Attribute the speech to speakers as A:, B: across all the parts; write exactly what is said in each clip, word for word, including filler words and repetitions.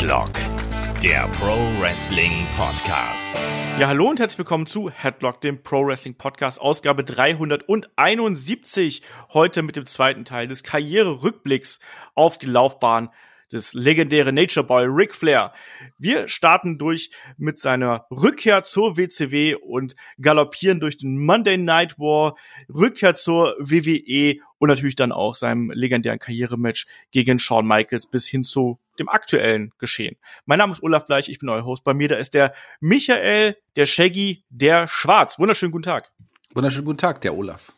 A: Headlock, der Pro Wrestling Podcast.
B: Ja, hallo und herzlich willkommen zu Headlock, dem Pro Wrestling Podcast, Ausgabe dreihunderteinundsiebzig. Heute mit dem zweiten Teil des Karriererückblicks auf die Laufbahn des legendären Nature Boy Ric Flair. Wir starten durch mit seiner Rückkehr zur W C W und galoppieren durch den Monday Night War, Rückkehr zur W W E und natürlich dann auch seinem legendären Karrierematch gegen Shawn Michaels bis hin zu dem aktuellen Geschehen. Mein Name ist Olaf Bleich, ich bin euer Host. Bei mir da ist der Michael, der Shaggy, der Schwarz. Wunderschönen guten Tag.
C: Wunderschönen guten Tag, der Olaf.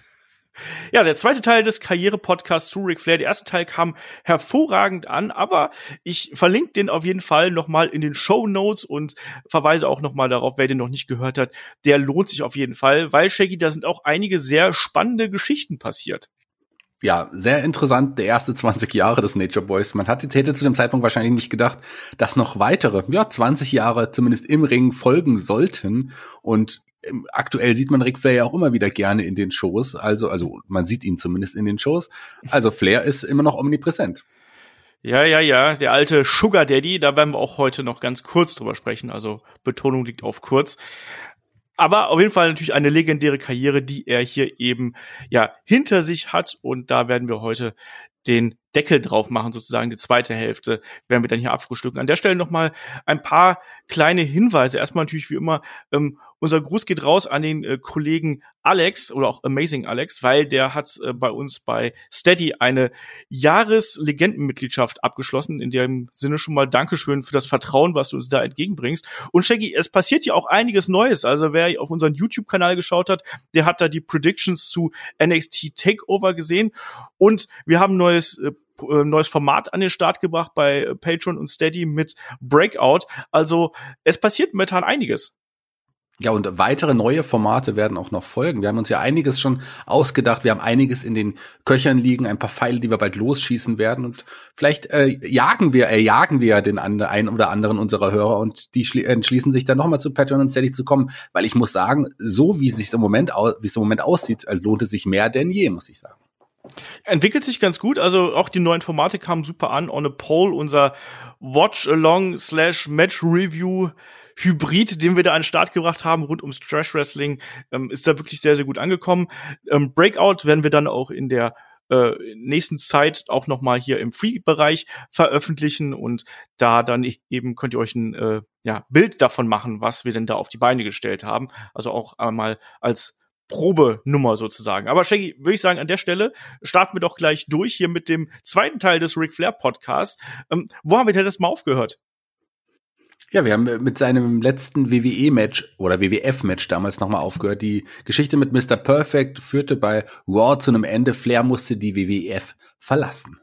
B: Ja, der zweite Teil des Karriere-Podcasts zu Ric Flair. Der erste Teil kam hervorragend an, aber ich verlinke den auf jeden Fall nochmal in den Shownotes und verweise auch nochmal darauf, wer den noch nicht gehört hat. Der lohnt sich auf jeden Fall, weil, Shaggy, da sind auch einige sehr spannende Geschichten passiert.
C: Ja, sehr interessant, der erste zwanzig Jahre des Nature Boys. Man hat jetzt hätte zu dem Zeitpunkt wahrscheinlich nicht gedacht, dass noch weitere, ja, zwanzig Jahre zumindest im Ring folgen sollten. Und aktuell sieht man Ric Flair ja auch immer wieder gerne in den Shows. Also, also man sieht ihn zumindest in den Shows. Also Flair ist immer noch omnipräsent.
B: Ja, ja, ja, der alte Sugar Daddy, da werden wir auch heute noch ganz kurz drüber sprechen. Also Betonung liegt auf kurz. Aber auf jeden Fall natürlich eine legendäre Karriere, die er hier eben ja hinter sich hat. Und da werden wir heute den Deckel drauf machen, sozusagen die zweite Hälfte werden wir dann hier abfrühstücken. An der Stelle nochmal ein paar kleine Hinweise. Erstmal natürlich wie immer, ähm, unser Gruß geht raus an den äh, Kollegen Alex oder auch Amazing Alex, weil der hat äh, bei uns bei Steady eine Jahreslegendenmitgliedschaft abgeschlossen. In dem Sinne schon mal Dankeschön für das Vertrauen, was du uns da entgegenbringst. Und Shaggy, es passiert ja auch einiges Neues. Also wer auf unseren YouTube-Kanal geschaut hat, der hat da die Predictions zu N X T Takeover gesehen. Und wir haben neues äh, neues Format an den Start gebracht bei Patreon und Steady mit Breakout. Also es passiert momentan einiges.
C: Ja, und weitere neue Formate werden auch noch folgen. Wir haben uns ja einiges schon ausgedacht. Wir haben einiges in den Köchern liegen, ein paar Pfeile, die wir bald losschießen werden. Und vielleicht äh, jagen wir, äh, jagen wir ja den andre, einen oder anderen unserer Hörer und die schli- entschließen sich dann nochmal zu Patreon und Steady zu kommen. Weil ich muss sagen, so wie es sich im Moment, au- wie es im Moment aussieht, lohnt es sich mehr denn je, muss ich sagen.
B: Entwickelt sich ganz gut, also auch die neuen Formate kamen super an. On a Poll, unser Watch-Along slash Match-Review Hybrid, den wir da an den Start gebracht haben, rund ums Trash-Wrestling, ähm, ist da wirklich sehr, sehr gut angekommen. Ähm, Breakout werden wir dann auch in der äh, nächsten Zeit auch noch mal hier im Free-Bereich veröffentlichen und da dann eben könnt ihr euch ein äh, ja, Bild davon machen, was wir denn da auf die Beine gestellt haben. Also auch einmal als Probenummer sozusagen. Aber Shaggy, würde ich sagen, an der Stelle starten wir doch gleich durch hier mit dem zweiten Teil des Ric Flair Podcasts. Ähm, wo haben wir denn das mal aufgehört?
C: Ja, wir haben mit seinem letzten W W E-Match oder W W F-Match damals nochmal aufgehört. Die Geschichte mit Mister Perfect führte bei Raw zu einem Ende. Flair musste die W W F verlassen.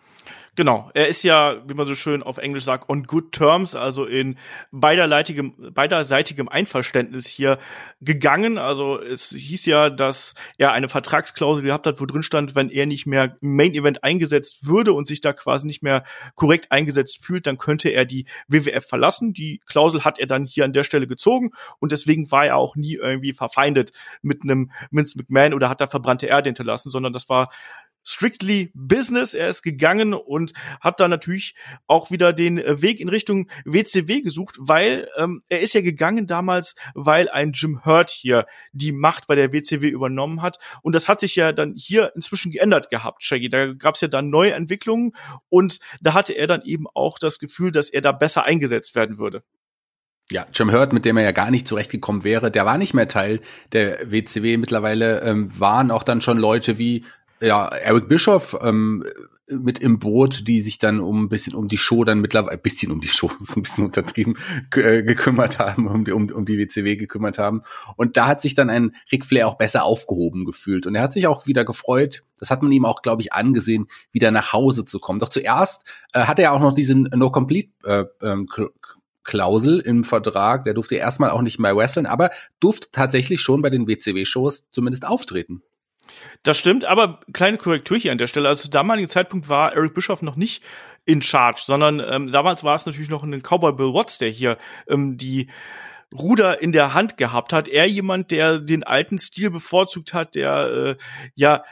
B: Genau, er ist ja, wie man so schön auf Englisch sagt, on good terms, also in beiderseitigem, beiderseitigem Einverständnis hier gegangen. Also es hieß ja, dass er eine Vertragsklausel gehabt hat, wo drin stand, wenn er nicht mehr im Main Event eingesetzt würde und sich da quasi nicht mehr korrekt eingesetzt fühlt, dann könnte er die W W F verlassen. Die Klausel hat er dann hier an der Stelle gezogen und deswegen war er auch nie irgendwie verfeindet mit einem Vince McMahon oder hat da verbrannte Erde hinterlassen, sondern das war strictly Business. Er ist gegangen und hat dann natürlich auch wieder den Weg in Richtung W C W gesucht, weil ähm, er ist ja gegangen damals, weil ein Jim Hurt hier die Macht bei der W C W übernommen hat. Und das hat sich ja dann hier inzwischen geändert gehabt, Shaggy. Da gab es ja dann neue Entwicklungen und da hatte er dann eben auch das Gefühl, dass er da besser eingesetzt werden würde.
C: Ja, Jim Hurt, mit dem er ja gar nicht zurechtgekommen wäre, der war nicht mehr Teil der W C W. Mittlerweile ähm, waren auch dann schon Leute wie ja, Eric Bischoff ähm, mit im Boot, die sich dann um ein bisschen um die Show dann mittlerweile, ein bisschen um die Show, ist ein bisschen untertrieben, äh, gekümmert haben, um die, um, um die W C W gekümmert haben. Und da hat sich dann ein Ric Flair auch besser aufgehoben gefühlt. Und er hat sich auch wieder gefreut, das hat man ihm auch, glaube ich, angesehen, wieder nach Hause zu kommen. Doch zuerst äh, hat er auch noch diesen No-Complete äh, ähm, Klausel im Vertrag, der durfte erstmal auch nicht mehr wresteln, aber durfte tatsächlich schon bei den W C W-Shows zumindest auftreten.
B: Das stimmt, aber kleine Korrektur hier an der Stelle. Also zu damaligen Zeitpunkt war Eric Bischoff noch nicht in Charge, sondern ähm, damals war es natürlich noch ein Cowboy Bill Watts, der hier ähm, die Ruder in der Hand gehabt hat. Er jemand, der den alten Stil bevorzugt hat, der äh, ja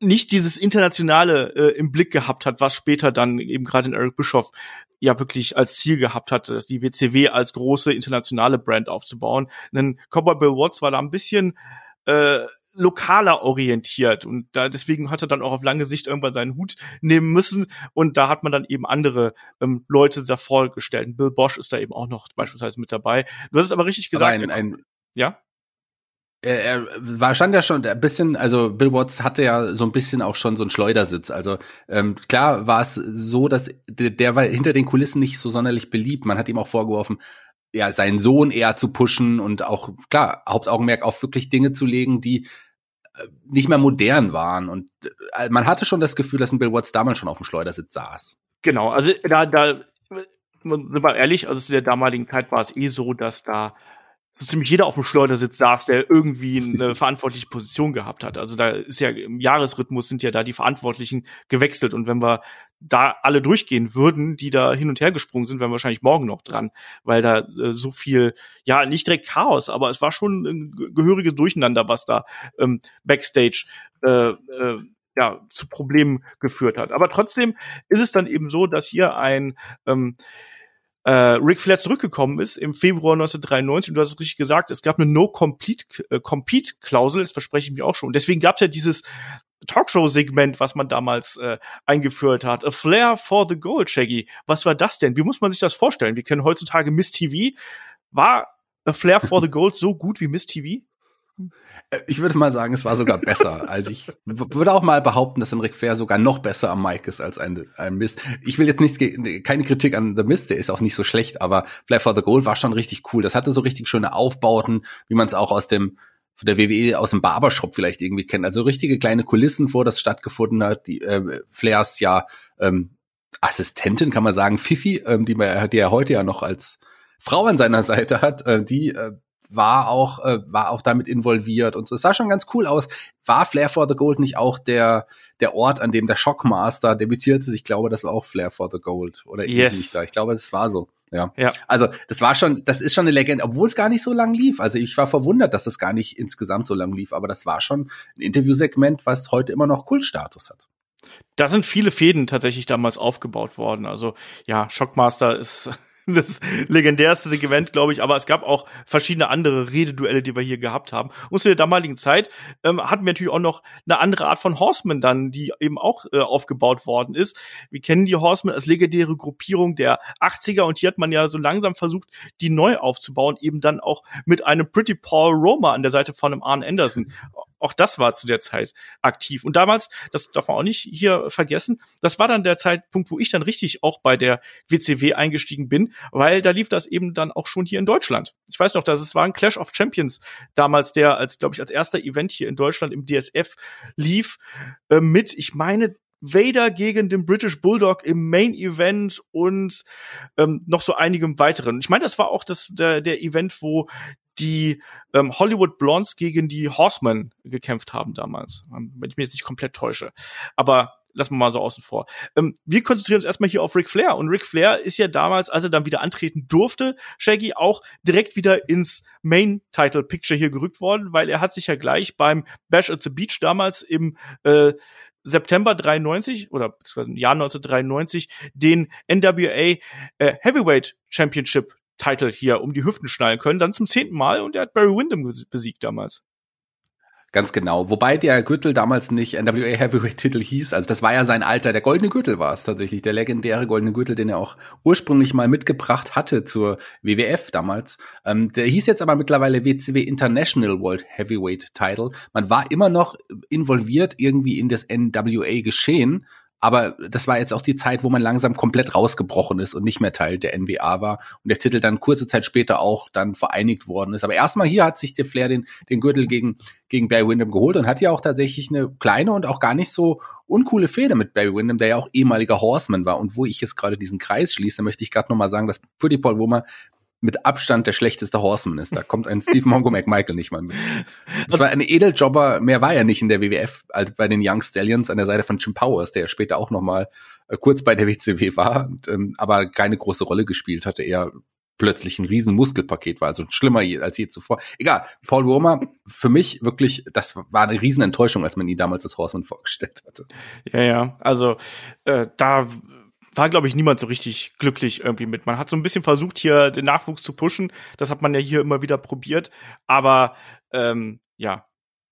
B: nicht dieses Internationale äh, im Blick gehabt hat, was später dann eben gerade in Eric Bischoff ja wirklich als Ziel gehabt hatte, die W C W als große internationale Brand aufzubauen. Denn Cowboy Bill Watts war da ein bisschen äh, lokaler orientiert und da deswegen hat er dann auch auf lange Sicht irgendwann seinen Hut nehmen müssen und da hat man dann eben andere ähm, Leute davor gestellt. Bill Bosch ist da eben auch noch beispielsweise mit dabei. Du hast es aber richtig gesagt.
C: Aber ein, ein
B: ja?
C: Er, er war stand ja schon ein bisschen, also Bill Watts hatte ja so ein bisschen auch schon so einen Schleudersitz. Also ähm, klar war es so, dass der, der war hinter den Kulissen nicht so sonderlich beliebt. Man hat ihm auch vorgeworfen, ja, seinen Sohn eher zu pushen und auch, klar, Hauptaugenmerk auf wirklich Dinge zu legen, die äh, nicht mehr modern waren. Und äh, man hatte schon das Gefühl, dass ein Bill Watts damals schon auf dem Schleudersitz saß.
B: Genau, also da, da, sind wir ehrlich, also zu der damaligen Zeit war es eh so, dass da so ziemlich jeder auf dem Schleudersitz saß, der irgendwie eine verantwortliche Position gehabt hat. Also da ist ja im Jahresrhythmus sind ja da die Verantwortlichen gewechselt. Und wenn wir da alle durchgehen würden, die da hin und her gesprungen sind, wären wir wahrscheinlich morgen noch dran, weil da äh, so viel, ja, nicht direkt Chaos, aber es war schon ein gehöriges Durcheinander, was da ähm, Backstage äh, äh, ja, zu Problemen geführt hat. Aber trotzdem ist es dann eben so, dass hier ein ähm, Äh, Ric Flair zurückgekommen ist im Februar neunzehnhundertdreiundneunzig und du hast es richtig gesagt, es gab eine No-Compete-Klausel, das verspreche ich mir auch schon. Und deswegen gab es ja dieses Talkshow-Segment, was man damals äh, eingeführt hat. A Flair for the Gold, Shaggy. Was war das denn? Wie muss man sich das vorstellen? Wir kennen heutzutage Miss T V. War A Flair for the Gold so gut wie Miss T V?
C: Ich würde mal sagen, es war sogar besser. Also ich würde auch mal behaupten, dass ein Ric Flair sogar noch besser am Mic ist als ein, ein Miz. Ich will jetzt nichts, keine Kritik an The Miz, der ist auch nicht so schlecht, aber Flair for the Gold war schon richtig cool. Das hatte so richtig schöne Aufbauten, wie man es auch aus dem von der W W E aus dem Barbershop vielleicht irgendwie kennt. Also richtige kleine Kulissen, vor das stattgefunden hat. Die äh, Flairs ja ähm, Assistentin, kann man sagen, Fifi, ähm, die man die er heute ja noch als Frau an seiner Seite hat, äh, die äh, war auch äh, war auch damit involviert und so. Es sah schon ganz cool aus. War Flair for the Gold nicht auch der der Ort, an dem der Shockmaster debütierte? Ich glaube, das war auch Flair for the Gold oder
B: yes.
C: da. Ich glaube, das war so. Ja.
B: ja.
C: Also, das war schon, das ist schon eine Legende, obwohl es gar nicht so lang lief. Also, ich war verwundert, dass es gar nicht insgesamt so lang lief, aber das war schon ein Interviewsegment, was heute immer noch Kultstatus hat.
B: Da sind viele Fäden tatsächlich damals aufgebaut worden. Also, ja, Shockmaster ist das legendärste Segment, glaube ich, aber es gab auch verschiedene andere Rededuelle, die wir hier gehabt haben. Und zu der damaligen Zeit ähm, hatten wir natürlich auch noch eine andere Art von Horsemen dann, die eben auch äh, aufgebaut worden ist. Wir kennen die Horsemen als legendäre Gruppierung der achtziger und hier hat man ja so langsam versucht, die neu aufzubauen, eben dann auch mit einem Pretty Paul Roma an der Seite von einem Arn Anderson. Auch das war zu der Zeit aktiv. Und damals, das darf man auch nicht hier vergessen, das war dann der Zeitpunkt, wo ich dann richtig auch bei der W C W eingestiegen bin, weil da lief das eben dann auch schon hier in Deutschland. Ich weiß noch, dass es war ein Clash of Champions damals, der als, glaube ich, als erster Event hier in Deutschland im D S F lief, äh, mit, ich meine, Vader gegen den British Bulldog im Main Event und ähm, noch so einigem weiteren. Ich meine, das war auch das der, der Event, wo die ähm, Hollywood Blondes gegen die Horsemen gekämpft haben damals, wenn ich mich jetzt nicht komplett täusche. Aber lassen wir mal so außen vor. Ähm, wir konzentrieren uns erstmal hier auf Ric Flair. Und Ric Flair ist ja damals, als er dann wieder antreten durfte, Shaggy, auch direkt wieder ins Main-Title-Picture hier gerückt worden, weil er hat sich ja gleich beim Bash at the Beach damals im äh, September dreiundneunzig oder beziehungsweise im Jahr neunzehnhundertdreiundneunzig den N W A äh, Heavyweight Championship Title hier um die Hüften schnallen können, dann zum zehnten Mal und er hat Barry Windham besiegt damals.
C: Ganz genau. Wobei der Gürtel damals nicht N W A Heavyweight Titel hieß. Also das war ja sein Alter. Der goldene Gürtel war es tatsächlich. Der legendäre goldene Gürtel, den er auch ursprünglich mal mitgebracht hatte zur W W F damals. Ähm, der hieß jetzt aber mittlerweile W C W International World Heavyweight Title. Man war immer noch involviert irgendwie in das N W A-Geschehen. Aber das war jetzt auch die Zeit, wo man langsam komplett rausgebrochen ist und nicht mehr Teil der N W A war und der Titel dann kurze Zeit später auch dann vereinigt worden ist. Aber erstmal hier hat sich der Flair den, den Gürtel gegen, gegen Barry Windham geholt und hat ja auch tatsächlich eine kleine und auch gar nicht so uncoole Fehde mit Barry Windham, der ja auch ehemaliger Horseman war. Und wo ich jetzt gerade diesen Kreis schließe, möchte ich gerade nochmal sagen, dass Pretty Paul Roma mit Abstand der schlechteste Horseman ist. Da kommt ein Steve Mongo McMichael nicht mal mit. Das war ein Edeljobber, mehr war er nicht in der W W F, als bei den Young Stallions an der Seite von Jim Powers, der ja später auch noch mal äh, kurz bei der W C W war, und, ähm, aber keine große Rolle gespielt hatte, eher plötzlich ein riesen Muskelpaket war, also schlimmer je, als je zuvor. Egal, Paul Roma, für mich wirklich, das war eine riesen Enttäuschung, als man ihn damals als Horseman vorgestellt hatte.
B: Ja, ja, also äh, da war, glaube ich, niemand so richtig glücklich irgendwie mit. Man hat so ein bisschen versucht, hier den Nachwuchs zu pushen. Das hat man ja hier immer wieder probiert. Aber ähm, ja,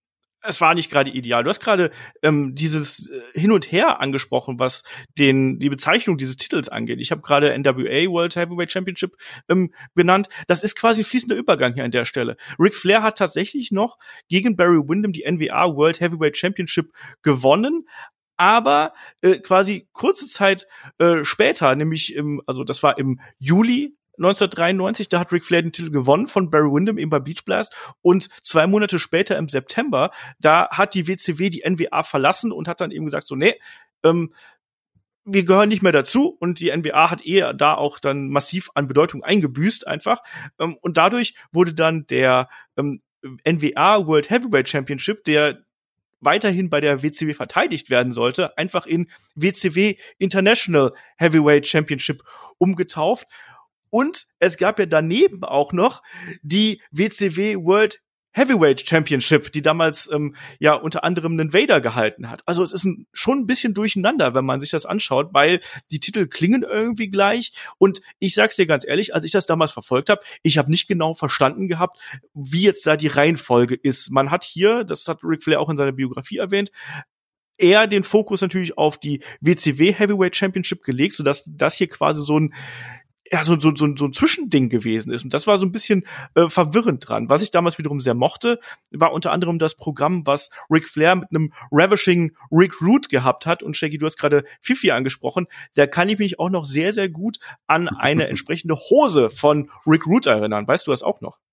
B: es war nicht gerade ideal. Du hast gerade ähm, dieses äh, Hin und Her angesprochen, was den die Bezeichnung dieses Titels angeht. Ich habe gerade N W A World Heavyweight Championship ähm, benannt. Das ist quasi ein fließender Übergang hier an der Stelle. Ric Flair hat tatsächlich noch gegen Barry Windham die N W A World Heavyweight Championship gewonnen. Aber äh, quasi kurze Zeit äh, später, nämlich im, also das war im Juli neunzehnhundertdreiundneunzig, da hat Ric Flair den Titel gewonnen von Barry Windham eben bei Beach Blast, und zwei Monate später im September, da hat die W C W die N W A verlassen und hat dann eben gesagt so, nee, ähm, wir gehören nicht mehr dazu, und die N W A hat eher da auch dann massiv an Bedeutung eingebüßt einfach, ähm, und dadurch wurde dann der ähm, N W A World Heavyweight Championship, der weiterhin bei der W C W verteidigt werden sollte, einfach in W C W International Heavyweight Championship umgetauft. Und es gab ja daneben auch noch die W C W World Heavyweight Championship, die damals ähm, ja unter anderem einen Vader gehalten hat. Also es ist ein, schon ein bisschen durcheinander, wenn man sich das anschaut, weil die Titel klingen irgendwie gleich. Und ich sag's dir ganz ehrlich, als ich das damals verfolgt habe, ich habe nicht genau verstanden gehabt, wie jetzt da die Reihenfolge ist. Man hat hier, das hat Ric Flair auch in seiner Biografie erwähnt, eher den Fokus natürlich auf die W C W Heavyweight Championship gelegt, sodass das hier quasi so ein ja, so, so, so, so ein Zwischending gewesen ist. Und das war so ein bisschen äh, verwirrend dran. Was ich damals wiederum sehr mochte, war unter anderem das Programm, was Ric Flair mit einem Ravishing Rick Rude gehabt hat. Und Shaggy, du hast gerade Fifi angesprochen. Da kann ich mich auch noch sehr, sehr gut an eine entsprechende Hose von Rick Rude erinnern. Weißt du das auch noch?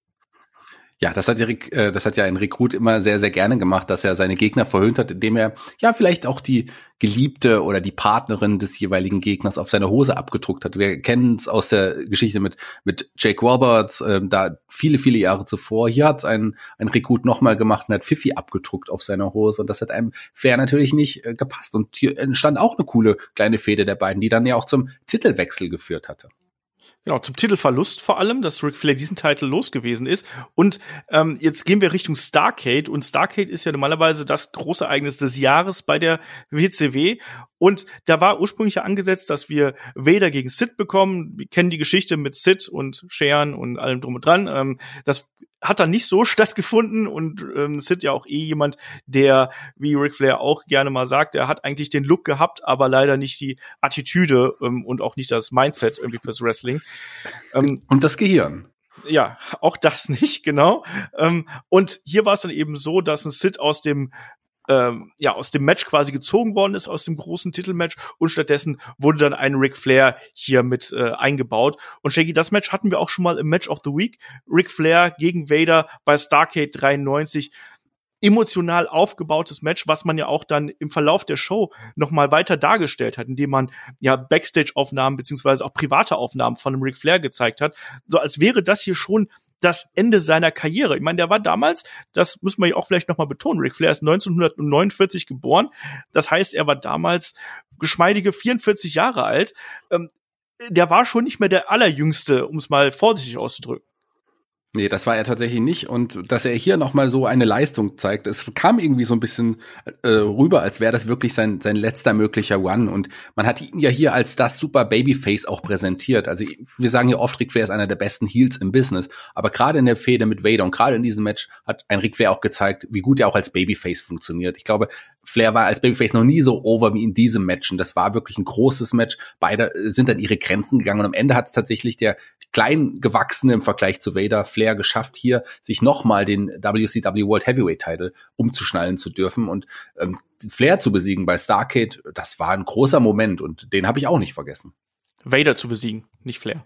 C: Ja, das hat ja, äh, das hat ja ein Rekrut immer sehr, sehr gerne gemacht, dass er seine Gegner verhöhnt hat, indem er ja vielleicht auch die Geliebte oder die Partnerin des jeweiligen Gegners auf seine Hose abgedruckt hat. Wir kennen es aus der Geschichte mit mit Jake Roberts, äh, da viele, viele Jahre zuvor. Hier hat es ein, ein Rekrut nochmal gemacht und hat Fifi abgedruckt auf seiner Hose, und das hat einem Flair natürlich nicht äh, gepasst. Und hier entstand auch eine coole kleine Fehde der beiden, die dann ja auch zum Titelwechsel geführt hatte.
B: Genau, zum Titelverlust vor allem, dass Ric Flair diesen Titel los gewesen ist. Und ähm, jetzt gehen wir Richtung Starrcade. Und Starrcade ist ja normalerweise das große Ereignis des Jahres bei der W C W. Und da war ursprünglich ja angesetzt, dass wir Vader gegen Sid bekommen. Wir kennen die Geschichte mit Sid und Sharon und allem drum und dran. Ähm, das hat dann nicht so stattgefunden, und ähm, Sid ja auch eh jemand, der, wie Ric Flair auch gerne mal sagt, er hat eigentlich den Look gehabt, aber leider nicht die Attitüde ähm, und auch nicht das Mindset irgendwie fürs Wrestling. Ähm,
C: und das Gehirn.
B: Ja, auch das nicht, genau. Ähm, und hier war es dann eben so, dass ein Sid aus dem Ähm, ja, aus dem Match quasi gezogen worden ist, aus dem großen Titelmatch, und stattdessen wurde dann ein Ric Flair hier mit äh, eingebaut. Und Shaggy, das Match hatten wir auch schon mal im Match of the Week. Ric Flair gegen Vader bei Starrcade dreiundneunzig. Emotional aufgebautes Match, was man ja auch dann im Verlauf der Show noch mal weiter dargestellt hat, indem man ja Backstage-Aufnahmen beziehungsweise auch private Aufnahmen von dem Ric Flair gezeigt hat. So als wäre das hier schon das Ende seiner Karriere. Ich meine, der war damals, das muss man ja auch vielleicht noch mal betonen, Ric Flair ist neunzehnhundertneunundvierzig geboren. Das heißt, er war damals geschmeidige vierundvierzig Jahre alt. Ähm, der war schon nicht mehr der Allerjüngste, um es mal vorsichtig auszudrücken.
C: Nee, das war er tatsächlich nicht. Und dass er hier nochmal so eine Leistung zeigt, es kam irgendwie so ein bisschen äh, rüber, als wäre das wirklich sein sein letzter möglicher Run. Und man hat ihn ja hier als das super Babyface auch präsentiert. Also wir sagen ja oft, Ric Flair ist einer der besten Heels im Business. Aber gerade in der Fehde mit Vader und gerade in diesem Match hat ein Ric Flair auch gezeigt, wie gut er auch als Babyface funktioniert. Ich glaube, Flair war als Babyface noch nie so over wie in diesem Match. Und das war wirklich ein großes Match. Beide sind an ihre Grenzen gegangen. Und am Ende hat es tatsächlich der klein gewachsene im Vergleich zu Vader Flair geschafft, hier sich nochmal den W C W World Heavyweight Title umzuschnallen zu dürfen. Und ähm, Flair zu besiegen bei Starrcade, das war ein großer Moment. Und den habe ich auch nicht vergessen.
B: Vader zu besiegen, nicht Flair.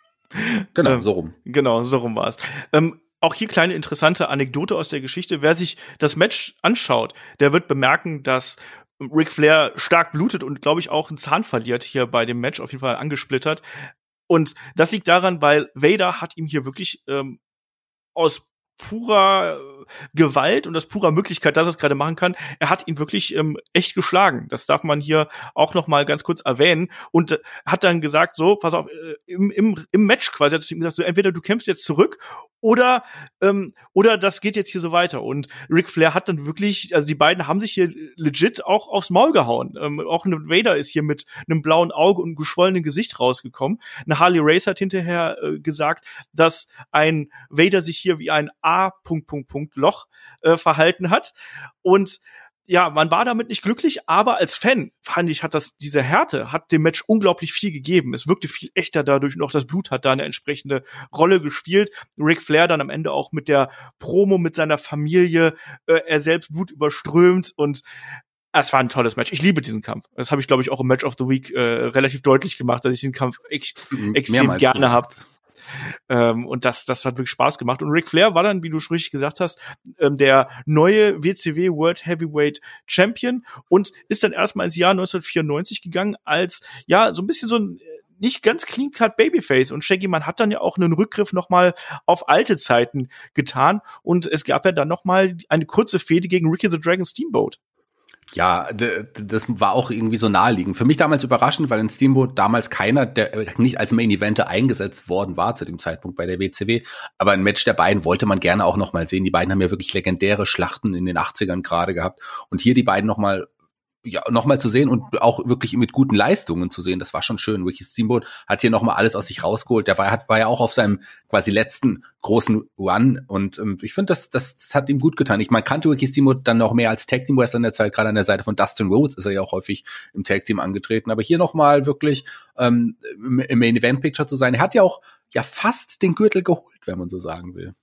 C: Genau,
B: ähm,
C: so rum.
B: Genau, so rum war es. Ähm, Auch hier kleine interessante Anekdote aus der Geschichte. Wer sich das Match anschaut, der wird bemerken, dass Ric Flair stark blutet und, glaube ich, auch einen Zahn verliert hier bei dem Match, auf jeden Fall angesplittert. Und das liegt daran, weil Vader hat ihm hier wirklich ähm, aus purer Gewalt und aus purer Möglichkeit, dass er es gerade machen kann. Er hat ihn wirklich ähm, echt geschlagen. Das darf man hier auch noch mal ganz kurz erwähnen. Und äh, hat dann gesagt, so, pass auf, äh, im, im, im Match quasi hat er ihm gesagt, so, entweder du kämpfst jetzt zurück oder ähm, oder das geht jetzt hier so weiter. Und Ric Flair hat dann wirklich, also die beiden haben sich hier legit auch aufs Maul gehauen. Ähm, auch ein Vader ist hier mit einem blauen Auge und einem geschwollenen Gesicht rausgekommen. Eine Harley Race hat hinterher äh, gesagt, dass ein Vader sich hier wie ein A Punkt Punkt Punkt Loch äh, verhalten hat. Und ja, man war damit nicht glücklich, aber als Fan fand ich, hat das, diese Härte hat dem Match unglaublich viel gegeben. Es wirkte viel echter dadurch und auch das Blut hat da eine entsprechende Rolle gespielt. Ric Flair dann am Ende auch mit der Promo mit seiner Familie, äh, er selbst Blut überströmt und es war ein tolles Match. Ich liebe diesen Kampf. Das habe ich, glaube ich, auch im Match of the Week äh, relativ deutlich gemacht, dass ich diesen Kampf echt mhm, extrem gerne habe. Ähm, und das, das hat wirklich Spaß gemacht. Und Ric Flair war dann, wie du schon richtig gesagt hast, ähm, der neue W C W World Heavyweight Champion und ist dann erstmal ins Jahr neunzehnhundertvierundneunzig gegangen als, ja, so ein bisschen so ein nicht ganz clean-cut Babyface. Und Shaggy Man hat dann ja auch einen Rückgriff nochmal auf alte Zeiten getan. Und es gab ja dann nochmal eine kurze Fehde gegen Ricky the Dragon Steamboat.
C: Ja, d- d- das war auch irgendwie so naheliegend. Für mich damals überraschend, weil in Steamboat damals keiner, der nicht als Main Eventer eingesetzt worden war zu dem Zeitpunkt bei der W C W. Aber ein Match der beiden wollte man gerne auch noch mal sehen. Die beiden haben ja wirklich legendäre Schlachten in den achtzigern gerade gehabt. Und hier die beiden noch mal ja, noch mal zu sehen und auch wirklich mit guten Leistungen zu sehen, das war schon schön. Ricky Steamboat hat hier noch mal alles aus sich rausgeholt. Der war, hat, war ja auch auf seinem quasi letzten großen Run und ähm, ich finde, das, das, das hat ihm gut getan. Ich meine, kannte Ricky Steamboat dann noch mehr als Tag Team Wrestler in der Zeit, gerade an der Seite von Dustin Rhodes ist er ja auch häufig im Tag Team angetreten. Aber hier noch mal wirklich ähm, im Main Event Picture zu sein. Er hat ja auch ja fast den Gürtel geholt, wenn man so sagen will.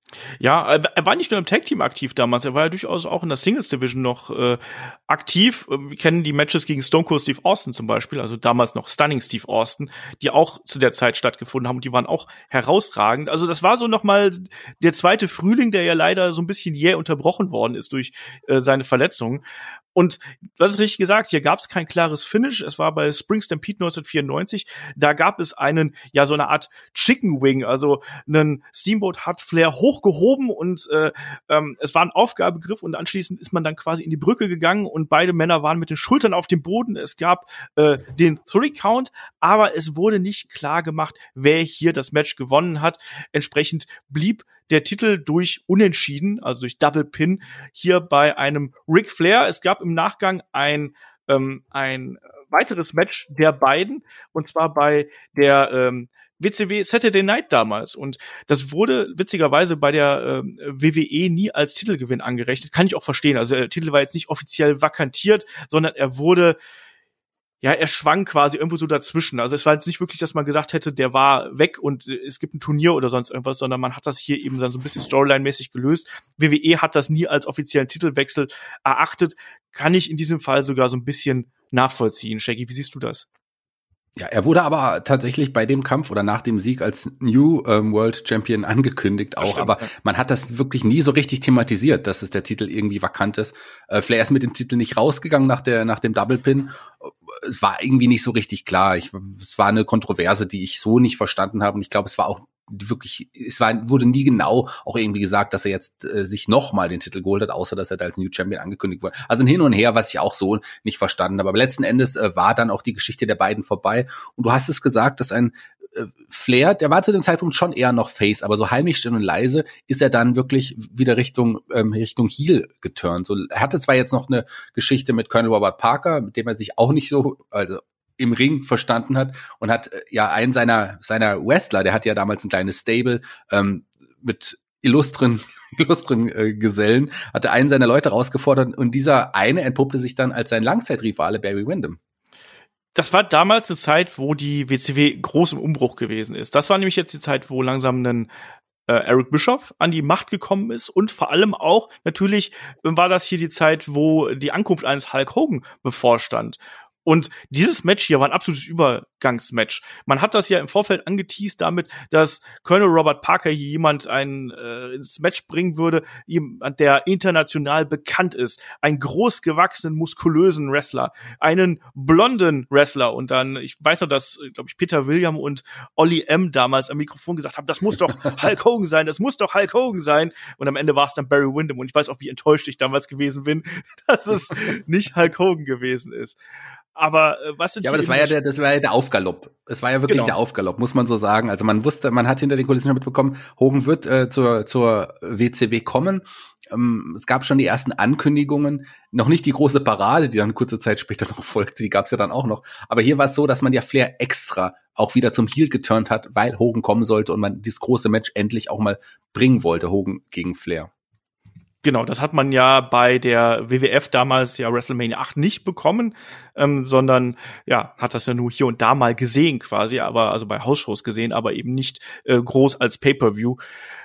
B: Ja, er war nicht nur im Tag-Team aktiv damals, er war ja durchaus auch in der Singles-Division noch äh, aktiv. Wir kennen die Matches gegen Stone Cold Steve Austin zum Beispiel, also damals noch Stunning Steve Austin, die auch zu der Zeit stattgefunden haben und die waren auch herausragend. Also das war so noch mal der zweite Frühling, der ja leider so ein bisschen jäh unterbrochen worden ist durch äh, seine Verletzungen. Und du hast es richtig gesagt, hier gab es kein klares Finish. Es war bei Spring Stampede neunzehnhundertvierundneunzig. Da gab es einen, ja, so eine Art Chicken Wing. Also einen Steamboat hat Flair hochgehoben und äh, ähm, es war ein Aufgabegriff und anschließend ist man dann quasi in die Brücke gegangen und beide Männer waren mit den Schultern auf dem Boden. Es gab äh, den Three Count, aber es wurde nicht klar gemacht, wer hier das Match gewonnen hat. Entsprechend blieb der Titel durch Unentschieden, also durch Double Pin, hier bei einem Ric Flair. Es gab im Nachgang ein ähm, ein weiteres Match der beiden, und zwar bei der ähm, W C W Saturday Night damals. Und das wurde witzigerweise bei der ähm, W W E nie als Titelgewinn angerechnet. Kann ich auch verstehen. Also der Titel war jetzt nicht offiziell vakantiert, sondern er wurde ja, er schwang quasi irgendwo so dazwischen. Also es war jetzt nicht wirklich, dass man gesagt hätte, der war weg und es gibt ein Turnier oder sonst irgendwas, sondern man hat das hier eben dann so ein bisschen Storyline-mäßig gelöst. W W E hat das nie als offiziellen Titelwechsel erachtet. Kann ich in diesem Fall sogar so ein bisschen nachvollziehen. Shaggy, wie siehst du das?
C: Ja, er wurde aber tatsächlich bei dem Kampf oder nach dem Sieg als New ähm, World Champion angekündigt auch, stimmt, aber ja. Man hat das wirklich nie so richtig thematisiert, dass es der Titel irgendwie vakant ist. Äh, Flair ist mit dem Titel nicht rausgegangen nach der nach dem Double Pin. Es war irgendwie nicht so richtig klar. Ich, es war eine Kontroverse, die ich so nicht verstanden habe und ich glaube, es war auch wirklich, es war, wurde nie genau auch irgendwie gesagt, dass er jetzt äh, sich nochmal den Titel geholt hat, außer dass er da als New Champion angekündigt wurde. Also ein Hin und Her, was ich auch so nicht verstanden habe. Aber letzten Endes äh, war dann auch die Geschichte der beiden vorbei. Und du hast es gesagt, dass ein äh, Flair, der war zu dem Zeitpunkt schon eher noch Face, aber so heimlich still und leise ist er dann wirklich wieder Richtung ähm, Richtung Heel geturnt. So, er hatte zwar jetzt noch eine Geschichte mit Colonel Robert Parker, mit dem er sich auch nicht so, also im Ring verstanden hat und hat äh, ja einen seiner seiner Wrestler, der hat ja damals ein kleines Stable ähm, mit illustren illustren äh, Gesellen, hatte einen seiner Leute rausgefordert und dieser eine entpuppte sich dann als sein Langzeitrivale Barry Windham.
B: Das war damals eine Zeit, wo die W C W groß im Umbruch gewesen ist. Das war nämlich jetzt die Zeit, wo langsam ein äh, Eric Bischoff an die Macht gekommen ist und vor allem auch natürlich war das hier die Zeit, wo die Ankunft eines Hulk Hogan bevorstand. Und dieses Match hier war ein absolutes Übergangsmatch. Man hat das ja im Vorfeld angeteast damit, dass Colonel Robert Parker hier jemand ein, äh, ins Match bringen würde, jemand, der international bekannt ist. Einen großgewachsenen, muskulösen Wrestler. Einen blonden Wrestler. Und dann, ich weiß noch, dass, glaube ich, Peter William und Olli M. damals am Mikrofon gesagt haben, das muss doch Hulk Hogan sein, das muss doch Hulk Hogan sein. Und am Ende war es dann Barry Windham. Und ich weiß auch, wie enttäuscht ich damals gewesen bin, dass es nicht Hulk Hogan gewesen ist. Aber äh, was sind
C: Ja, aber das war ja der, das war ja der Aufgalopp. Es war ja wirklich genau. der Aufgalopp, muss man so sagen. Also man wusste, man hat hinter den Kulissen schon mitbekommen, Hogan wird äh, zur zur W C W kommen. Ähm, es gab schon die ersten Ankündigungen, noch nicht die große Parade, die dann kurze Zeit später noch folgte, die gab's ja dann auch noch. Aber hier war es so, dass man ja Flair extra auch wieder zum Heel geturnt hat, weil Hogan kommen sollte und man dieses große Match endlich auch mal bringen wollte, Hogan gegen Flair.
B: Genau, das hat man ja bei der W W F damals ja WrestleMania acht nicht bekommen, ähm, sondern ja, hat das ja nur hier und da mal gesehen quasi, aber also bei Hausshows gesehen, aber eben nicht äh, groß als Pay-per-View.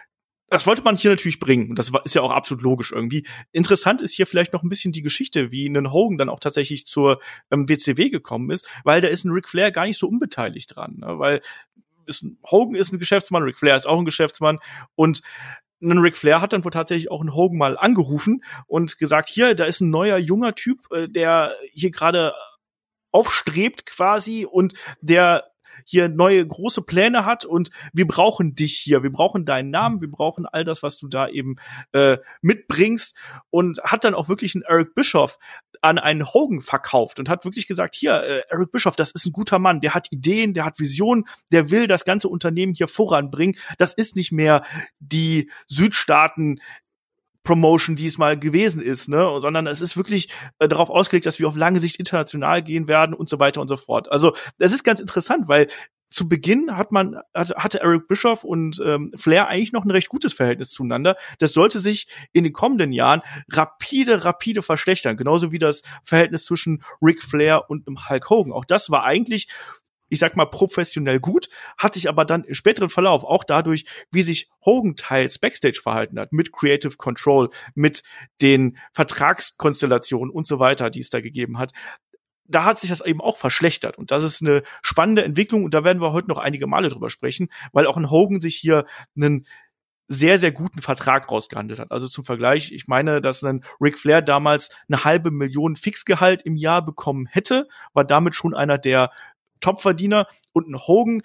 B: Das wollte man hier natürlich bringen und das ist ja auch absolut logisch irgendwie. Interessant ist hier vielleicht noch ein bisschen die Geschichte, wie ein Hogan dann auch tatsächlich zur ähm, W C W gekommen ist, weil da ist ein Ric Flair gar nicht so unbeteiligt dran, ne? Weil ist, Hogan ist ein Geschäftsmann, Ric Flair ist auch ein Geschäftsmann und ein Ric Flair hat dann wohl tatsächlich auch einen Hogan mal angerufen und gesagt, hier, da ist ein neuer, junger Typ, der hier gerade aufstrebt quasi und der hier neue große Pläne hat und wir brauchen dich hier, wir brauchen deinen Namen, wir brauchen all das, was du da eben äh, mitbringst und hat dann auch wirklich einen Eric Bischoff an einen Hogan verkauft und hat wirklich gesagt, hier, äh, Eric Bischoff, das ist ein guter Mann, der hat Ideen, der hat Visionen, der will das ganze Unternehmen hier voranbringen, das ist nicht mehr die Südstaaten Promotion, die es mal gewesen ist, ne, sondern es ist wirklich äh, darauf ausgelegt, dass wir auf lange Sicht international gehen werden und so weiter und so fort. Also, es ist ganz interessant, weil zu Beginn hat man hat, hatte Eric Bischoff und ähm, Flair eigentlich noch ein recht gutes Verhältnis zueinander. Das sollte sich in den kommenden Jahren rapide, rapide verschlechtern, genauso wie das Verhältnis zwischen Ric Flair und dem Hulk Hogan. Auch das war eigentlich, ich sag mal, professionell gut, hat sich aber dann im späteren Verlauf, auch dadurch, wie sich Hogan teils Backstage verhalten hat, mit Creative Control, mit den Vertragskonstellationen und so weiter, die es da gegeben hat, da hat sich das eben auch verschlechtert. Und das ist eine spannende Entwicklung und da werden wir heute noch einige Male drüber sprechen, weil auch ein Hogan sich hier einen sehr, sehr guten Vertrag rausgehandelt hat. Also zum Vergleich, ich meine, dass ein Ric Flair damals eine halbe Million Fixgehalt im Jahr bekommen hätte, war damit schon einer der Topverdiener und ein Hogan,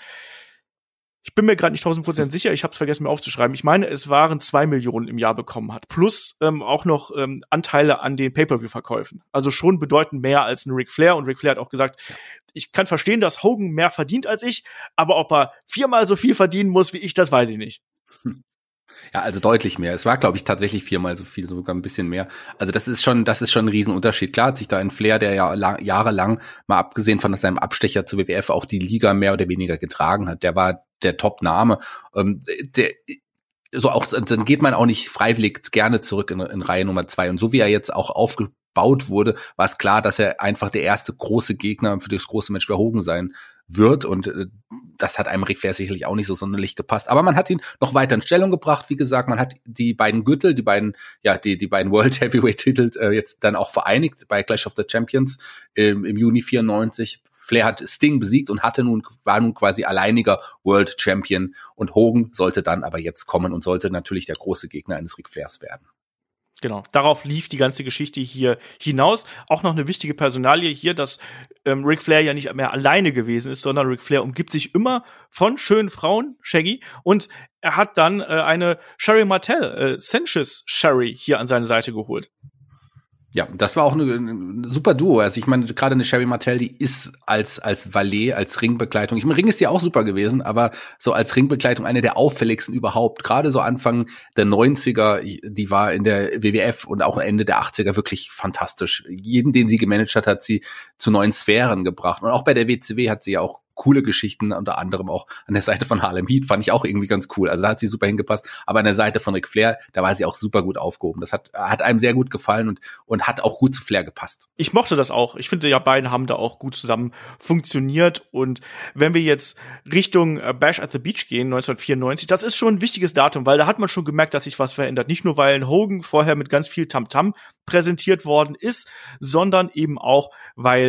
B: ich bin mir gerade nicht tausend Prozent sicher, ich habe es vergessen mir aufzuschreiben, ich meine, es waren zwei Millionen im Jahr bekommen hat, plus ähm, auch noch ähm, Anteile an den Pay-Per-View-Verkäufen. Also schon bedeutend mehr als ein Ric Flair und Ric Flair hat auch gesagt, ich kann verstehen, dass Hogan mehr verdient als ich, aber ob er viermal so viel verdienen muss wie ich, das weiß ich nicht.
C: Ja, also deutlich mehr. Es war, glaube ich, tatsächlich viermal so viel, sogar ein bisschen mehr. Also das ist schon, das ist schon ein Riesenunterschied. Klar hat sich da ein Flair, der ja lang, jahrelang, mal abgesehen von seinem Abstecher zur W W F, auch die Liga mehr oder weniger getragen hat. Der war der Top-Name. Ähm, der, so auch, dann geht man auch nicht freiwillig gerne zurück in, in Reihe Nummer zwei. Und so wie er jetzt auch aufgebaut wurde, war es klar, dass er einfach der erste große Gegner für das große Match für Hogan sein wird und äh, das hat einem Ric Flair sicherlich auch nicht so sonderlich gepasst. Aber man hat ihn noch weiter in Stellung gebracht. Wie gesagt, man hat die beiden Gürtel, die beiden, ja, die die beiden World Heavyweight Titel äh, jetzt dann auch vereinigt bei Clash of the Champions ähm, im Juni vierundneunzig. Flair hat Sting besiegt und hatte nun war nun quasi alleiniger World Champion und Hogan sollte dann aber jetzt kommen und sollte natürlich der große Gegner eines Ric Flairs werden.
B: Genau, darauf lief die ganze Geschichte hier hinaus. Auch noch eine wichtige Personalie hier, dass ähm, Ric Flair ja nicht mehr alleine gewesen ist, sondern Ric Flair umgibt sich immer von schönen Frauen, Shaggy, und er hat dann äh, eine Sherry Martel, äh, Sanchez Sherry, hier an seine Seite geholt.
C: Ja, das war auch eine, eine super Duo. Also ich meine, gerade eine Sherry Martel, die ist als als Valet, als Ringbegleitung. Ich meine, Ring ist ja auch super gewesen, aber so als Ringbegleitung eine der auffälligsten überhaupt. Gerade so Anfang der neunziger, die war in der W W F und auch Ende der achtziger wirklich fantastisch. Jeden, den sie gemanagt hat, hat sie zu neuen Sphären gebracht. Und auch bei der W C W hat sie ja auch coole Geschichten, unter anderem auch an der Seite von Harlem Heat, fand ich auch irgendwie ganz cool. Also da hat sie super hingepasst. Aber an der Seite von Ric Flair, da war sie auch super gut aufgehoben. Das hat hat einem sehr gut gefallen und und hat auch gut zu Flair gepasst.
B: Ich mochte das auch. Ich finde, ja, beiden haben da auch gut zusammen funktioniert. Und wenn wir jetzt Richtung Bash at the Beach gehen, neunzehnhundertvierundneunzig, das ist schon ein wichtiges Datum, weil da hat man schon gemerkt, dass sich was verändert. Nicht nur, weil ein Hogan vorher mit ganz viel Tamtam präsentiert worden ist, sondern eben auch, weil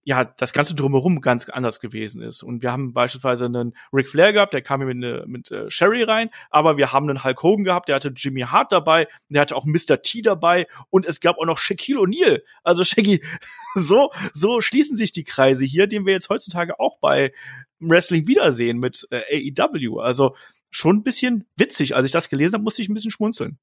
B: ja, das Ganze drumherum ganz anders gewesen ist. Und wir haben beispielsweise einen Ric Flair gehabt, der kam hier mit, ne, mit äh, Sherry rein, aber wir haben einen Hulk Hogan gehabt, der hatte Jimmy Hart dabei, der hatte auch Mister T dabei und es gab auch noch Shaquille O'Neal. Also Shaggy, so, so schließen sich die Kreise hier, den wir jetzt heutzutage auch bei Wrestling wiedersehen mit äh, A E W. Also schon ein bisschen witzig. Als ich das gelesen habe, musste ich ein bisschen schmunzeln.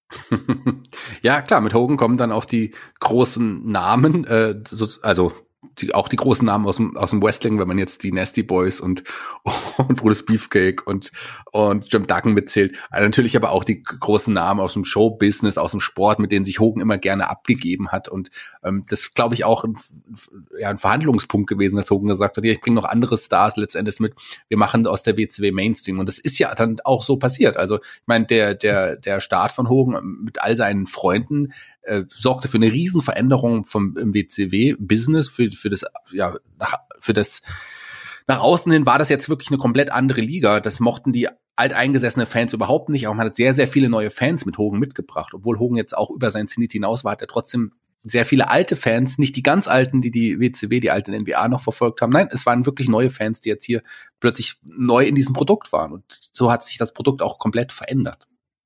C: Ja, klar, mit Hogan kommen dann auch die großen Namen, äh, so, also die, auch die großen Namen aus dem, aus dem Wrestling, wenn man jetzt die Nasty Boys und, und Brutus Beefcake und, und Jim Duggan mitzählt. Also natürlich aber auch die großen Namen aus dem Showbusiness, aus dem Sport, mit denen sich Hogan immer gerne abgegeben hat. Und ähm, das, glaube ich, auch ein, ja, ein Verhandlungspunkt gewesen, dass Hogan gesagt hat, ja, ich bringe noch andere Stars letztendlich mit. Wir machen aus der W C W Mainstream. Und das ist ja dann auch so passiert. Also ich meine, der, der, der Start von Hogan mit all seinen Freunden Äh, sorgte für eine Riesenveränderung vom im W C W-Business, für, für das, ja, nach, für das, nach außen hin war das jetzt wirklich eine komplett andere Liga. Das mochten die alteingesessenen Fans überhaupt nicht, aber man hat sehr, sehr viele neue Fans mit Hogan mitgebracht. Obwohl Hogan jetzt auch über sein Zenit hinaus war, hat er trotzdem sehr viele alte Fans, nicht die ganz alten, die die W C W, die alten N W A noch verfolgt haben. Nein, es waren wirklich neue Fans, die jetzt hier plötzlich neu in diesem Produkt waren. Und so hat sich das Produkt auch komplett verändert.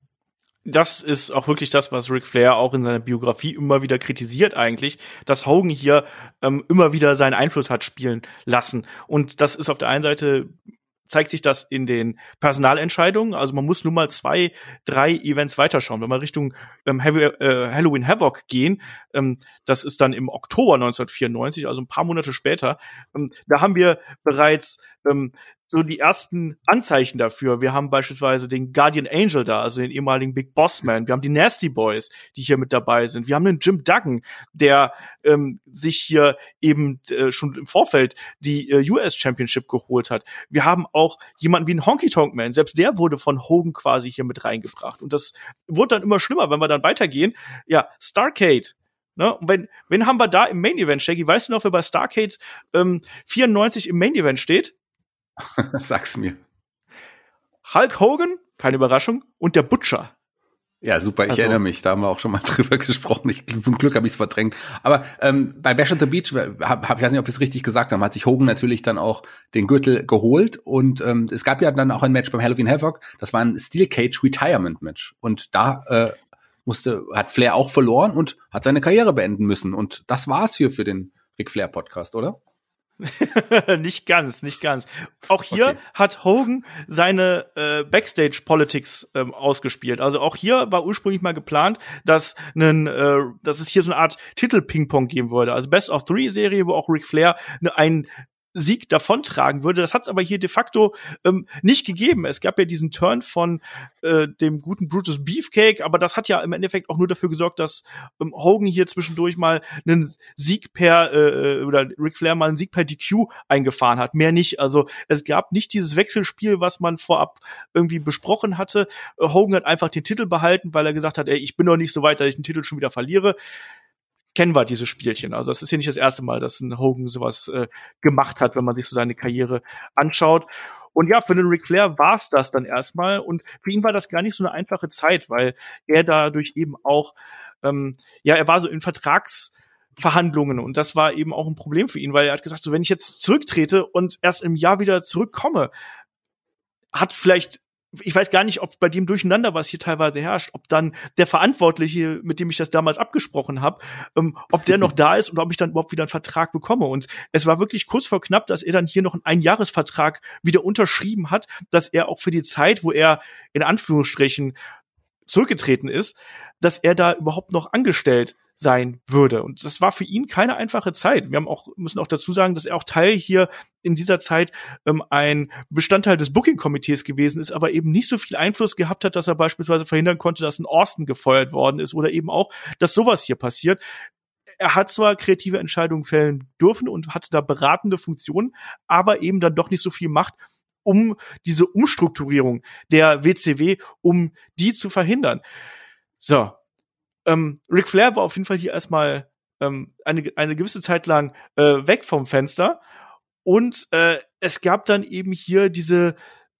B: Das ist auch wirklich das, was Ric Flair auch in seiner Biografie immer wieder kritisiert eigentlich, dass Hogan hier ähm, immer wieder seinen Einfluss hat spielen lassen. Und das ist auf der einen Seite, zeigt sich das in den Personalentscheidungen. Also man muss nur mal zwei, drei Events weiterschauen. Wenn wir Richtung ähm, Heavy, äh, Halloween Havoc gehen, ähm, das ist dann im Oktober neunzehnhundertvierundneunzig, also ein paar Monate später, ähm, da haben wir bereits ähm, so die ersten Anzeichen dafür. Wir haben beispielsweise den Guardian Angel da, also den ehemaligen Big Boss Man. Wir haben die Nasty Boys, die hier mit dabei sind. Wir haben den Jim Duggan, der ähm, sich hier eben äh, schon im Vorfeld die äh, U S Championship geholt hat. Wir haben auch jemanden wie einen Honky Tonk Man. Selbst der wurde von Hogan quasi hier mit reingebracht. Und das wurde dann immer schlimmer, wenn wir dann weitergehen. Ja, Starrcade. Ne? Und wenn, wen haben wir da im Main Event, Shaggy? Weißt du noch, wer bei Starrcade ähm, vierundneunzig im Main Event steht?
C: Sag's mir.
B: Hulk Hogan, keine Überraschung, und der Butcher.
C: Ja, super, ich
B: also,
C: erinnere mich, da haben wir auch schon mal drüber gesprochen. Ich, zum Glück habe ich es verdrängt. Aber ähm, bei Bash at the Beach, hab, hab, ich weiß nicht, ob wir es richtig gesagt haben, hat sich Hogan natürlich dann auch den Gürtel geholt. Und ähm, es gab ja dann auch ein Match beim Halloween Havoc, das war ein Steel Cage Retirement Match. Und da äh, musste hat Flair auch verloren und hat seine Karriere beenden müssen. Und das war's hier für den Ric Flair Podcast, oder?
B: Nicht ganz, nicht ganz. Auch hier
C: Okay.
B: hat Hogan seine äh, Backstage-Politics ähm, ausgespielt. Also auch hier war ursprünglich mal geplant, dass, nen, äh, dass es hier so eine Art Titel-Ping-Pong geben würde. Also Best-of-Three-Serie, wo auch Ric Flair ne, einen Sieg davontragen würde. Das hat es aber hier de facto ähm, nicht gegeben. Es gab ja diesen Turn von äh, dem guten Brutus Beefcake, aber das hat ja im Endeffekt auch nur dafür gesorgt, dass ähm, Hogan hier zwischendurch mal einen Sieg per äh, oder Ric Flair mal einen Sieg per D Q eingefahren hat. Mehr nicht. Also es gab nicht dieses Wechselspiel, was man vorab irgendwie besprochen hatte. Äh, Hogan hat einfach den Titel behalten, weil er gesagt hat, ey, ich bin noch nicht so weit, dass ich den Titel schon wieder verliere. Kennen wir diese Spielchen. Also es ist ja nicht das erste Mal, dass ein Hogan sowas äh, gemacht hat, wenn man sich so seine Karriere anschaut. Und ja, für den Ric Flair war es das dann erstmal. Und für ihn war das gar nicht so eine einfache Zeit, weil er dadurch eben auch, ähm, ja, er war so in Vertragsverhandlungen. Und das war eben auch ein Problem für ihn, weil er hat gesagt, so wenn ich jetzt zurücktrete und erst im Jahr wieder zurückkomme, hat vielleicht ich weiß gar nicht, ob bei dem Durcheinander, was hier teilweise herrscht, ob dann der Verantwortliche, mit dem ich das damals abgesprochen habe, ähm, ob der noch da ist und ob ich dann überhaupt wieder einen Vertrag bekomme. Und es war wirklich kurz vor knapp, dass er dann hier noch einen Einjahresvertrag wieder unterschrieben hat, dass er auch für die Zeit, wo er in Anführungsstrichen zurückgetreten ist, dass er da überhaupt noch angestellt sein würde. Und das war für ihn keine einfache Zeit. Wir haben auch, müssen auch dazu sagen, dass er auch Teil hier in dieser Zeit ähm, ein Bestandteil des Booking-Komitees gewesen ist, aber eben nicht so viel Einfluss gehabt hat, dass er beispielsweise verhindern konnte, dass ein Austin gefeuert worden ist oder eben auch, dass sowas hier passiert. Er hat zwar kreative Entscheidungen fällen dürfen und hatte da beratende Funktionen, aber eben dann doch nicht so viel Macht, um diese Umstrukturierung der W C W, um die zu verhindern. So, ähm, Ric Flair war auf jeden Fall hier erstmal ähm, eine, eine gewisse Zeit lang äh, weg vom Fenster und äh, es gab dann eben hier diese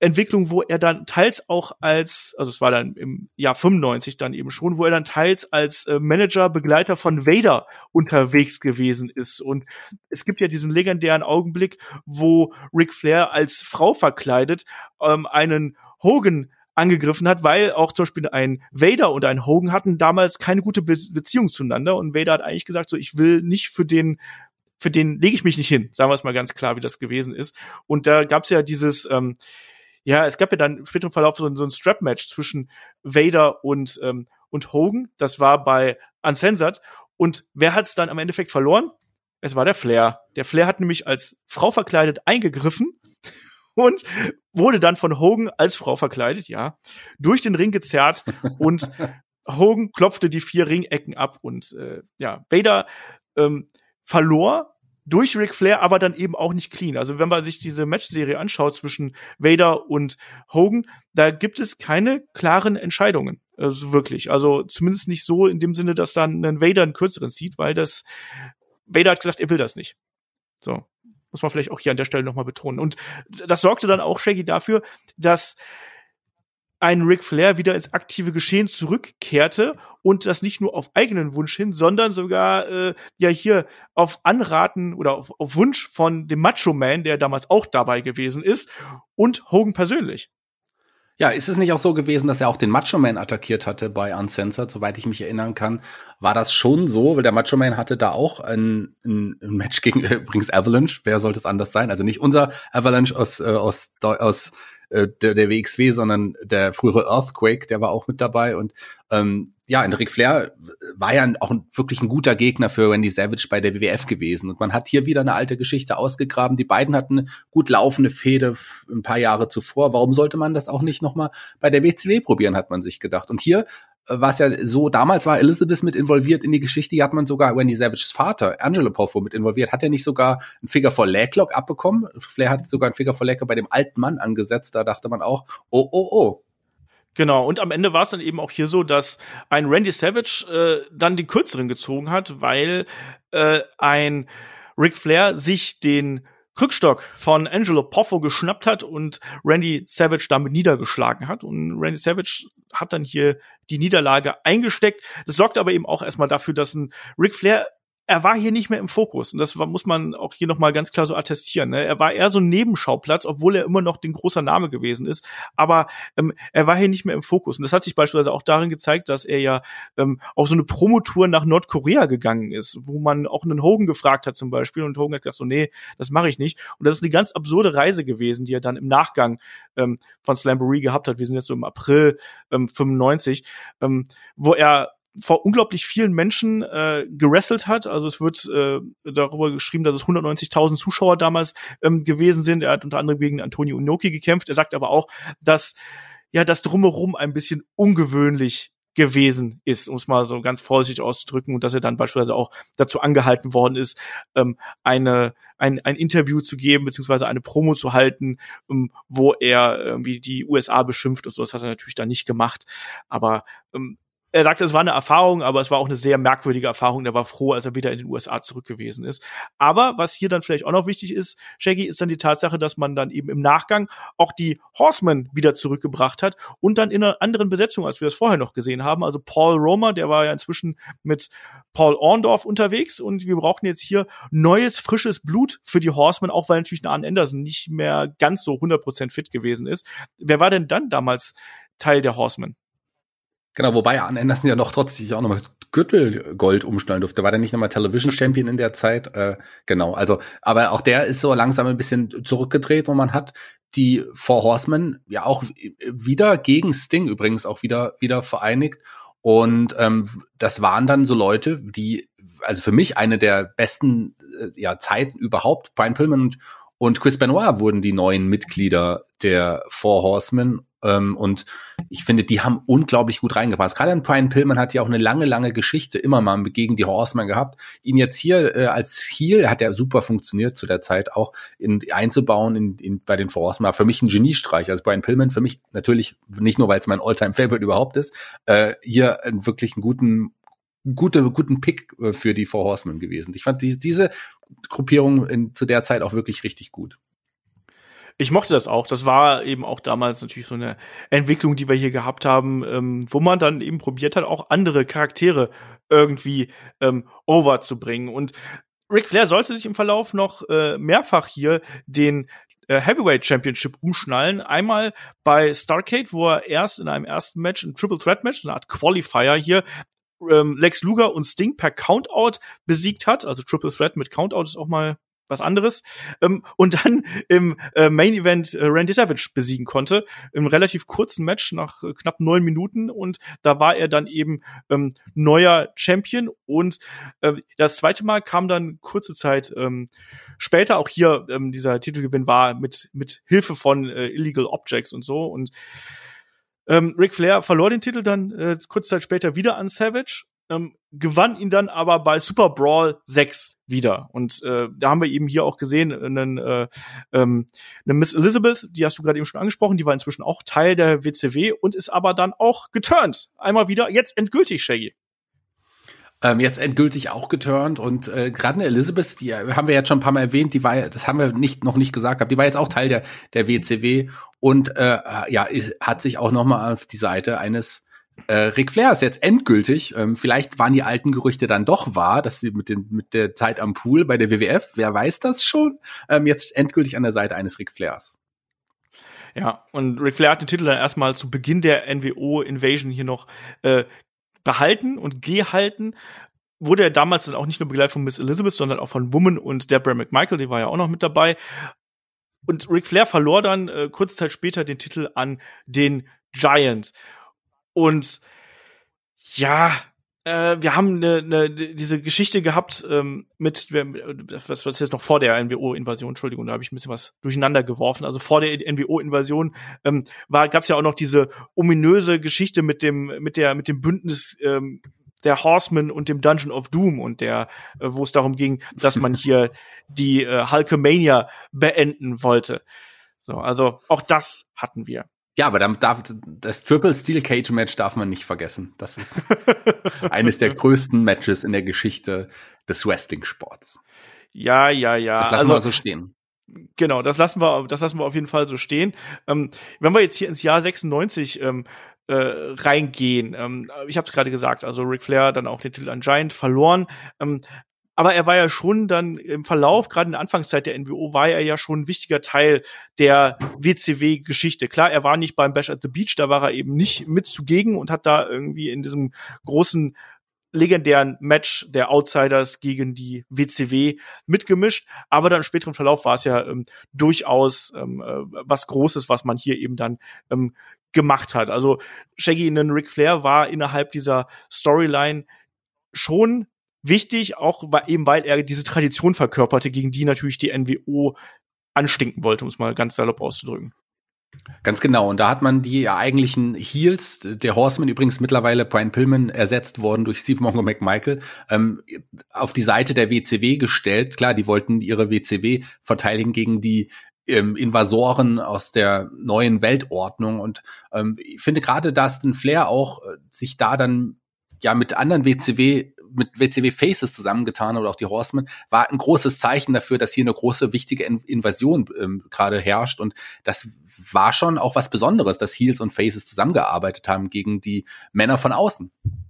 B: Entwicklung, wo er dann teils auch als, also es war dann im Jahr fünfundneunzig dann eben schon, wo er dann teils als äh, Manager, Begleiter von Vader unterwegs gewesen ist. Und es gibt ja diesen legendären Augenblick, wo Ric Flair als Frau verkleidet ähm, einen Hogan angegriffen hat, weil auch zum Beispiel ein Vader und ein Hogan hatten damals keine gute Be- Beziehung zueinander. Und Vader hat eigentlich gesagt, so, ich will nicht für den für den lege ich mich nicht hin, sagen wir es mal ganz klar, wie das gewesen ist. Und da gab's ja dieses, ähm, ja, es gab ja dann im späteren Verlauf so, so ein Strap-Match zwischen Vader und ähm, und Hogan. Das war bei Uncensored. Und wer hat's dann am Endeffekt verloren? Es war der Flair. Der Flair hat nämlich als Frau verkleidet eingegriffen und wurde dann von Hogan als Frau verkleidet, ja, durch den Ring gezerrt und Hogan klopfte die vier Ringecken ab und äh, ja, Vader ähm, verlor durch Ric Flair, aber dann eben auch nicht clean. Also wenn man sich diese Matchserie anschaut zwischen Vader und Hogan, da gibt es keine klaren Entscheidungen, also wirklich. Also zumindest nicht so in dem Sinne, dass dann ein Vader einen kürzeren zieht, weil das Vader hat gesagt, er will das nicht. So, muss man vielleicht auch hier an der Stelle nochmal betonen. Und das sorgte dann auch, Shaggy, dafür, dass ein Ric Flair wieder ins aktive Geschehen zurückkehrte und das nicht nur auf eigenen Wunsch hin, sondern sogar äh, ja hier auf Anraten oder auf, auf Wunsch von dem Macho Man, der damals auch dabei gewesen ist, und Hogan persönlich.
C: Ja, ist es nicht auch so gewesen, dass er auch den Macho Man attackiert hatte bei Uncensored? Soweit ich mich erinnern kann, war das schon so, weil der Macho Man hatte da auch ein, ein, ein Match gegen übrigens Avalanche. Wer sollte es anders sein? Also nicht unser Avalanche aus äh, aus aus äh, der, der W X W, sondern der frühere Earthquake, der war auch mit dabei. Und ähm, ja, in Ric Flair war ja auch ein, wirklich ein guter Gegner für Randy Savage bei der W W F gewesen. Und man hat hier wieder eine alte Geschichte ausgegraben. Die beiden hatten eine gut laufende Fehde ein paar Jahre zuvor. Warum sollte man das auch nicht nochmal bei der W C W probieren, hat man sich gedacht. Und hier war es ja so, damals war Elizabeth mit involviert in die Geschichte. Hier hat man sogar Randy Savages Vater, Angelo Poffo, mit involviert. Hat er nicht sogar einen Figure-four-Leg-Lock abbekommen? Flair hat sogar einen Figure-four-Leg bei dem alten Mann angesetzt. Da dachte man auch, oh, oh, oh.
B: Genau, und am Ende war es dann eben auch hier so, dass ein Randy Savage äh, dann den kürzeren gezogen hat, weil äh, ein Ric Flair sich den Krückstock von Angelo Poffo geschnappt hat und Randy Savage damit niedergeschlagen hat. Und Randy Savage hat dann hier die Niederlage eingesteckt. Das sorgt aber eben auch erstmal dafür, dass ein Ric Flair, er war hier nicht mehr im Fokus. Und das war, muss man auch hier nochmal ganz klar so attestieren. Ne? Er war eher so ein Nebenschauplatz, obwohl er immer noch den großer Name gewesen ist. Aber ähm, er war hier nicht mehr im Fokus. Und das hat sich beispielsweise auch darin gezeigt, dass er ja ähm, auf so eine Promotour nach Nordkorea gegangen ist, wo man auch einen Hogan gefragt hat zum Beispiel. Und Hogan hat gesagt so, nee, das mache ich nicht. Und das ist eine ganz absurde Reise gewesen, die er dann im Nachgang ähm, von Slamboree gehabt hat. Wir sind jetzt so im April ähm, fünfundneunzig, ähm, wo er vor unglaublich vielen Menschen äh, gewrestelt hat. Also es wird äh, darüber geschrieben, dass es hundertneunzigtausend Zuschauer damals ähm, gewesen sind. Er hat unter anderem gegen Antonio Inoki gekämpft. Er sagt aber auch, dass ja das Drumherum ein bisschen ungewöhnlich gewesen ist, um es mal so ganz vorsichtig auszudrücken, und dass er dann beispielsweise auch dazu angehalten worden ist, ähm, eine ein, ein Interview zu geben, beziehungsweise eine Promo zu halten, ähm, wo er irgendwie die U S A beschimpft und so. Das hat er natürlich dann nicht gemacht. Aber ähm, er sagte, es war eine Erfahrung, aber es war auch eine sehr merkwürdige Erfahrung. Er war froh, als er wieder in den U S A zurück gewesen ist. Aber was hier dann vielleicht auch noch wichtig ist, Shaggy, ist dann die Tatsache, dass man dann eben im Nachgang auch die Horsemen wieder zurückgebracht hat und dann in einer anderen Besetzung, als wir das vorher noch gesehen haben. Also Paul Roma, der war ja inzwischen mit Paul Orndorff unterwegs, und wir brauchen jetzt hier neues, frisches Blut für die Horsemen, auch weil natürlich Arn Anderson nicht mehr ganz so hundert Prozent fit gewesen ist. Wer war denn dann damals Teil der Horsemen?
C: Genau, wobei Arn Anderson ja noch trotzdem auch nochmal Gürtelgold umschneiden durfte. War der nicht nochmal Television Champion in der Zeit? Äh, genau, also, aber auch der ist so langsam ein bisschen zurückgedreht, und man hat die Four Horsemen ja auch wieder gegen Sting übrigens auch wieder wieder vereinigt. Und ähm, das waren dann so Leute, die, also für mich eine der besten äh, ja Zeiten überhaupt. Brian Pillman und, und Chris Benoit wurden die neuen Mitglieder der Four Horsemen. Ähm, und ich finde, die haben unglaublich gut reingepasst. Gerade an Brian Pillman hat ja auch eine lange, lange Geschichte immer mal gegen die Horsemen gehabt. Ihn jetzt hier äh, als Heel hat er super funktioniert zu der Zeit auch in, einzubauen in, in, bei den Four Horsemen. War für mich ein Geniestreich. Also Brian Pillman für mich natürlich nicht nur, weil es mein All-Time-Favorite überhaupt ist, äh, hier wirklich einen guten gute, guten Pick äh, für die Four Horsemen gewesen. Ich fand die, diese Gruppierung in, zu der Zeit auch wirklich richtig gut.
B: Ich mochte das auch. Das war eben auch damals natürlich so eine Entwicklung, die wir hier gehabt haben, ähm, wo man dann eben probiert hat, auch andere Charaktere irgendwie ähm, overzubringen. Und Ric Flair sollte sich im Verlauf noch äh, mehrfach hier den äh, Heavyweight Championship umschnallen. Einmal bei Starrcade, wo er erst in einem ersten Match, ein Triple Threat Match, so eine Art Qualifier hier, ähm, Lex Luger und Sting per Countout besiegt hat. Also Triple Threat mit Countout ist auch mal was anderes, ähm, und dann im äh, Main Event äh, Randy Savage besiegen konnte, im relativ kurzen Match nach äh, knapp neun Minuten, und da war er dann eben ähm, neuer Champion, und äh, das zweite Mal kam dann kurze Zeit ähm, später auch hier, ähm, dieser Titelgewinn war mit mit Hilfe von äh, Illegal Objects und so, und ähm, Ric Flair verlor den Titel dann äh, kurze Zeit später wieder an Savage, ähm, gewann ihn dann aber bei Super Brawl sechs wieder. Und äh, da haben wir eben hier auch gesehen, einen, äh, ähm, eine Miss Elizabeth, die hast du gerade eben schon angesprochen, die war inzwischen auch Teil der W C W und ist aber dann auch geturnt. Einmal wieder, jetzt endgültig, Shaggy.
C: Ähm, jetzt endgültig auch geturnt, und äh, gerade eine Elizabeth, die haben wir jetzt schon ein paar Mal erwähnt, die war, das haben wir nicht noch nicht gesagt gehabt, die war jetzt auch Teil der der W C W und äh, ja, hat sich auch noch mal auf die Seite eines Äh, Ric Flair ist jetzt endgültig. Ähm, vielleicht waren die alten Gerüchte dann doch wahr, dass sie mit, den, mit der Zeit am Pool bei der W W F, wer weiß das schon, ähm, jetzt endgültig an der Seite eines Ric Flairs.
B: Ja, und Ric Flair hat den Titel dann erstmal zu Beginn der N W O Invasion hier noch äh, behalten und gehalten. Wurde er damals dann auch nicht nur begleitet von Miss Elizabeth, sondern auch von Woman und Deborah McMichael, die war ja auch noch mit dabei. Und Ric Flair verlor dann äh, kurze Zeit später den Titel an den Giant. Und ja, äh, wir haben ne, ne, diese Geschichte gehabt ähm, mit, was, was jetzt noch vor der N W O-Invasion, Entschuldigung, da habe ich ein bisschen was durcheinander geworfen. Also vor der N W O-Invasion ähm, war, gab's ja auch noch diese ominöse Geschichte mit dem, mit der, mit dem Bündnis ähm, der Horsemen und dem Dungeon of Doom, und der, äh, wo es darum ging, dass man hier die äh, Hulkamania beenden wollte. So, also auch das hatten wir.
C: Ja, aber dann darf, das Triple Steel Cage Match darf man nicht vergessen. Das ist eines der größten Matches in der Geschichte des Wrestling-Sports.
B: Ja, ja, ja.
C: Das lassen
B: also,
C: wir so stehen.
B: Genau, das lassen wir, das lassen wir auf jeden Fall so stehen. Ähm, wenn wir jetzt hier ins Jahr sechsundneunzig ähm, äh, reingehen, ähm, ich habe es gerade gesagt, also Ric Flair dann auch den Titel an Giant verloren. Ähm, Aber er war ja schon dann im Verlauf, gerade in der Anfangszeit der N W O, war er ja schon ein wichtiger Teil der W C W-Geschichte. Klar, er war nicht beim Bash at the Beach, da war er eben nicht mit zugegen und hat da irgendwie in diesem großen, legendären Match der Outsiders gegen die W C W mitgemischt. Aber dann im späteren Verlauf war es ja ähm, durchaus ähm, äh, was Großes, was man hier eben dann ähm, gemacht hat. Also Shaggy in Ric Flair war innerhalb dieser Storyline schon wichtig, auch eben weil er diese Tradition verkörperte, gegen die natürlich die N W O anstinken wollte, um es mal ganz salopp auszudrücken.
C: Ganz genau. Und da hat man die eigentlichen Heels, der Horseman übrigens mittlerweile Brian Pillman ersetzt worden durch Steve Mongo McMichael, ähm, auf die Seite der W C W gestellt. Klar, die wollten ihre W C W verteidigen gegen die ähm, Invasoren aus der neuen Weltordnung. Und ähm, ich finde gerade Dustin Flair auch äh, sich da dann ja mit anderen W C W mit W C W Faces zusammengetan oder auch die Horsemen, war ein großes Zeichen dafür, dass hier eine große, wichtige Invasion ähm, gerade herrscht. Und das war schon auch was Besonderes, dass Heels und Faces zusammengearbeitet haben gegen die Männer von außen.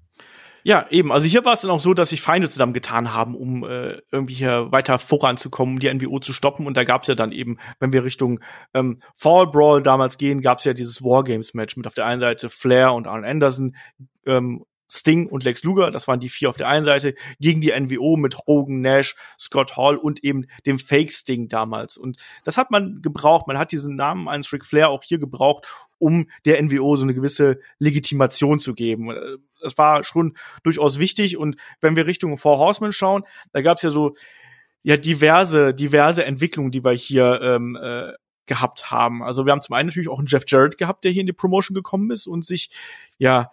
B: Ja, eben. Also hier war es dann auch so, dass sich Feinde zusammengetan haben, um äh, irgendwie hier weiter voranzukommen, um die N W O zu stoppen. Und da gab's ja dann eben, wenn wir Richtung ähm, Fall Brawl damals gehen, gab's ja dieses Wargames-Match mit auf der einen Seite Flair und Arn Anderson, ähm, Sting und Lex Luger, das waren die vier auf der einen Seite, gegen die N W O mit Hogan, Nash, Scott Hall und eben dem Fake Sting damals. Und das hat man gebraucht. Man hat diesen Namen eines Ric Flair auch hier gebraucht, um der N W O so eine gewisse Legitimation zu geben. Das war schon durchaus wichtig. Und wenn wir Richtung Four Horsemen schauen, da gab es ja so ja diverse, diverse Entwicklungen, die wir hier ähm, äh, gehabt haben. Also wir haben zum einen natürlich auch einen Jeff Jarrett gehabt, der hier in die Promotion gekommen ist und sich ja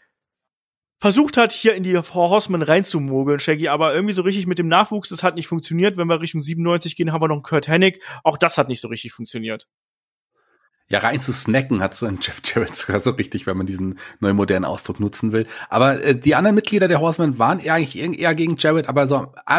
B: versucht hat, hier in die Four Horsemen reinzumogeln, Shaggy, aber irgendwie so richtig mit dem Nachwuchs, das hat nicht funktioniert. Wenn wir Richtung siebenundneunzig gehen, haben wir noch einen Kurt Hennig. Auch das hat nicht so richtig funktioniert.
C: Ja, rein zu snacken hat so ein Jeff Jarrett sogar so richtig, wenn man diesen neuen modernen Ausdruck nutzen will. Aber äh, die anderen Mitglieder der Horsemen waren eigentlich eher gegen Jarrett, aber so an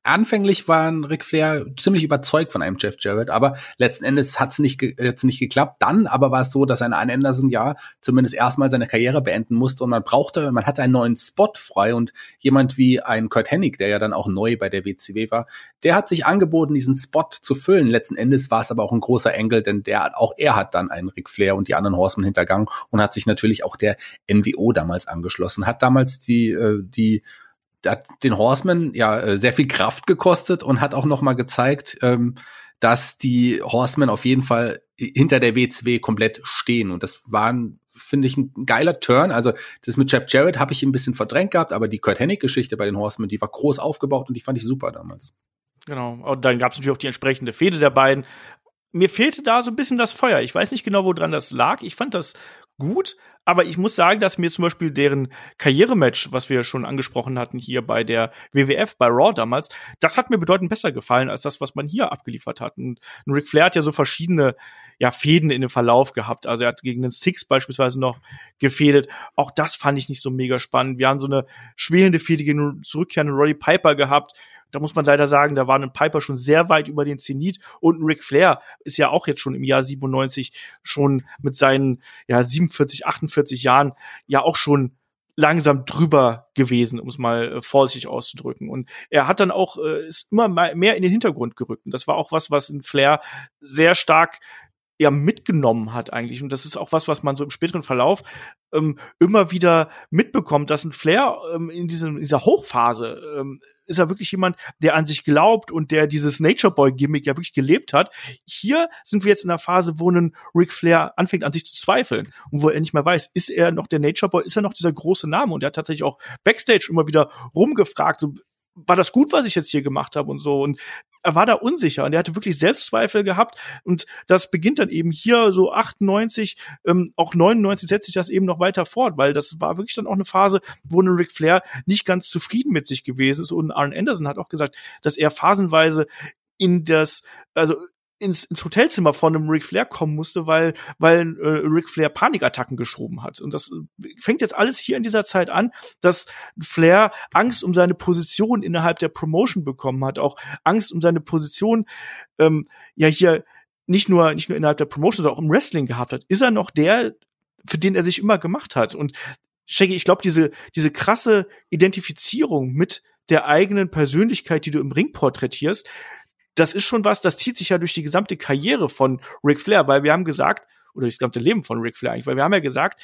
C: anfänglich war Ric Flair ziemlich überzeugt von einem Jeff Jarrett, aber letzten Endes hat's nicht, ge- hat's nicht geklappt. Dann aber war es so, dass ein Arn Anderson ja zumindest erstmal seine Karriere beenden musste und man brauchte, man hatte einen neuen Spot frei und jemand wie ein Kurt Hennig, der ja dann auch neu bei der W C W war, der hat sich angeboten, diesen Spot zu füllen. Letzten Endes war es aber auch ein großer Engel, denn der, auch er hat dann einen Ric Flair und die anderen Horsemen hintergangen und hat sich natürlich auch der N W O damals angeschlossen, hat damals die, äh, die hat den Horsemen ja sehr viel Kraft gekostet und hat auch noch mal gezeigt, ähm, dass die Horsemen auf jeden Fall hinter der W C W komplett stehen. Und das war, finde ich, ein geiler Turn. Also das mit Jeff Jarrett habe ich ein bisschen verdrängt gehabt, aber die Kurt Hennig-Geschichte bei den Horsemen, die war groß aufgebaut und die fand ich super damals.
B: Genau. Und dann gab es natürlich auch die entsprechende Fehde der beiden. Mir fehlte da so ein bisschen das Feuer. Ich weiß nicht genau, woran das lag. Ich fand das gut, aber ich muss sagen, dass mir zum Beispiel deren Karrierematch, was wir schon angesprochen hatten hier bei der W W F, bei Raw damals, das hat mir bedeutend besser gefallen als das, was man hier abgeliefert hat. Und Ric Flair hat ja so verschiedene ja, Fäden in dem Verlauf gehabt. Also er hat gegen den Six beispielsweise noch gefädet. Auch das fand ich nicht so mega spannend. Wir haben so eine schwelende Fehde gegen zurückkehrenden Roddy Piper gehabt. Da muss man leider sagen, da war ein Piper schon sehr weit über den Zenit und ein Ric Flair ist ja auch jetzt schon im Jahr siebenundneunzig schon mit seinen ja siebenundvierzig, achtundvierzig Jahren ja auch schon langsam drüber gewesen, um es mal äh, vorsichtig auszudrücken. Und er hat dann auch äh, ist immer mehr in den Hintergrund gerückt. Und das war auch was, was in Flair sehr stark ja mitgenommen hat eigentlich. Und das ist auch was, was man so im späteren Verlauf ähm, immer wieder mitbekommt, dass ein Flair ähm, in, diesem, in dieser Hochphase ähm, ist er wirklich jemand, der an sich glaubt und der dieses Nature Boy-Gimmick ja wirklich gelebt hat. Hier sind wir jetzt in einer Phase, wo ein Ric Flair anfängt an sich zu zweifeln und wo er nicht mehr weiß, ist er noch der Nature Boy, ist er noch dieser große Name? Und er hat tatsächlich auch Backstage immer wieder rumgefragt, so, war das gut, was ich jetzt hier gemacht habe und so. Und er war da unsicher und er hatte wirklich Selbstzweifel gehabt. Und das beginnt dann eben hier so achtundneunzig, ähm, auch neunundneunzig setzt sich das eben noch weiter fort, weil das war wirklich dann auch eine Phase, wo ein Ric Flair nicht ganz zufrieden mit sich gewesen ist. Und Arn Anderson hat auch gesagt, dass er phasenweise in das, also ins, ins Hotelzimmer von einem Ric Flair kommen musste, weil weil äh, Ric Flair Panikattacken geschoben hat. Und das fängt jetzt alles hier in dieser Zeit an, dass Flair Angst um seine Position innerhalb der Promotion bekommen hat, auch Angst um seine Position ähm, ja hier nicht nur nicht nur innerhalb der Promotion, sondern auch im Wrestling gehabt hat. Ist er noch der, für den er sich immer gemacht hat? Und Shaggy, ich glaube, diese diese krasse Identifizierung mit der eigenen Persönlichkeit, die du im Ring porträtierst, das ist schon was, das zieht sich ja durch die gesamte Karriere von Ric Flair, weil wir haben gesagt, oder das gesamte Leben von Ric Flair eigentlich, weil wir haben ja gesagt,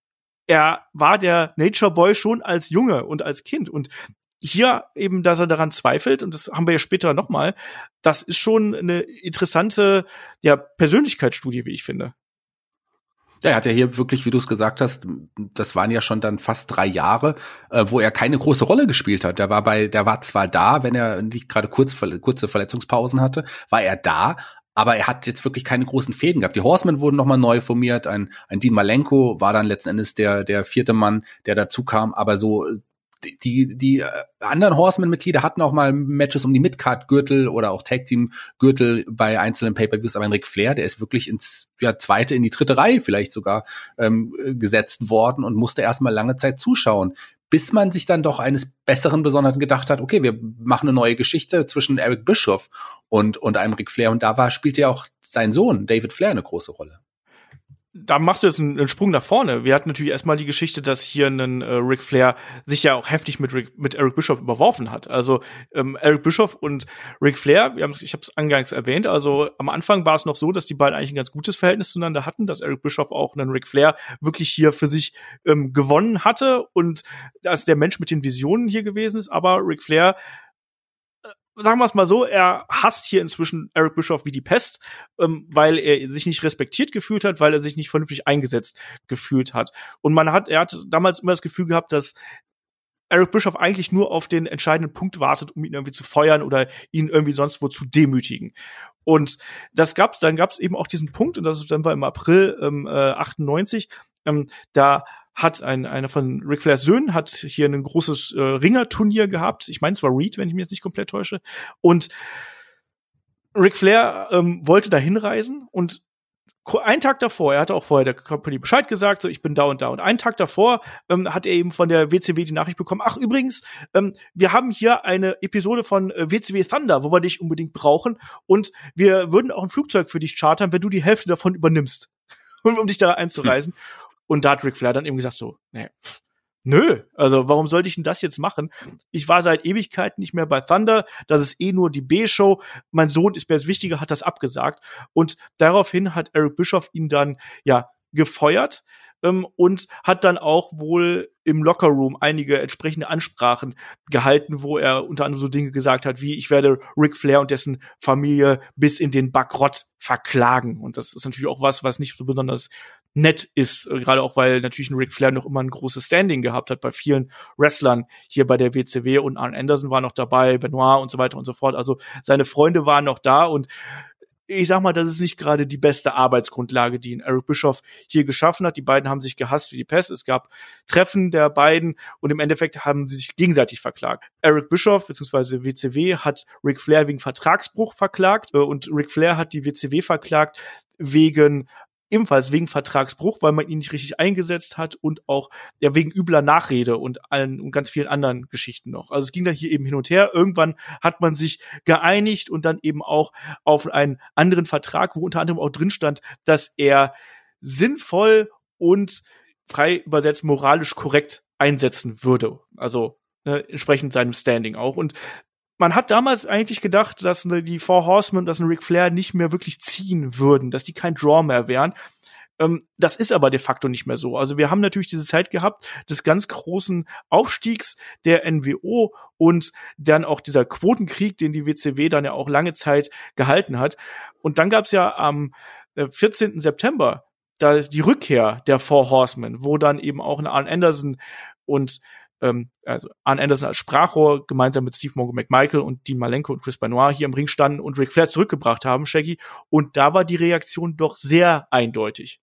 B: er war der Nature Boy schon als Junge und als Kind und hier eben, dass er daran zweifelt, und das haben wir ja später noch mal, das ist schon eine interessante ja, Persönlichkeitsstudie, wie ich finde.
C: Ja, er hat ja hier wirklich, wie du es gesagt hast, das waren ja schon dann fast drei Jahre, äh, wo er keine große Rolle gespielt hat. Der war bei, der war zwar da, wenn er nicht gerade kurz, kurze Verletzungspausen hatte, war er da, aber er hat jetzt wirklich keine großen Fäden gehabt. Die Horsemen wurden nochmal neu formiert, ein, ein Dean Malenko war dann letzten Endes der, der vierte Mann, der dazu kam, aber so die die anderen Horsemen-Mitglieder hatten auch mal Matches um die Midcard-Gürtel oder auch Tag-Team-Gürtel bei einzelnen Pay-Per-Views, aber ein Ric Flair, der ist wirklich ins ja, zweite, in die dritte Reihe vielleicht sogar ähm, gesetzt worden und musste erstmal lange Zeit zuschauen, bis man sich dann doch eines Besseren besonnen gedacht hat, okay, wir machen eine neue Geschichte zwischen Eric Bischoff und und einem Ric Flair und da war spielte ja auch sein Sohn David Flair eine große Rolle.
B: Da machst du jetzt einen, einen Sprung nach vorne. Wir hatten natürlich erstmal die Geschichte, dass hier ein äh, Ric Flair sich ja auch heftig mit Rick, mit Eric Bischoff überworfen hat. Also ähm, Eric Bischoff und Ric Flair, wir haben's, ich habe es angangs erwähnt, also am Anfang war es noch so, dass die beiden eigentlich ein ganz gutes Verhältnis zueinander hatten, dass Eric Bischoff auch einen Ric Flair wirklich hier für sich ähm, gewonnen hatte und dass der Mensch mit den Visionen hier gewesen ist, aber Ric Flair, sagen wir es mal so, er hasst hier inzwischen Eric Bischoff wie die Pest, ähm, weil er sich nicht respektiert gefühlt hat, weil er sich nicht vernünftig eingesetzt gefühlt hat. Und man hat, er hat damals immer das Gefühl gehabt, dass Eric Bischoff eigentlich nur auf den entscheidenden Punkt wartet, um ihn irgendwie zu feuern oder ihn irgendwie sonst wo zu demütigen. Und das gab's, dann gab's eben auch diesen Punkt, und das dann war im April ähm, äh, achtundneunzig, ähm, da hat ein, einer von Ric Flairs Söhnen hat hier ein großes äh, Ringerturnier gehabt. Ich meine, es war Reed, wenn ich mich jetzt nicht komplett täusche. Und Ric Flair ähm, wollte da hinreisen und einen Tag davor, er hatte auch vorher der Company Bescheid gesagt, so ich bin da und da. Und einen Tag davor ähm, hat er eben von der W C W die Nachricht bekommen, ach übrigens, ähm, wir haben hier eine Episode von äh, W C W Thunder, wo wir dich unbedingt brauchen. Und wir würden auch ein Flugzeug für dich chartern, wenn du die Hälfte davon übernimmst, um, um dich da einzureisen. Hm. Und da hat Ric Flair dann eben gesagt so, nee, nö, also warum sollte ich denn das jetzt machen? Ich war seit Ewigkeiten nicht mehr bei Thunder, das ist eh nur die B-Show, mein Sohn ist mir das Wichtige, hat das abgesagt. Und daraufhin hat Eric Bischoff ihn dann, ja, gefeuert ähm, und hat dann auch wohl im Lockerroom einige entsprechende Ansprachen gehalten, wo er unter anderem so Dinge gesagt hat, wie ich werde Ric Flair und dessen Familie bis in den Bankrott verklagen. Und das ist natürlich auch was, was nicht so besonders nett ist, gerade auch, weil natürlich ein Ric Flair noch immer ein großes Standing gehabt hat bei vielen Wrestlern hier bei der W C W und Arn Anderson war noch dabei, Benoit und so weiter und so fort. Also seine Freunde waren noch da und ich sag mal, das ist nicht gerade die beste Arbeitsgrundlage, die Eric Bischoff hier geschaffen hat. Die beiden haben sich gehasst wie die Pest. Es gab Treffen der beiden und im Endeffekt haben sie sich gegenseitig verklagt. Eric Bischoff bzw. W C W hat Ric Flair wegen Vertragsbruch verklagt und Ric Flair hat die W C W verklagt wegen ebenfalls wegen Vertragsbruch, weil man ihn nicht richtig eingesetzt hat und auch ja wegen übler Nachrede und allen und ganz vielen anderen Geschichten noch. Also es ging dann hier eben hin und her. Irgendwann hat man sich geeinigt und dann eben auch auf einen anderen Vertrag, wo unter anderem auch drin stand, dass er sinnvoll und frei übersetzt moralisch korrekt einsetzen würde. Also äh, entsprechend seinem Standing auch. Und man hat damals eigentlich gedacht, dass die Four Horsemen, dass ein Ric Flair nicht mehr wirklich ziehen würden, dass die kein Draw mehr wären. Ähm, das ist aber de facto nicht mehr so. Also wir haben natürlich diese Zeit gehabt des ganz großen Aufstiegs der N W O und dann auch dieser Quotenkrieg, den die W C W dann ja auch lange Zeit gehalten hat. Und dann gab's ja am vierzehnten September da die Rückkehr der Four Horsemen, wo dann eben auch ein Arn Anderson und Ähm, also Arn Anderson als Sprachrohr gemeinsam mit Steve Morgan McMichael und Dean Malenko und Chris Benoit hier im Ring standen und Ric Flair zurückgebracht haben, Shaggy. Und da war die Reaktion doch sehr eindeutig.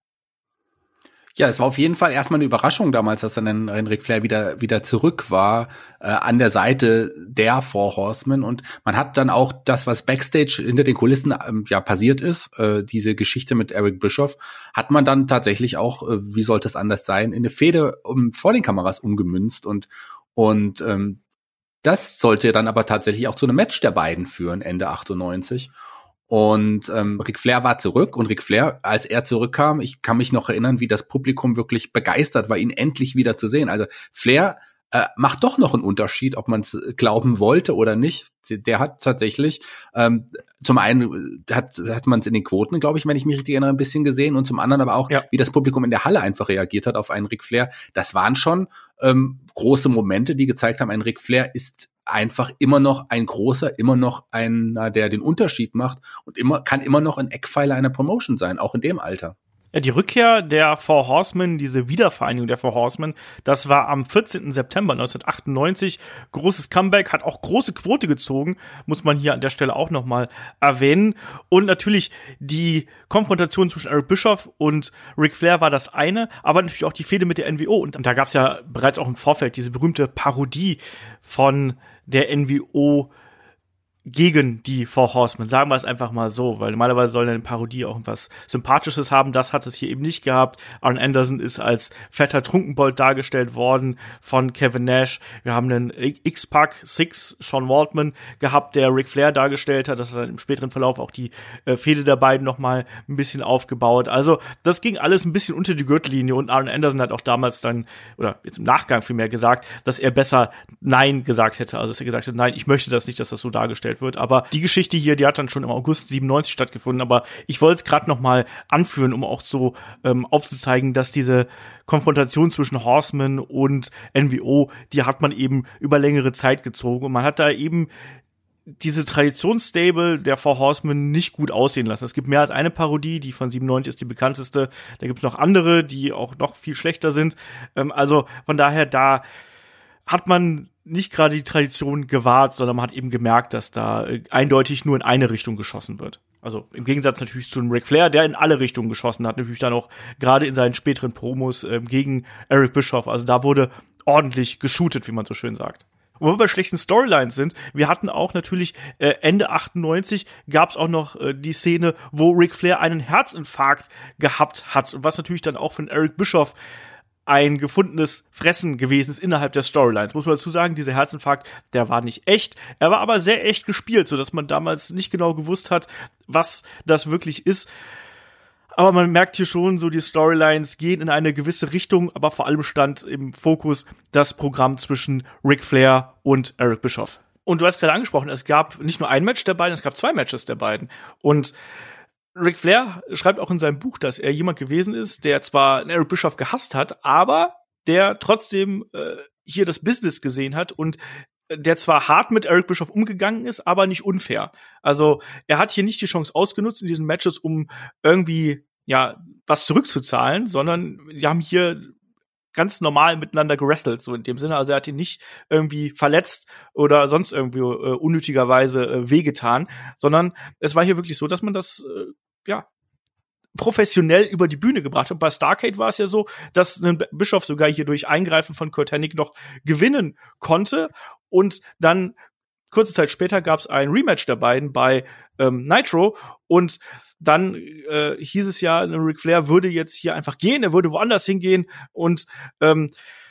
C: Ja, es war auf jeden Fall erstmal eine Überraschung damals, dass dann ein, ein Ric Flair wieder wieder zurück war äh, an der Seite der Four Horsemen und man hat dann auch das, was Backstage hinter den Kulissen ähm, ja passiert ist, äh, diese Geschichte mit Eric Bischoff, hat man dann tatsächlich auch, äh, wie sollte es anders sein, in eine Fehde um, vor den Kameras umgemünzt und und ähm, das sollte dann aber tatsächlich auch zu einem Match der beiden führen Ende achtundneunzig. Und ähm, Ric Flair war zurück und Ric Flair, als er zurückkam, ich kann mich noch erinnern, wie das Publikum wirklich begeistert war, ihn endlich wieder zu sehen. Also Flair äh, macht doch noch einen Unterschied, ob man es glauben wollte oder nicht. Der, der hat tatsächlich, ähm, zum einen hat, hat man es in den Quoten, glaube ich, wenn ich mich richtig erinnere, ein bisschen gesehen und zum anderen aber auch, ja, wie das Publikum in der Halle einfach reagiert hat auf einen Ric Flair. Das waren schon ähm, große Momente, die gezeigt haben, ein Ric Flair ist einfach immer noch ein großer, immer noch einer, der den Unterschied macht und immer kann immer noch ein Eckpfeiler einer Promotion sein, auch in dem Alter.
B: Ja, die Rückkehr der Four Horsemen, diese Wiedervereinigung der Four Horsemen, das war am vierzehnten September neunzehnhundertachtundneunzig. Großes Comeback, hat auch große Quote gezogen, muss man hier an der Stelle auch noch mal erwähnen. Und natürlich die Konfrontation zwischen Eric Bischoff und Ric Flair war das eine, aber natürlich auch die Fehde mit der N W O. Und da gab es ja bereits auch im Vorfeld diese berühmte Parodie von der N W O gegen die Four Horsemen, sagen wir es einfach mal so, weil normalerweise soll eine Parodie auch etwas Sympathisches haben, das hat es hier eben nicht gehabt. Arn Anderson ist als fetter Trunkenbold dargestellt worden von Kevin Nash. Wir haben einen X-Pac Six, Sean Waltman, gehabt, der Ric Flair dargestellt hat. Das hat dann im späteren Verlauf auch die äh, Fehde der beiden noch mal ein bisschen aufgebaut. Also das ging alles ein bisschen unter die Gürtellinie und Arn Anderson hat auch damals dann, oder jetzt im Nachgang vielmehr gesagt, dass er besser Nein gesagt hätte. Also dass er gesagt hat, nein, ich möchte das nicht, dass das so dargestellt wird. Aber die Geschichte hier, die hat dann schon im August siebenundneunzig stattgefunden. Aber ich wollte es gerade noch mal anführen, um auch so ähm, aufzuzeigen, dass diese Konfrontation zwischen Horsemen und N W O, die hat man eben über längere Zeit gezogen. Und man hat da eben diese Traditionsstable der Four Horsemen nicht gut aussehen lassen. Es gibt mehr als eine Parodie, die von siebenundneunzig ist die bekannteste. Da gibt es noch andere, die auch noch viel schlechter sind. Ähm, also von daher, da hat man nicht gerade die Tradition gewahrt, sondern man hat eben gemerkt, dass da äh, eindeutig nur in eine Richtung geschossen wird. Also im Gegensatz natürlich zu einem Ric Flair, der in alle Richtungen geschossen hat, natürlich dann auch gerade in seinen späteren Promos äh, gegen Eric Bischoff. Also da wurde ordentlich geshootet, wie man so schön sagt. Und wo wir bei schlechten Storylines sind, wir hatten auch natürlich äh, Ende achtundneunzig gab es auch noch äh, die Szene, wo Ric Flair einen Herzinfarkt gehabt hat, was natürlich dann auch von Eric Bischoff ein gefundenes Fressen gewesen ist innerhalb der Storylines. Muss man dazu sagen, dieser Herzinfarkt, der war nicht echt. Er war aber sehr echt gespielt, sodass man damals nicht genau gewusst hat, was das wirklich ist. Aber man merkt hier schon, so die Storylines gehen in eine gewisse Richtung, aber vor allem stand im Fokus das Programm zwischen Ric Flair und Eric Bischoff. Und du hast gerade angesprochen, es gab nicht nur ein Match der beiden, es gab zwei Matches der beiden. Und Ric Flair schreibt auch in seinem Buch, dass er jemand gewesen ist, der zwar Eric Bischoff gehasst hat, aber der trotzdem äh, hier das Business gesehen hat und der zwar hart mit Eric Bischoff umgegangen ist, aber nicht unfair. Also er hat hier nicht die Chance ausgenutzt in diesen Matches, um irgendwie ja was zurückzuzahlen, sondern die haben hier ganz normal miteinander gewrestelt, so in dem Sinne. Also er hat ihn nicht irgendwie verletzt oder sonst irgendwie äh, unnötigerweise äh, wehgetan, sondern es war hier wirklich so, dass man das äh, ja professionell über die Bühne gebracht hat. Bei Starrcade war es ja so, dass ein Bischof sogar hier durch Eingreifen von Curt Hennig noch gewinnen konnte und dann kurze Zeit später gab es ein Rematch der beiden bei ähm, Nitro und dann äh, hieß es ja, Ric Flair würde jetzt hier einfach gehen, er würde woanders hingehen und ähm,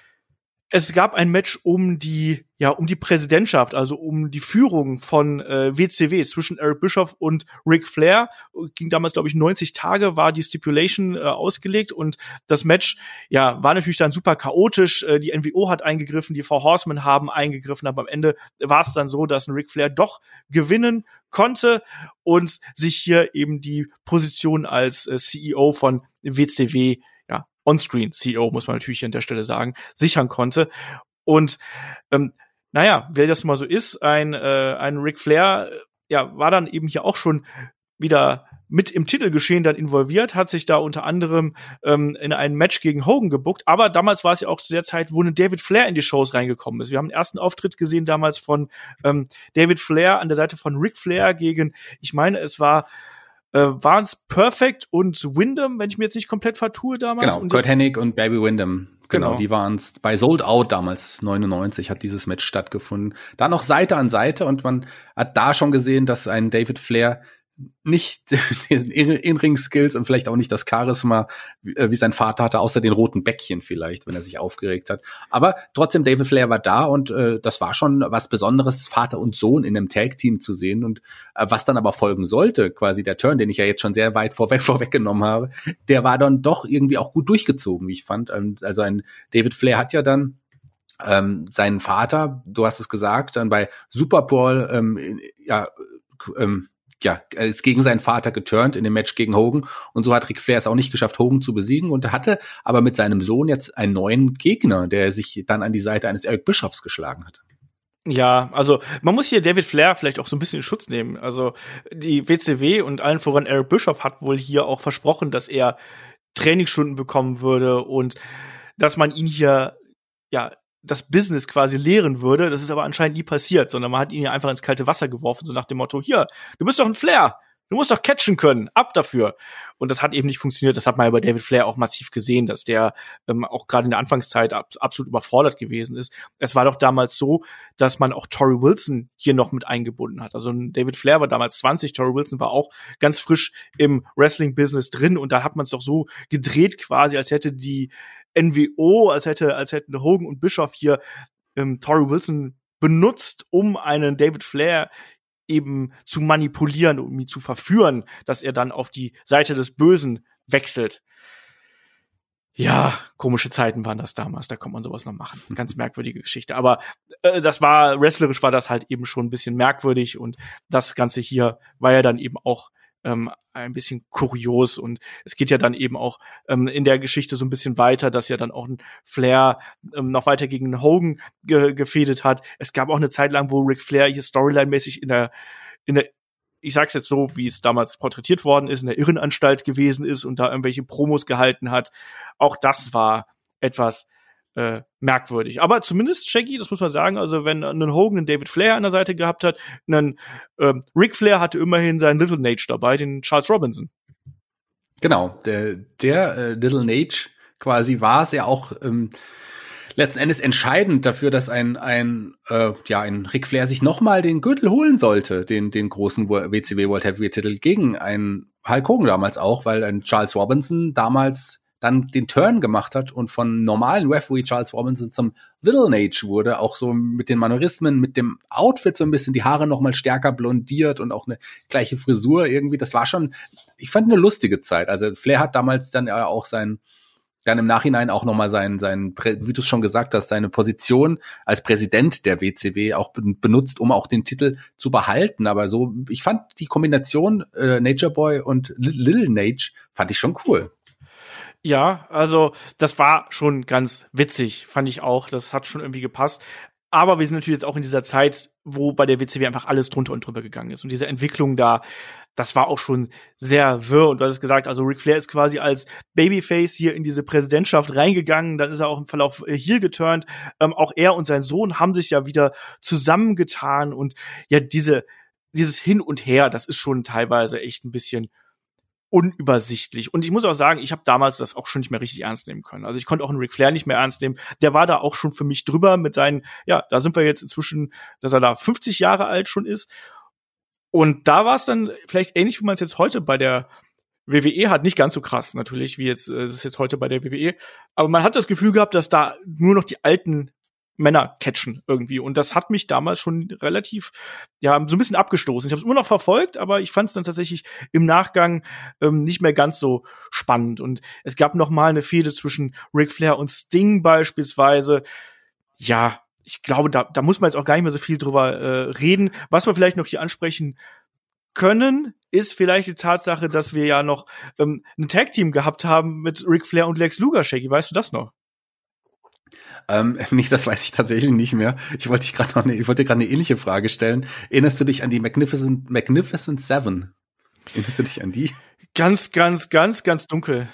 B: es gab ein Match um die, ja, um die Präsidentschaft, also um die Führung von äh, W C W zwischen Eric Bischoff und Ric Flair. Ging damals, glaube ich, neunzig Tage, war die Stipulation äh, ausgelegt und das Match, ja, war natürlich dann super chaotisch. Äh, die N W O hat eingegriffen, die Four Horsemen haben eingegriffen, aber am Ende war es dann so, dass ein Ric Flair doch gewinnen konnte und sich hier eben die Position als äh, C E O von W C W On-Screen-C E O, muss man natürlich an der Stelle sagen, sichern konnte. Und ähm, naja, wer das mal so ist, ein, äh, ein Ric Flair, äh, ja, war dann eben hier auch schon wieder mit im Titelgeschehen dann involviert, hat sich da unter anderem ähm, in ein Match gegen Hogan gebuckt, aber damals war es ja auch zu der Zeit, wo ein David Flair in die Shows reingekommen ist. Wir haben den ersten Auftritt gesehen damals von ähm, David Flair an der Seite von Ric Flair gegen, ich meine, es war Äh, waren es Perfect und Windham, wenn ich mir jetzt nicht komplett vertue damals.
C: Genau,
B: und
C: Curt Hennig und Barry Windham. Genau,
B: Genau.
C: die waren es. Bei Sold Out damals, neunundneunzig, hat dieses Match stattgefunden. Da noch Seite an Seite und man hat da schon gesehen, dass ein David Flair nicht diesen In-Ring-Skills und vielleicht auch nicht das Charisma, wie, wie sein Vater hatte, außer den roten Bäckchen vielleicht, wenn er sich aufgeregt hat. Aber trotzdem, David Flair war da und äh, das war schon was Besonderes, Vater und Sohn in einem Tag-Team zu sehen. Und äh, was dann aber folgen sollte, quasi der Turn, den ich ja jetzt schon sehr weit vorweg vorweggenommen habe, der war dann doch irgendwie auch gut durchgezogen, wie ich fand. Ähm, also ein David Flair hat ja dann ähm, seinen Vater, du hast es gesagt, dann bei Superpole, ähm, ja, ähm, ja, er ist gegen seinen Vater geturnt in dem Match gegen Hogan und so hat Ric Flair es auch nicht geschafft, Hogan zu besiegen und hatte aber mit seinem Sohn jetzt einen neuen Gegner, der sich dann an die Seite eines Eric Bischoffs geschlagen hat.
B: Ja, also man muss hier David Flair vielleicht auch so ein bisschen in Schutz nehmen. Also die W C W und allen voran Eric Bischoff hat wohl hier auch versprochen, dass er Trainingsstunden bekommen würde und dass man ihn hier, ja, das Business quasi lehren würde. Das ist aber anscheinend nie passiert, sondern man hat ihn ja einfach ins kalte Wasser geworfen, so nach dem Motto, hier, du bist doch ein Flair, du musst doch catchen können, ab dafür. Und das hat eben nicht funktioniert. Das hat man ja bei David Flair auch massiv gesehen, dass der ähm, auch gerade in der Anfangszeit ab, absolut überfordert gewesen ist. Es war doch damals so, dass man auch Torrie Wilson hier noch mit eingebunden hat. Also David Flair war damals zwanzig, Torrie Wilson war auch ganz frisch im Wrestling-Business drin und da hat man es doch so gedreht quasi, als hätte die N W O, als hätte, als hätten Hogan und Bischoff hier ähm, Torrie Wilson benutzt, um einen David Flair eben zu manipulieren, um ihn zu verführen, dass er dann auf die Seite des Bösen wechselt. Ja, komische Zeiten waren das damals, da konnte man sowas noch machen. Ganz merkwürdige Geschichte. Aber äh, das war, wrestlerisch war das halt eben schon ein bisschen merkwürdig und das Ganze hier war ja dann eben auch ähm, ein bisschen kurios und es geht ja dann eben auch ähm, in der Geschichte so ein bisschen weiter, dass ja dann auch ein Flair ähm, noch weiter gegen Hogan ge- gefädet hat. Es gab auch eine Zeit lang, wo Ric Flair hier Storyline-mäßig in der, in der, ich sag's jetzt so, wie es damals porträtiert worden ist, in der Irrenanstalt gewesen ist und da irgendwelche Promos gehalten hat. Auch das war etwas äh, merkwürdig. Aber zumindest, Shaggy, das muss man sagen, also wenn ein Hogan einen David Flair an der Seite gehabt hat, einen ähm, Ric Flair hatte immerhin seinen Little Nate dabei, den Charles Robinson.
C: Genau, der, der äh, Little Nate quasi war es ja auch ähm, letzten Endes entscheidend dafür, dass ein ein äh, ja ein Ric Flair sich nochmal den Gürtel holen sollte, den den großen W C W World Heavyweight Titel gegen einen Hulk Hogan damals auch, weil ein Charles Robinson damals dann den Turn gemacht hat und von normalen Referee Charles Robinson zum Little Nage wurde, auch so mit den Manorismen, mit dem Outfit so ein bisschen, die Haare noch mal stärker blondiert und auch eine gleiche Frisur irgendwie. Das war schon, ich fand, eine lustige Zeit. Also Flair hat damals dann ja auch sein, dann im Nachhinein auch noch mal sein, sein, wie du es schon gesagt hast, seine Position als Präsident der W C W auch benutzt, um auch den Titel zu behalten. Aber so, ich fand die Kombination äh, Nature Boy und Little Nage fand ich schon cool.
B: Ja, also das war schon ganz witzig, fand ich auch. Das hat schon irgendwie gepasst. Aber wir sind natürlich jetzt auch in dieser Zeit, wo bei der W C W einfach alles drunter und drüber gegangen ist. Und diese Entwicklung da, das war auch schon sehr wirr. Und du hast es gesagt, also Ric Flair ist quasi als Babyface hier in diese Präsidentschaft reingegangen. Dann ist er auch im Verlauf heel geturnt. Ähm, auch er und sein Sohn haben sich ja wieder zusammengetan. Und ja, diese dieses Hin und Her, das ist schon teilweise echt ein bisschen unübersichtlich. Und ich muss auch sagen, ich habe damals das auch schon nicht mehr richtig ernst nehmen können. Also ich konnte auch einen Ric Flair nicht mehr ernst nehmen. Der war da auch schon für mich drüber mit seinen, ja, da sind wir jetzt inzwischen, dass er da fünfzig Jahre alt schon ist. Und da war es dann vielleicht ähnlich, wie man es jetzt heute bei der W W E hat, nicht ganz so krass natürlich, wie jetzt es ist jetzt heute bei der W W E. Aber man hat das Gefühl gehabt, dass da nur noch die alten Männer catchen irgendwie. Und das hat mich damals schon relativ, ja, so ein bisschen abgestoßen. Ich habe es immer noch verfolgt, aber ich fand es dann tatsächlich im Nachgang ähm, nicht mehr ganz so spannend. Und es gab noch mal eine Fehde zwischen Ric Flair und Sting beispielsweise. Ja, ich glaube, da, da muss man jetzt auch gar nicht mehr so viel drüber äh, reden. Was wir vielleicht noch hier ansprechen können, ist vielleicht die Tatsache, dass wir ja noch ähm, ein Tag-Team gehabt haben mit Ric Flair und Lex Luger. Shaggy, weißt du das noch?
C: Ähm, nicht, das weiß ich tatsächlich nicht mehr. Ich wollte dich gerade noch eine, ich wollte gerade eine ähnliche Frage stellen. Erinnerst du dich an die Magnificent, Magnificent Seven? Erinnerst du dich an die?
B: Ganz, ganz, ganz, ganz dunkel.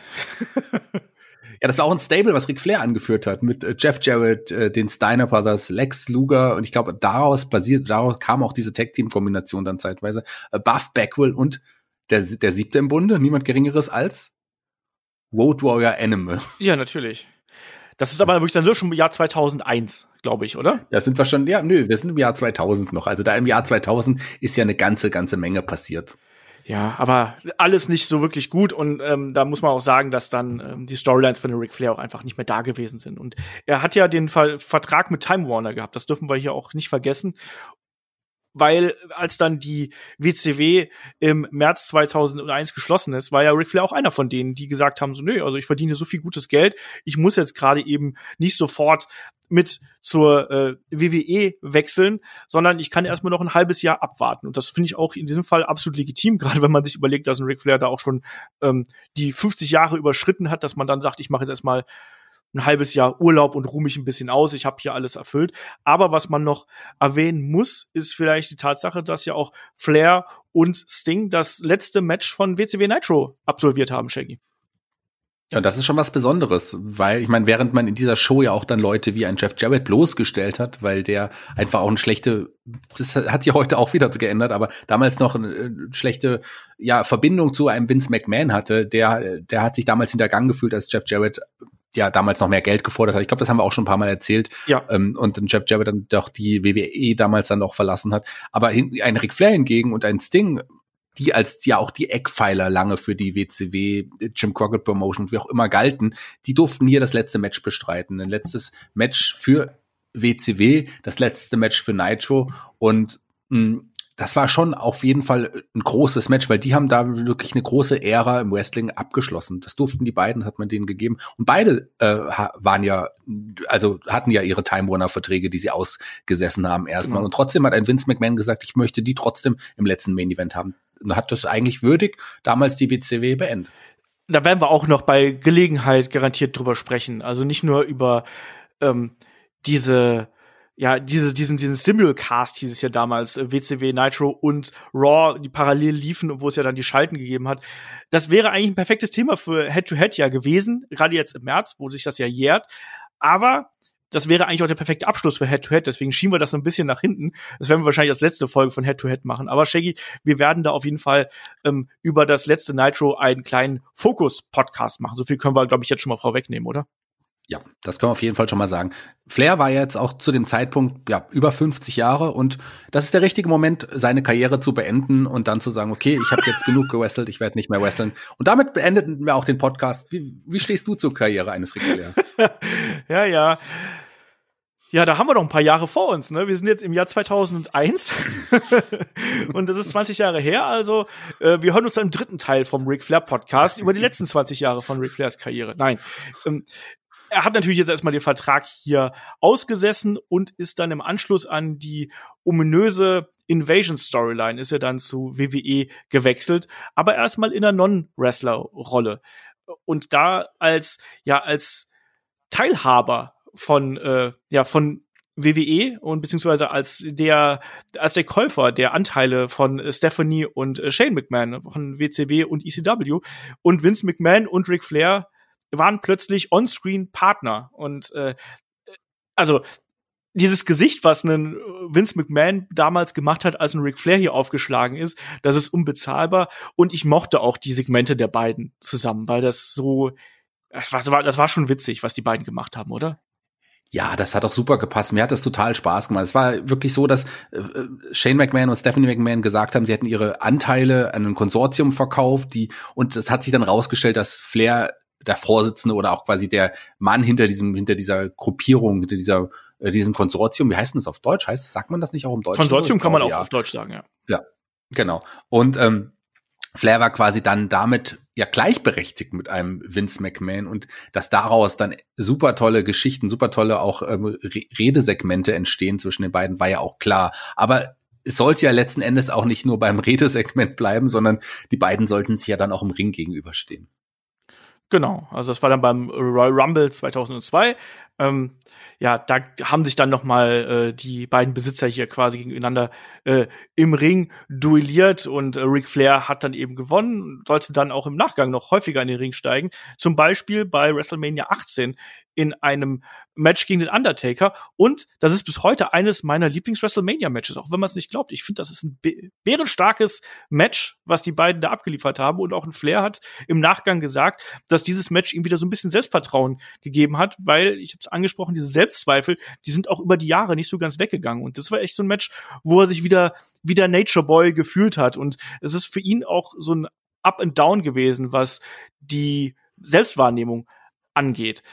C: Ja, das war auch ein Stable, was Ric Flair angeführt hat, mit äh, Jeff Jarrett, äh, den Steiner Brothers, Lex Luger, und ich glaube, daraus basiert, daraus kam auch diese Tag-Team-Kombination dann zeitweise. Äh, Buff Bagwell und der, der siebte im Bunde, niemand Geringeres als Road Warrior Animal.
B: Ja, natürlich. Das ist aber wirklich dann so schon im Jahr zweitausendeins, glaube ich, oder?
C: Da sind wir schon, ja, nö, wir sind im Jahr zweitausend noch. Also da im Jahr zweitausend ist ja eine ganze, ganze Menge passiert.
B: Ja, aber alles nicht so wirklich gut. Und ähm, da muss man auch sagen, dass dann ähm, die Storylines von Ric Flair auch einfach nicht mehr da gewesen sind. Und er hat ja den Ver- Vertrag mit Time Warner gehabt. Das dürfen wir hier auch nicht vergessen. Weil als dann die W C W im März zweitausendeins geschlossen ist, war ja Ric Flair auch einer von denen, die gesagt haben, so, nö, also ich verdiene so viel gutes Geld, ich muss jetzt gerade eben nicht sofort mit zur äh, W W E wechseln, sondern ich kann erstmal noch ein halbes Jahr abwarten. Und das finde ich auch in diesem Fall absolut legitim, gerade wenn man sich überlegt, dass ein Ric Flair da auch schon ähm, die fünfzig Jahre überschritten hat, dass man dann sagt, ich mache jetzt erstmal ein halbes Jahr Urlaub und ruhe mich ein bisschen aus. Ich habe hier alles erfüllt. Aber was man noch erwähnen muss, ist vielleicht die Tatsache, dass ja auch Flair und Sting das letzte Match von W C W Nitro absolviert haben, Shaggy.
C: Ja, das ist schon was Besonderes, weil ich meine, während man in dieser Show ja auch dann Leute wie ein Jeff Jarrett bloßgestellt hat, weil der einfach auch eine schlechte, das hat sich heute auch wieder geändert, aber damals noch eine schlechte, ja, Verbindung zu einem Vince McMahon hatte, der, der hat sich damals hintergangen gefühlt, als Jeff Jarrett ja damals noch mehr Geld gefordert hat. Ich glaube, das haben wir auch schon ein paar Mal erzählt.
B: Ja.
C: Ähm, und dann Jeff Jarrett dann doch die W W E damals dann auch verlassen hat. Aber hin, ein Ric Flair hingegen und ein Sting, die als ja auch die Eckpfeiler lange für die W C W, Jim Crockett Promotion, wie auch immer galten, die durften hier das letzte Match bestreiten. Ein letztes Match für W C W, das letzte Match für Nitro. Und mh, das war schon auf jeden Fall ein großes Match, weil die haben da wirklich eine große Ära im Wrestling abgeschlossen. Das durften die beiden, hat man denen gegeben. Und beide äh, waren ja, also hatten ja ihre Time Warner Verträge, die sie ausgesessen haben erstmal. Genau. Und trotzdem hat ein Vince McMahon gesagt, ich möchte die trotzdem im letzten Main Event haben. Und hat das eigentlich würdig damals die W C W beendet.
B: Da werden wir auch noch bei Gelegenheit garantiert drüber sprechen. Also nicht nur über ähm, diese ja, diese, diesen, diesen Simulcast hieß es ja damals, W C W Nitro und Raw, die parallel liefen, wo es ja dann die Schalten gegeben hat. Das wäre eigentlich ein perfektes Thema für Head-to-Head ja gewesen, gerade jetzt im März, wo sich das ja jährt. Aber das wäre eigentlich auch der perfekte Abschluss für Head-to-Head, deswegen schieben wir das so ein bisschen nach hinten. Das werden wir wahrscheinlich als letzte Folge von Head-to-Head machen. Aber Shaggy, wir werden da auf jeden Fall ähm, über das letzte Nitro einen kleinen Fokus-Podcast machen. So viel können wir, glaube ich, jetzt schon mal vorwegnehmen, oder?
C: Ja, das können wir auf jeden Fall schon mal sagen. Flair war jetzt auch zu dem Zeitpunkt ja über fünfzig Jahre und das ist der richtige Moment, seine Karriere zu beenden und dann zu sagen, okay, ich habe jetzt genug gewrestelt, ich werde nicht mehr wresteln. Und damit beendeten wir auch den Podcast. Wie, wie stehst du zur Karriere eines Ric Flairs?
B: ja, ja. Ja, da haben wir noch ein paar Jahre vor uns, ne? Wir sind jetzt im Jahr zweitausendeins und das ist zwanzig Jahre her, also äh, wir hören uns dann im dritten Teil vom Ric Flair Podcast über die letzten zwanzig Jahre von Ric Flairs Karriere. Nein, ähm, er hat natürlich jetzt erstmal den Vertrag hier ausgesessen und ist dann im Anschluss an die ominöse Invasion-Storyline ist er dann zu W W E gewechselt, aber erstmal in einer Non-Wrestler-Rolle. Und da als, ja, als Teilhaber von, äh, ja, von W W E und beziehungsweise als der, als der Käufer der Anteile von Stephanie und Shane McMahon von W C W und E C W und Vince McMahon und Ric Flair waren plötzlich on-screen Partner und äh, also dieses Gesicht, was ein Vince McMahon damals gemacht hat, als ein Ric Flair hier aufgeschlagen ist, das ist unbezahlbar und ich mochte auch die Segmente der beiden zusammen, weil das so, das war, das war schon witzig, was die beiden gemacht haben, oder?
C: Ja, das hat auch super gepasst. Mir hat das total Spaß gemacht. Es war wirklich so, dass äh, Shane McMahon und Stephanie McMahon gesagt haben, sie hätten ihre Anteile an ein Konsortium verkauft, die und es hat sich dann rausgestellt, dass Flair der Vorsitzende oder auch quasi der Mann hinter diesem hinter dieser Gruppierung, hinter dieser äh, diesem Konsortium, wie heißt denn das auf Deutsch? Heißt, sagt man das nicht auch im Deutschen?
B: Konsortium kann man auch
C: ja.
B: auf Deutsch sagen, ja.
C: Ja, genau. Und ähm, Flair war quasi dann damit ja gleichberechtigt mit einem Vince McMahon und dass daraus dann super tolle Geschichten, super tolle auch ähm, Re- Redesegmente entstehen zwischen den beiden, war ja auch klar. Aber es sollte ja letzten Endes auch nicht nur beim Redesegment bleiben, sondern die beiden sollten sich ja dann auch im Ring gegenüberstehen.
B: Genau, also das war dann beim Royal Rumble zweitausendzwei. Ähm, ja, da haben sich dann noch mal äh, die beiden Besitzer hier quasi gegeneinander äh, im Ring duelliert und äh, Ric Flair hat dann eben gewonnen, sollte dann auch im Nachgang noch häufiger in den Ring steigen. Zum Beispiel bei WrestleMania achtzehn in einem Match gegen den Undertaker und das ist bis heute eines meiner Lieblings-WrestleMania-Matches, auch wenn man es nicht glaubt. Ich finde, das ist ein bä- bärenstarkes Match, was die beiden da abgeliefert haben und auch ein Flair hat im Nachgang gesagt, dass dieses Match ihm wieder so ein bisschen Selbstvertrauen gegeben hat, weil, ich habe es angesprochen, diese Selbstzweifel, die sind auch über die Jahre nicht so ganz weggegangen und das war echt so ein Match, wo er sich wieder wie der Nature Boy gefühlt hat und es ist für ihn auch so ein Up and Down gewesen, was die Selbstwahrnehmung angeht.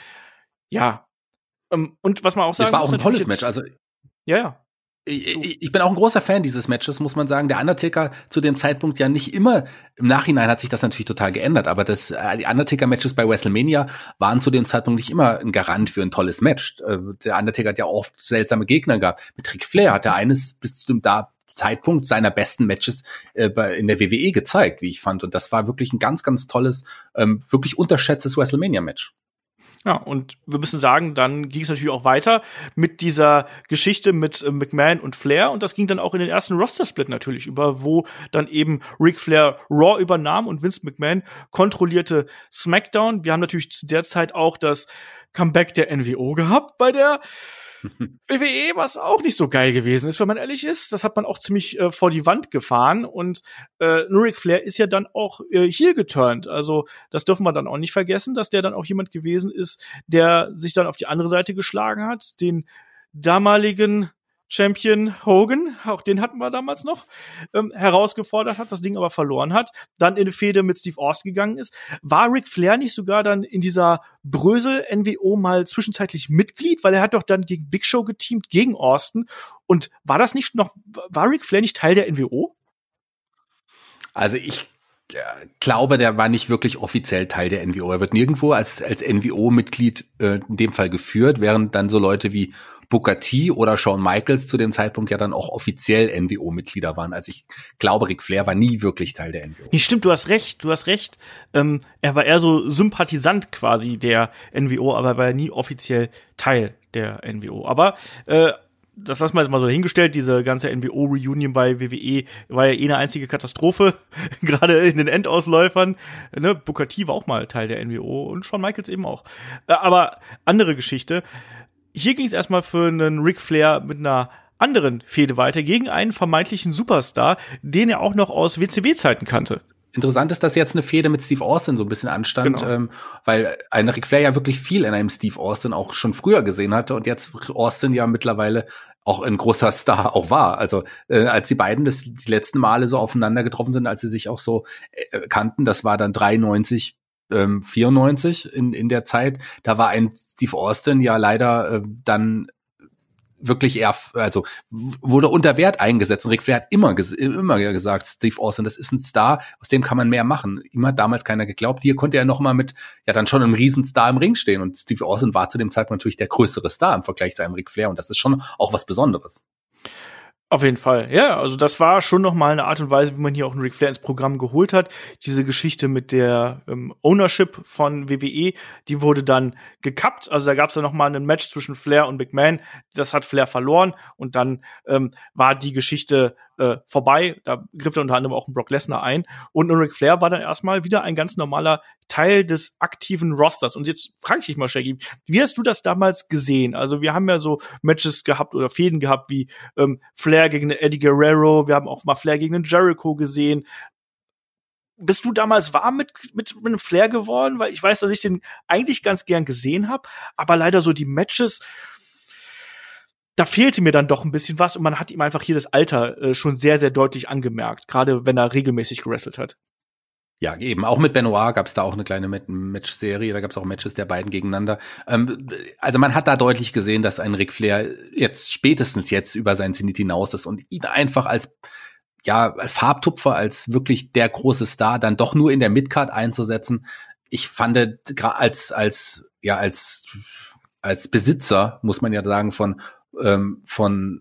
B: Ja, um, und was man auch sagen
C: muss. Es war
B: muss,
C: auch ein tolles
B: jetzt,
C: Match. Also
B: ja, ja.
C: Ich, ich bin auch ein großer Fan dieses Matches, muss man sagen. Der Undertaker zu dem Zeitpunkt ja nicht immer, im Nachhinein hat sich das natürlich total geändert, aber das, die Undertaker-Matches bei WrestleMania waren zu dem Zeitpunkt nicht immer ein Garant für ein tolles Match. Der Undertaker hat ja oft seltsame Gegner gehabt. Mit Ric Flair hat er eines bis zu dem da Zeitpunkt seiner besten Matches äh, in der W W E gezeigt, wie ich fand. Und das war wirklich ein ganz, ganz tolles, ähm, wirklich unterschätztes WrestleMania-Match.
B: Ja, und wir müssen sagen, dann ging es natürlich auch weiter mit dieser Geschichte mit äh, McMahon und Flair und das ging dann auch in den ersten Roster-Split natürlich über, wo dann eben Ric Flair Raw übernahm und Vince McMahon kontrollierte SmackDown. Wir haben natürlich zu der Zeit auch das Comeback der N W O gehabt bei der W W E, was auch nicht so geil gewesen ist, wenn man ehrlich ist. Das hat man auch ziemlich äh, vor die Wand gefahren und äh, nur Ric Flair ist ja dann auch äh, heel geturnt. Also das dürfen wir dann auch nicht vergessen, dass der dann auch jemand gewesen ist, der sich dann auf die andere Seite geschlagen hat, den damaligen Champion Hogan, auch den hatten wir damals noch, ähm, herausgefordert hat, das Ding aber verloren hat, dann in eine Fehde mit Steve Austin gegangen ist. War Ric Flair nicht sogar dann in dieser Brösel-N W O mal zwischenzeitlich Mitglied? Weil er hat doch dann gegen Big Show geteamt, gegen Austin. Und war das nicht noch, war Ric Flair nicht Teil der N W O?
C: Also ich ja, glaube, der war nicht wirklich offiziell Teil der N W O. Er wird nirgendwo als, als N W O-Mitglied äh, in dem Fall geführt, während dann so Leute wie Booker T oder Shawn Michaels zu dem Zeitpunkt ja dann auch offiziell N W O-Mitglieder waren. Also ich glaube, Ric Flair war nie wirklich Teil der N W O.
B: Nee, stimmt, du hast recht, du hast recht. Ähm, er war eher so Sympathisant quasi der N W O, aber er war ja nie offiziell Teil der N W O. Aber äh, das lassen wir jetzt mal so hingestellt, diese ganze N W O-Reunion bei W W E war ja eh eine einzige Katastrophe, gerade in den Endausläufern. Ne? Booker T war auch mal Teil der N W O und Shawn Michaels eben auch. Äh, aber andere Geschichte. Hier ging es erstmal für einen Ric Flair mit einer anderen Fehde weiter, gegen einen vermeintlichen Superstar, den er auch noch aus W C W-Zeiten kannte.
C: Interessant ist, dass jetzt eine Fehde mit Steve Austin so ein bisschen anstand, genau. ähm, weil ein Ric Flair ja wirklich viel in einem Steve Austin auch schon früher gesehen hatte und jetzt Austin ja mittlerweile auch ein großer Star auch war. Also äh, als die beiden das die letzten Male so aufeinander getroffen sind, als sie sich auch so äh, kannten, das war dann dreiundneunzig, ähm, vierundneunzig in in der Zeit. Da war ein Steve Austin ja leider äh, dann wirklich eher, also wurde unter Wert eingesetzt. Und Ric Flair hat immer, ges- immer gesagt, Steve Austin, das ist ein Star, aus dem kann man mehr machen. Ihm hat damals keiner geglaubt. Hier konnte er noch mal mit, ja dann schon einem Riesenstar im Ring stehen. Und Steve Austin war zu dem Zeitpunkt natürlich der größere Star im Vergleich zu einem Ric Flair. Und das ist schon auch was Besonderes.
B: Auf jeden Fall, ja, also das war schon noch mal eine Art und Weise, wie man hier auch einen Ric Flair ins Programm geholt hat. Diese Geschichte mit der ähm, Ownership von W W E, die wurde dann gekappt. Also da gab es dann noch mal ein Match zwischen Flair und McMahon. Das hat Flair verloren und dann ähm, war die Geschichte äh, vorbei. Da griff dann unter anderem auch ein Brock Lesnar ein. Und ein Ric Flair war dann erstmal wieder ein ganz normaler Teil des aktiven Rosters. Und jetzt frage ich dich mal, Shaggy, wie hast du das damals gesehen? Also wir haben ja so Matches gehabt oder Fäden gehabt wie ähm, Flair gegen Eddie Guerrero, wir haben auch mal Flair gegen den Jericho gesehen. Bist du damals warm mit, mit, mit einem Flair geworden? Weil ich weiß, dass ich den eigentlich ganz gern gesehen habe, aber leider so die Matches, da fehlte mir dann doch ein bisschen was und man hat ihm einfach hier das Alter äh, schon sehr, sehr deutlich angemerkt, gerade wenn er regelmäßig gewrestelt hat.
C: Ja, eben. Auch mit Benoit gab es da auch eine kleine Match-Serie. Da gab es auch Matches der beiden gegeneinander. Ähm, also man hat da deutlich gesehen, dass ein Ric Flair jetzt spätestens jetzt über seinen Zenit hinaus ist und ihn einfach als ja als Farbtupfer, als wirklich der große Star dann doch nur in der Midcard einzusetzen. Ich fand als als ja als als Besitzer, muss man ja sagen, von ähm, von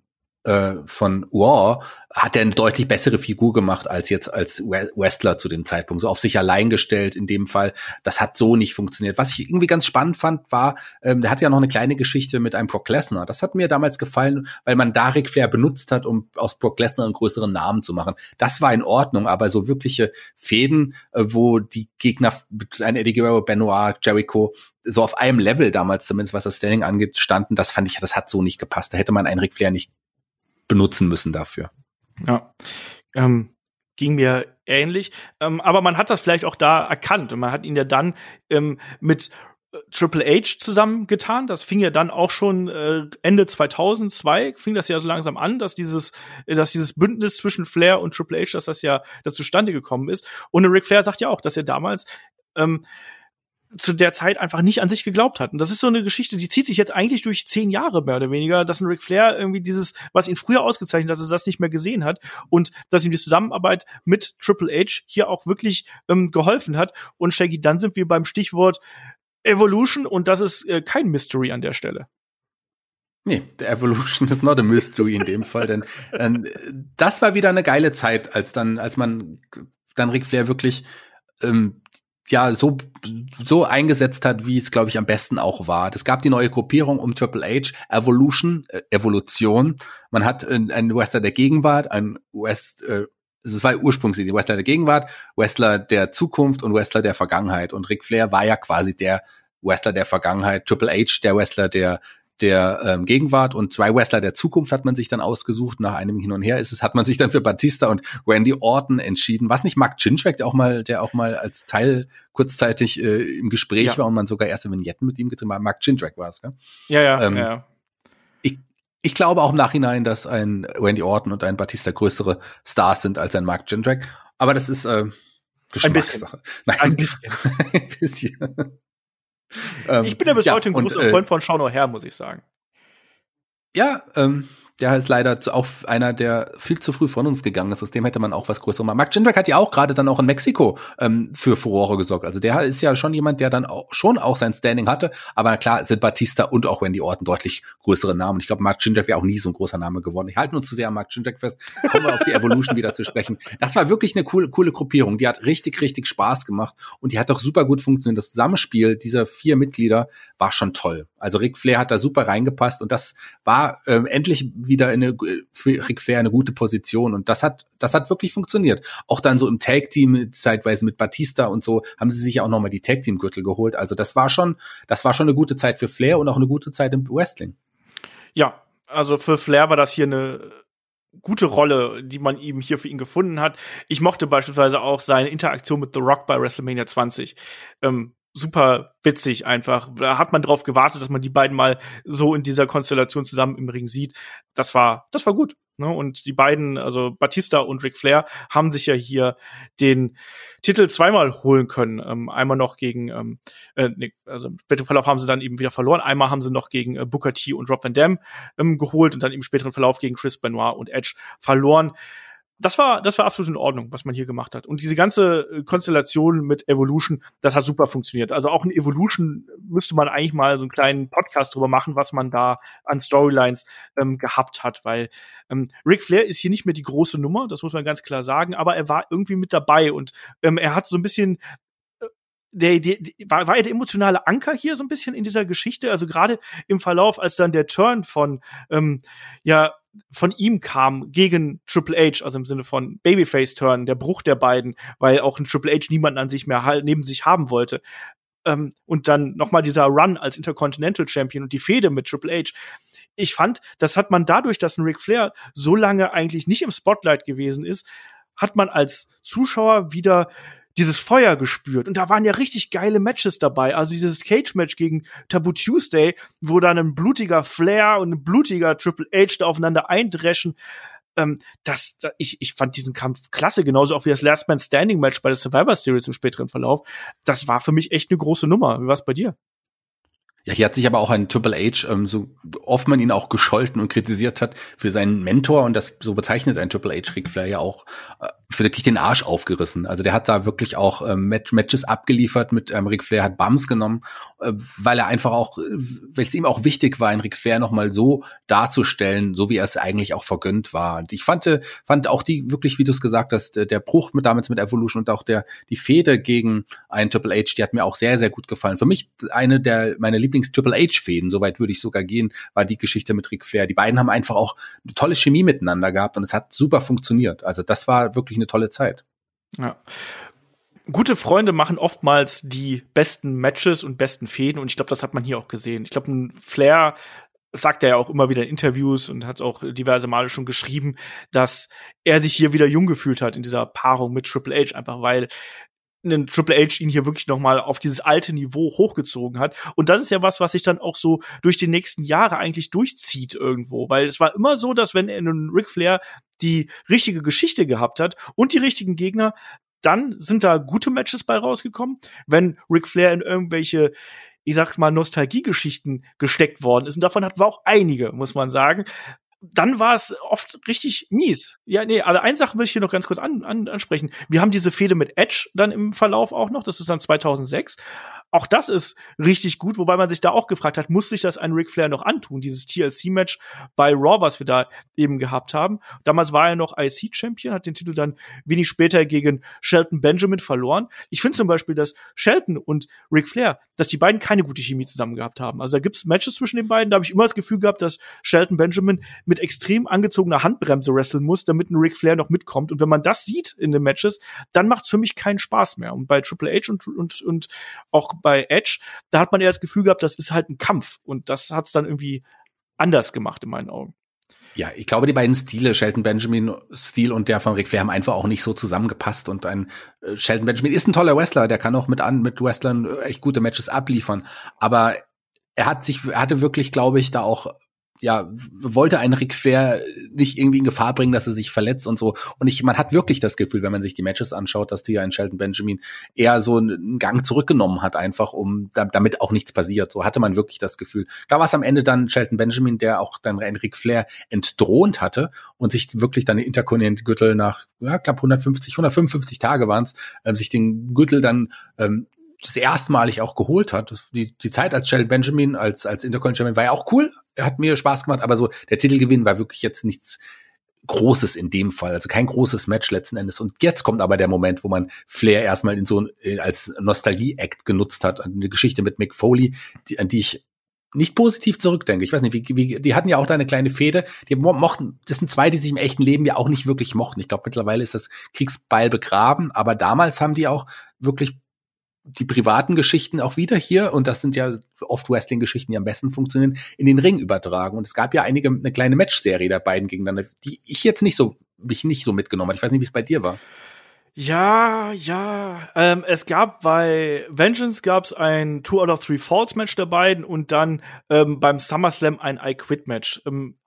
C: von War hat er eine deutlich bessere Figur gemacht als jetzt als Wrestler zu dem Zeitpunkt. So auf sich allein gestellt in dem Fall. Das hat so nicht funktioniert. Was ich irgendwie ganz spannend fand, war, ähm, der hat ja noch eine kleine Geschichte mit einem Brock Lesnar. Das hat mir damals gefallen, weil man da Ric Flair benutzt hat, um aus Brock Lesnar einen größeren Namen zu machen. Das war in Ordnung, aber so wirkliche Fäden, äh, wo die Gegner, ein Eddie Guerrero, Benoit, Jericho, so auf einem Level damals zumindest, was das Standing angeht, standen, das fand ich, das hat so nicht gepasst. Da hätte man einen Ric Flair nicht benutzen müssen dafür.
B: Ja, ähm, ging mir ähnlich. Ähm, aber man hat das vielleicht auch da erkannt und man hat ihn ja dann ähm, mit äh, Triple H zusammengetan. Das fing ja dann auch schon äh, Ende zweitausendzwei, fing das ja so langsam an, dass dieses, dass dieses Bündnis zwischen Flair und Triple H, dass das ja da zustande gekommen ist. Und Ric Flair sagt ja auch, dass er damals ähm, zu der Zeit einfach nicht an sich geglaubt hat. Und das ist so eine Geschichte, die zieht sich jetzt eigentlich durch zehn Jahre mehr oder weniger, dass ein Ric Flair irgendwie dieses, was ihn früher ausgezeichnet hat, dass er das nicht mehr gesehen hat und dass ihm die Zusammenarbeit mit Triple H hier auch wirklich ähm, geholfen hat. Und Shaggy, dann sind wir beim Stichwort Evolution und das ist äh, kein Mystery an der Stelle.
C: Nee, the Evolution is not a mystery in dem Fall, denn äh, das war wieder eine geile Zeit, als dann, als man dann Ric Flair wirklich ähm, ja, so, so eingesetzt hat, wie es, glaube ich, am besten auch war. Es gab die neue Gruppierung um Triple H, Evolution, äh, Evolution. Man hat äh, einen Wrestler der Gegenwart, ein West, äh, es war ursprünglich Wrestler der Gegenwart, Wrestler der Zukunft und Wrestler der Vergangenheit. Und Ric Flair war ja quasi der Wrestler der Vergangenheit, Triple H der Wrestler der der ähm, Gegenwart und zwei Wrestler der Zukunft hat man sich dann ausgesucht. Nach einem Hin und Her ist es, hat man sich dann für Batista und Randy Orton entschieden. Was nicht Mark Jindrak, der auch mal, der auch mal als Teil kurzzeitig äh, im Gespräch ja. war und man sogar erste Vignetten mit ihm getrieben hat. Mark Jindrak war es, gell?
B: Ja, ja,
C: ähm,
B: ja.
C: Ich, ich glaube auch im Nachhinein, dass ein Randy Orton und ein Batista größere Stars sind als ein Mark Jindrak. Aber das ist äh, Geschmackssache.
B: Ein bisschen.
C: Ein bisschen. Ein bisschen.
B: Ich bin ja bis
C: ja,
B: heute ein großer
C: und,
B: Freund von Sean O'Haire, muss ich sagen.
C: Ja, ähm, der ist leider auch einer, der viel zu früh von uns gegangen ist. Aus dem hätte man auch was Größeres machen. Mark Jindrak hat ja auch gerade dann auch in Mexiko ähm, für Furore gesorgt. Also der ist ja schon jemand, der dann auch, schon auch sein Standing hatte. Aber klar sind Batista und auch Randy Orton deutlich größere Namen. Ich glaube, Mark Jindrak wäre auch nie so ein großer Name geworden. Ich halte nur zu sehr an Mark Jindrak fest. Kommen wir auf die Evolution wieder zu sprechen. Das war wirklich eine coole, coole Gruppierung. Die hat richtig, richtig Spaß gemacht. Und die hat auch super gut funktioniert. Das Zusammenspiel dieser vier Mitglieder war schon toll. Also Ric Flair hat da super reingepasst. Und das war ähm, endlich wieder eine für Ric Flair eine gute Position und das hat das hat wirklich funktioniert. Auch dann so im Tag-Team zeitweise mit Batista und so haben sie sich ja auch nochmal die Tag-Team-Gürtel geholt. Also das war schon das war schon eine gute Zeit für Flair und auch eine gute Zeit im Wrestling.
B: Ja, also für Flair war das hier eine gute Rolle, die man ihm hier für ihn gefunden hat. Ich mochte beispielsweise auch seine Interaktion mit The Rock bei WrestleMania zwanzig. Ähm, super witzig einfach. Da hat man drauf gewartet, dass man die beiden mal so in dieser Konstellation zusammen im Ring sieht. Das war, das war gut. Ne? Und die beiden, also Batista und Ric Flair, haben sich ja hier den Titel zweimal holen können. Ähm, einmal noch gegen, ähm, äh, nee, also im späteren Verlauf haben sie dann eben wieder verloren. Einmal haben sie noch gegen äh, Booker T und Rob Van Dam ähm, geholt und dann im späteren Verlauf gegen Chris Benoit und Edge verloren. Das war, das war absolut in Ordnung, was man hier gemacht hat. Und diese ganze Konstellation mit Evolution, das hat super funktioniert. Also auch in Evolution müsste man eigentlich mal so einen kleinen Podcast drüber machen, was man da an Storylines ähm, gehabt hat, weil ähm, Ric Flair ist hier nicht mehr die große Nummer, das muss man ganz klar sagen, aber er war irgendwie mit dabei und ähm, er hat so ein bisschen Der, der, der, war, war er der emotionale Anker hier so ein bisschen in dieser Geschichte, also gerade im Verlauf, als dann der Turn von ähm, ja von ihm kam gegen Triple H, also im Sinne von Babyface-Turn, der Bruch der beiden, weil auch ein Triple H niemanden an sich mehr halt, neben sich haben wollte. Ähm, und dann nochmal dieser Run als Intercontinental Champion und die Fehde mit Triple H. Ich fand, das hat man dadurch, dass ein Ric Flair so lange eigentlich nicht im Spotlight gewesen ist, hat man als Zuschauer wieder dieses Feuer gespürt. Und da waren ja richtig geile Matches dabei. Also dieses Cage-Match gegen Taboo Tuesday, wo dann ein blutiger Flair und ein blutiger Triple H da aufeinander eindreschen. Ähm, das, da, ich, ich fand diesen Kampf klasse, genauso auch wie das Last Man Standing Match bei der Survivor Series im späteren Verlauf. Das war für mich echt eine große Nummer. Wie war's bei dir?
C: Ja, hier hat sich aber auch ein Triple H, ähm, so oft man ihn auch gescholten und kritisiert hat, für seinen Mentor, und das so bezeichnet ein Triple H Ric Flair ja auch, äh, für wirklich den Arsch aufgerissen. Also der hat da wirklich auch ähm, Matches abgeliefert mit ähm, Ric Flair, hat Bums genommen, äh, weil er einfach auch, weil es ihm auch wichtig war, einen Ric Flair nochmal so darzustellen, so wie er es eigentlich auch vergönnt war. Und ich fand, fand auch die wirklich, wie du es gesagt hast, der Bruch mit damals mit Evolution und auch der die Fehde gegen einen Triple H, die hat mir auch sehr, sehr gut gefallen. Für mich eine der meine Lieblings Triple H-Fäden, soweit würde ich sogar gehen, war die Geschichte mit Ric Flair. Die beiden haben einfach auch eine tolle Chemie miteinander gehabt und es hat super funktioniert. Also das war wirklich eine tolle Zeit.
B: Ja. Gute Freunde machen oftmals die besten Matches und besten Fäden und ich glaube, das hat man hier auch gesehen. Ich glaube, ein Flair sagt er ja auch immer wieder in Interviews und hat auch diverse Male schon geschrieben, dass er sich hier wieder jung gefühlt hat in dieser Paarung mit Triple H, einfach weil einen Triple H ihn hier wirklich noch mal auf dieses alte Niveau hochgezogen hat. Und das ist ja was, was sich dann auch so durch die nächsten Jahre eigentlich durchzieht irgendwo. Weil es war immer so, dass wenn ein Ric Flair die richtige Geschichte gehabt hat und die richtigen Gegner, dann sind da gute Matches bei rausgekommen. Wenn Ric Flair in irgendwelche, ich sag's mal, Nostalgiegeschichten gesteckt worden ist, und davon hatten wir auch einige, muss man sagen, dann war es oft richtig mies. Ja, nee, aber eine Sache will ich hier noch ganz kurz an, an, ansprechen. Wir haben diese Fehde mit Edge dann im Verlauf auch noch, das ist dann zweitausendsechs. Auch das ist richtig gut, wobei man sich da auch gefragt hat, muss sich das ein Ric Flair noch antun, dieses T L C-Match bei Raw, was wir da eben gehabt haben. Damals war er noch I C-Champion, hat den Titel dann wenig später gegen Shelton Benjamin verloren. Ich finde zum Beispiel, dass Shelton und Ric Flair, dass die beiden keine gute Chemie zusammen gehabt haben. Also da gibt's Matches zwischen den beiden, da habe ich immer das Gefühl gehabt, dass Shelton Benjamin mit extrem angezogener Handbremse wresteln muss, damit ein Ric Flair noch mitkommt. Und wenn man das sieht in den Matches, dann macht's für mich keinen Spaß mehr. Und bei Triple H und, und, und auch bei Edge, da hat man eher das Gefühl gehabt, das ist halt ein Kampf. Und das hat's dann irgendwie anders gemacht in meinen Augen.
C: Ja, ich glaube, die beiden Stile, Shelton Benjamin Stil und der von Ric Flair, haben einfach auch nicht so zusammengepasst. Und ein äh, Shelton Benjamin ist ein toller Wrestler, der kann auch mit an mit Wrestlern echt gute Matches abliefern. Aber er hat sich, er hatte wirklich, glaube ich, da auch ja, wollte einen Ric Flair nicht irgendwie in Gefahr bringen, dass er sich verletzt und so. Und ich, man hat wirklich das Gefühl, wenn man sich die Matches anschaut, dass die ein Shelton Benjamin eher so einen Gang zurückgenommen hat, einfach um, damit auch nichts passiert. So hatte man wirklich das Gefühl. Da war es am Ende dann Shelton Benjamin, der auch dann einen Ric Flair entthront hatte und sich wirklich dann den Intercontinental-Gürtel nach, ja, knapp hundertfünfzig, hundertfünfundfünfzig Tage waren es, ähm, sich den Gürtel dann, ähm, das erstmalig auch geholt hat. Das, die, die Zeit als Shelton Benjamin, als, als Intercontinental Champion war ja auch cool. Er hat mir Spaß gemacht, aber so der Titelgewinn war wirklich jetzt nichts Großes in dem Fall. Also kein großes Match letzten Endes. Und jetzt kommt aber der Moment, wo man Flair erstmal in so ein, als Nostalgie-Act genutzt hat. Eine Geschichte mit Mick Foley, die, an die ich nicht positiv zurückdenke. Ich weiß nicht, wie, wie, die hatten ja auch da eine kleine Fehde. Die mochten, das sind zwei, die sich im echten Leben ja auch nicht wirklich mochten. Ich glaube, mittlerweile ist das Kriegsbeil begraben, aber damals haben die auch wirklich die privaten Geschichten auch wieder hier, und das sind ja oft Wrestling-Geschichten, die am besten funktionieren, in den Ring übertragen. Und es gab ja einige, eine kleine Match-Serie der beiden gegeneinander, die ich jetzt nicht so, mich nicht so mitgenommen habe. Ich weiß nicht, wie es bei dir war.
B: Ja, ja. Ähm, es gab bei Vengeance gab's ein Two out of Three Falls Match der beiden und dann ähm, beim SummerSlam ein I Quit Match. Ähm,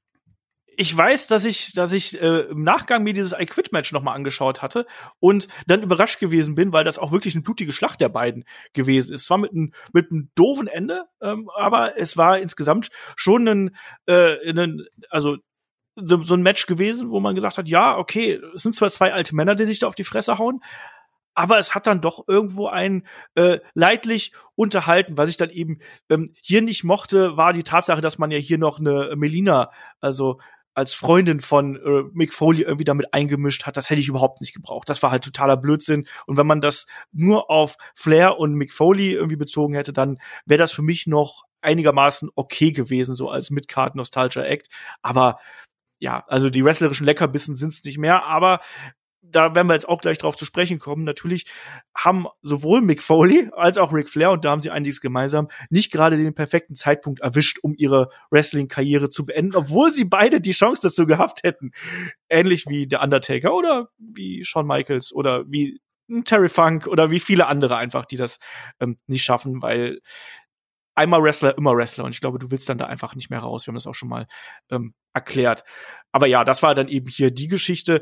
B: ich weiß, dass ich, dass ich äh, im Nachgang mir dieses I Quit Match noch mal angeschaut hatte und dann überrascht gewesen bin, weil das auch wirklich eine blutige Schlacht der beiden gewesen ist. Es war mit einem mit einem doofen Ende, ähm, aber es war insgesamt schon ein, äh, ein also so, so ein Match gewesen, wo man gesagt hat, ja, okay, es sind zwar zwei alte Männer, die sich da auf die Fresse hauen, aber es hat dann doch irgendwo ein äh, leidlich unterhalten. Was ich dann eben ähm, hier nicht mochte, war die Tatsache, dass man ja hier noch eine Melina, also als Freundin von äh, Mick Foley irgendwie damit eingemischt hat. Das hätte ich überhaupt nicht gebraucht. Das war halt totaler Blödsinn. Und wenn man das nur auf Flair und Mick Foley irgendwie bezogen hätte, dann wäre das für mich noch einigermaßen okay gewesen, so als Mid-Card-Nostalgia-Act. Aber ja, also die wrestlerischen Leckerbissen sind's nicht mehr, aber da werden wir jetzt auch gleich drauf zu sprechen kommen. Natürlich haben sowohl Mick Foley als auch Ric Flair, und da haben sie einiges gemeinsam, nicht gerade den perfekten Zeitpunkt erwischt, um ihre Wrestling-Karriere zu beenden, obwohl sie beide die Chance dazu gehabt hätten. Ähnlich wie der Undertaker oder wie Shawn Michaels oder wie Terry Funk oder wie viele andere einfach, die das ähm, nicht schaffen, weil einmal Wrestler, immer Wrestler. Und ich glaube, du willst dann da einfach nicht mehr raus. Wir haben das auch schon mal ähm, erklärt. Aber ja, das war dann eben hier die Geschichte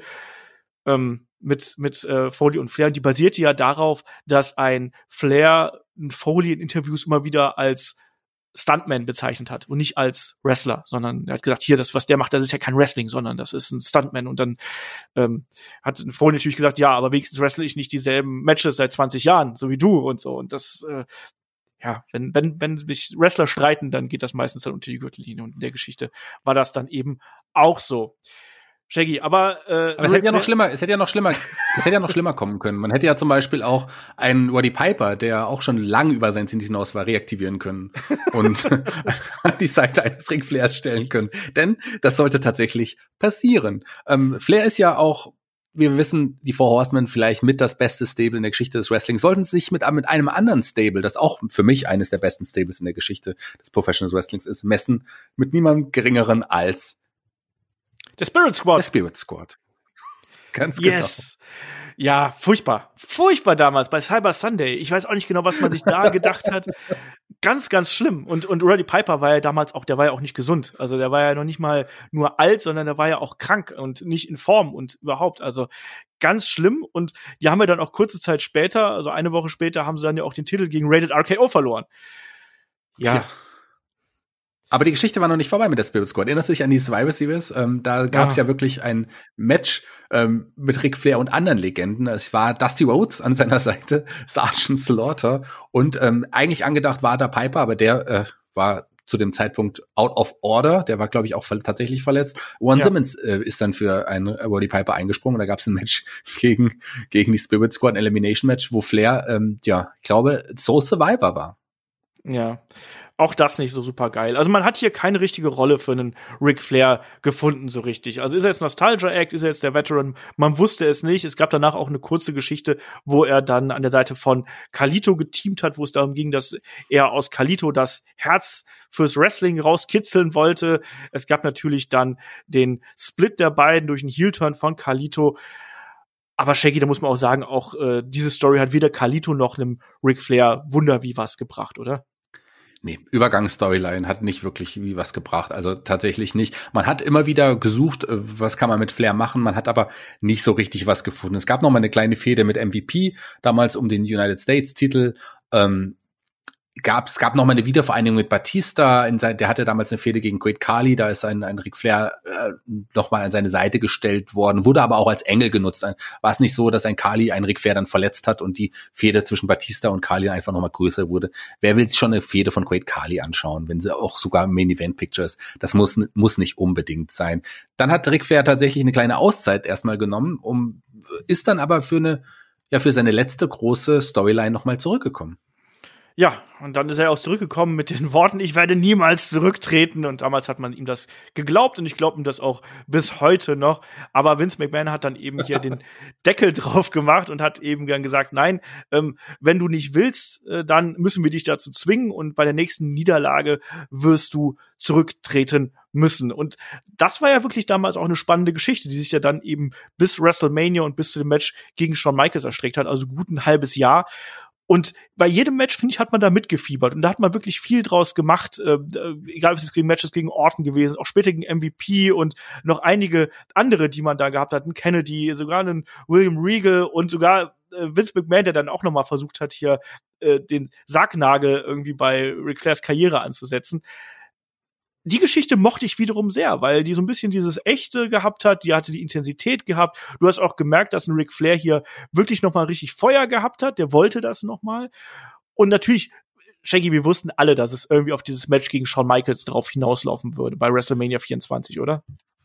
B: ähm, mit mit äh, Foley und Flair. Und die basierte ja darauf, dass ein Flair ein Foley in Interviews immer wieder als Stuntman bezeichnet hat und nicht als Wrestler, sondern er hat gesagt, hier, das, was der macht, das ist ja kein Wrestling, sondern das ist ein Stuntman. Und dann ähm, hat Foley natürlich gesagt, ja, aber wenigstens wrestle ich nicht dieselben Matches seit zwanzig Jahren, so wie du und so. Und das äh, ja, wenn, wenn, wenn sich Wrestler streiten, dann geht das meistens dann unter die Gürtellinie. Und in der Geschichte war das dann eben auch so. Shaggy, aber, äh,
C: aber es hätte ja noch schlimmer, es hätte ja noch schlimmer, es hätte ja noch schlimmer kommen können. Man hätte ja zum Beispiel auch einen Roddy Piper, der auch schon lang über sein Zenit hinaus war, reaktivieren können und an die Seite eines Ric Flairs stellen können. Denn das sollte tatsächlich passieren. Ähm, Flair ist ja auch, wir wissen, die Four Horsemen vielleicht mit das beste Stable in der Geschichte des Wrestling, sollten sich mit, mit einem anderen Stable, das auch für mich eines der besten Stables in der Geschichte des Professional Wrestlings ist, messen mit niemandem geringeren als
B: der Spirit Squad.
C: Der Spirit Squad. Ganz
B: yes. Genau. Ja, furchtbar. Furchtbar damals bei Cyber Sunday. Ich weiß auch nicht genau, was man sich da gedacht hat. Ganz, ganz schlimm. Und, und Roddy Piper war ja damals auch, der war ja auch nicht gesund. Also der war ja noch nicht mal nur alt, sondern der war ja auch krank und nicht in Form und überhaupt. Also ganz schlimm. Und die haben ja dann auch kurze Zeit später, also eine Woche später, haben sie dann ja auch den Titel gegen Rated R K O verloren. Ja.
C: ja. Aber die Geschichte war noch nicht vorbei mit der Spirit Squad. Erinnerst du dich an die Survivor Series? Ähm, da gab es ja. ja wirklich ein Match ähm, mit Ric Flair und anderen Legenden. Es war Dusty Rhodes an seiner Seite, Sergeant Slaughter und ähm, eigentlich angedacht war da Piper, aber der äh, war zu dem Zeitpunkt out of order. Der war, glaube ich, auch ver- tatsächlich verletzt. Warren ja. Simmons äh, ist dann für einen Roddy Piper eingesprungen und da gab es ein Match gegen gegen die Spirit Squad, ein Elimination Match, wo Flair, ähm, ja, ich glaube, Sole Survivor war.
B: Ja. Auch das nicht so super geil. Also man hat hier keine richtige Rolle für einen Ric Flair gefunden, so richtig. Also ist er jetzt Nostalgia-Act, ist er jetzt der Veteran? Man wusste es nicht. Es gab danach auch eine kurze Geschichte, wo er dann an der Seite von Carlito geteamt hat, wo es darum ging, dass er aus Carlito das Herz fürs Wrestling rauskitzeln wollte. Es gab natürlich dann den Split der beiden durch einen Heel-Turn von Carlito. Aber Shaggy, da muss man auch sagen, auch äh, diese Story hat weder Carlito noch einem Ric Flair Wunder wie was gebracht, oder?
C: Nee, Übergangsstoryline hat nicht wirklich wie was gebracht, also tatsächlich nicht. Man hat immer wieder gesucht, was kann man mit Flair machen, man hat aber nicht so richtig was gefunden. Es gab noch mal eine kleine Fehde mit M V P, damals um den United States Titel. Ähm, gab, es gab noch mal eine Wiedervereinigung mit Batista, in sein, der hatte damals eine Fehde gegen Great Khali, da ist ein, ein Ric Flair äh, noch mal an seine Seite gestellt worden, wurde aber auch als Engel genutzt. War es nicht so, dass ein Khali einen Ric Flair dann verletzt hat und die Fehde zwischen Batista und Khali einfach noch mal größer wurde? Wer will sich schon eine Fehde von Great Khali anschauen, wenn sie auch sogar im Main Event Pictures? Das muss muss nicht unbedingt sein. Dann hat Ric Flair tatsächlich eine kleine Auszeit erstmal genommen, um ist dann aber für eine ja für seine letzte große Storyline noch mal zurückgekommen.
B: Ja, und dann ist er auch zurückgekommen mit den Worten, ich werde niemals zurücktreten. Und damals hat man ihm das geglaubt und ich glaube ihm das auch bis heute noch. Aber Vince McMahon hat dann eben hier den Deckel drauf gemacht und hat eben dann gesagt, nein, ähm, wenn du nicht willst, äh, dann müssen wir dich dazu zwingen und bei der nächsten Niederlage wirst du zurücktreten müssen. Und das war ja wirklich damals auch eine spannende Geschichte, die sich ja dann eben bis WrestleMania und bis zu dem Match gegen Shawn Michaels erstreckt hat, also gut ein halbes Jahr. Und bei jedem Match, finde ich, hat man da mitgefiebert. Und da hat man wirklich viel draus gemacht. Äh, egal, ob es gegen Matches gegen Orton gewesen, auch später gegen M V P und noch einige andere, die man da gehabt hat. Ein Kennedy, sogar einen William Regal und sogar äh, Vince McMahon, der dann auch noch mal versucht hat, hier äh, den Sargnagel irgendwie bei Ric Flairs Karriere anzusetzen. Die Geschichte mochte ich wiederum sehr, weil die so ein bisschen dieses Echte gehabt hat, die hatte die Intensität gehabt. Du hast auch gemerkt, dass ein Ric Flair hier wirklich noch mal richtig Feuer gehabt hat, der wollte das noch mal. Und natürlich, Shaggy, wir wussten alle, dass es irgendwie auf dieses Match gegen Shawn Michaels drauf hinauslaufen würde, bei WrestleMania vierundzwanzig, oder?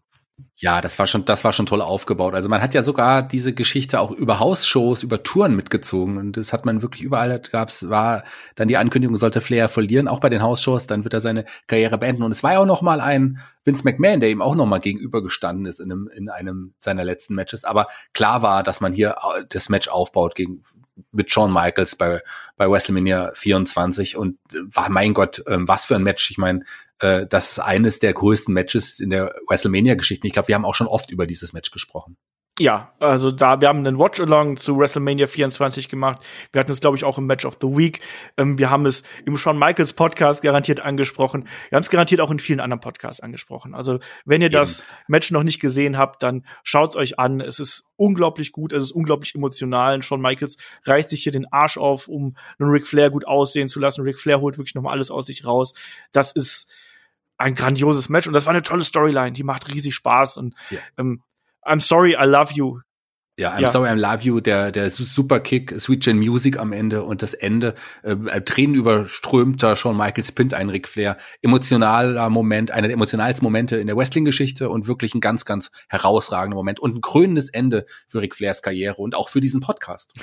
C: Ja, das war schon, das war schon toll aufgebaut. Also man hat ja sogar diese Geschichte auch über Hausshows, über Touren mitgezogen und das hat man wirklich überall gab's, war dann die Ankündigung, sollte Flair verlieren, auch bei den Hausshows, dann wird er seine Karriere beenden und es war ja auch noch mal ein Vince McMahon, der ihm auch noch mal gegenübergestanden ist in einem, in einem seiner letzten Matches, aber klar war, dass man hier das Match aufbaut gegen mit Shawn Michaels bei bei WrestleMania vierundzwanzig und war, mein Gott, was für ein Match. Ich meine, das ist eines der größten Matches in der WrestleMania-Geschichte. Ich glaube, wir haben auch schon oft über dieses Match gesprochen.
B: Ja, also da, wir haben einen Watch-Along zu WrestleMania vierundzwanzig gemacht. Wir hatten es, glaube ich, auch im Match of the Week. Ähm, wir haben es im Shawn Michaels Podcast garantiert angesprochen. Wir haben es garantiert auch in vielen anderen Podcasts angesprochen. Also, wenn ihr Eben. das Match noch nicht gesehen habt, dann schaut's euch an. Es ist unglaublich gut, es ist unglaublich emotional. Und Shawn Michaels reißt sich hier den Arsch auf, um einen Ric Flair gut aussehen zu lassen. Ric Flair holt wirklich noch mal alles aus sich raus. Das ist ein grandioses Match und das war eine tolle Storyline. Die macht riesig Spaß und ja. ähm, I'm sorry, I love you.
C: Ja, I'm ja. sorry, I love you, der, der Superkick, Sweet Chin Music am Ende und das Ende, äh, tränenüberströmter Shawn Michaels pinnt ein Ric Flair. Emotionaler Moment, einer der emotionalsten Momente in der Wrestling-Geschichte und wirklich ein ganz, ganz herausragender Moment und ein krönendes Ende für Ric Flairs Karriere und auch für diesen Podcast.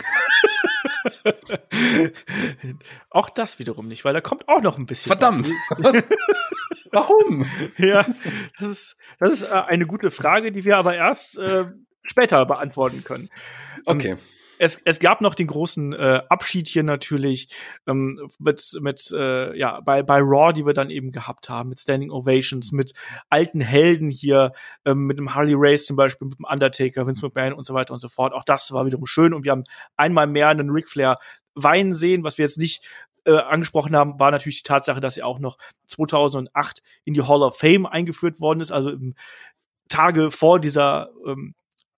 B: Auch das wiederum nicht, weil da kommt auch noch ein bisschen
C: Verdammt.
B: was.
C: Warum?
B: Ja, das ist, das ist äh, eine gute Frage, die wir aber erst äh, später beantworten können.
C: Okay.
B: Ähm, es, es gab noch den großen äh, Abschied hier natürlich ähm, mit, mit äh, ja, bei, bei Raw, die wir dann eben gehabt haben, mit Standing Ovations, mit alten Helden hier, ähm, mit dem Harley Race zum Beispiel, mit dem Undertaker, Vince McMahon und so weiter und so fort. Auch das war wiederum schön und wir haben einmal mehr einen Ric Flair weinen sehen, was wir jetzt nicht äh, angesprochen haben, war natürlich die Tatsache, dass er auch noch zweitausendacht in die Hall of Fame eingeführt worden ist, also im Tage vor dieser ähm,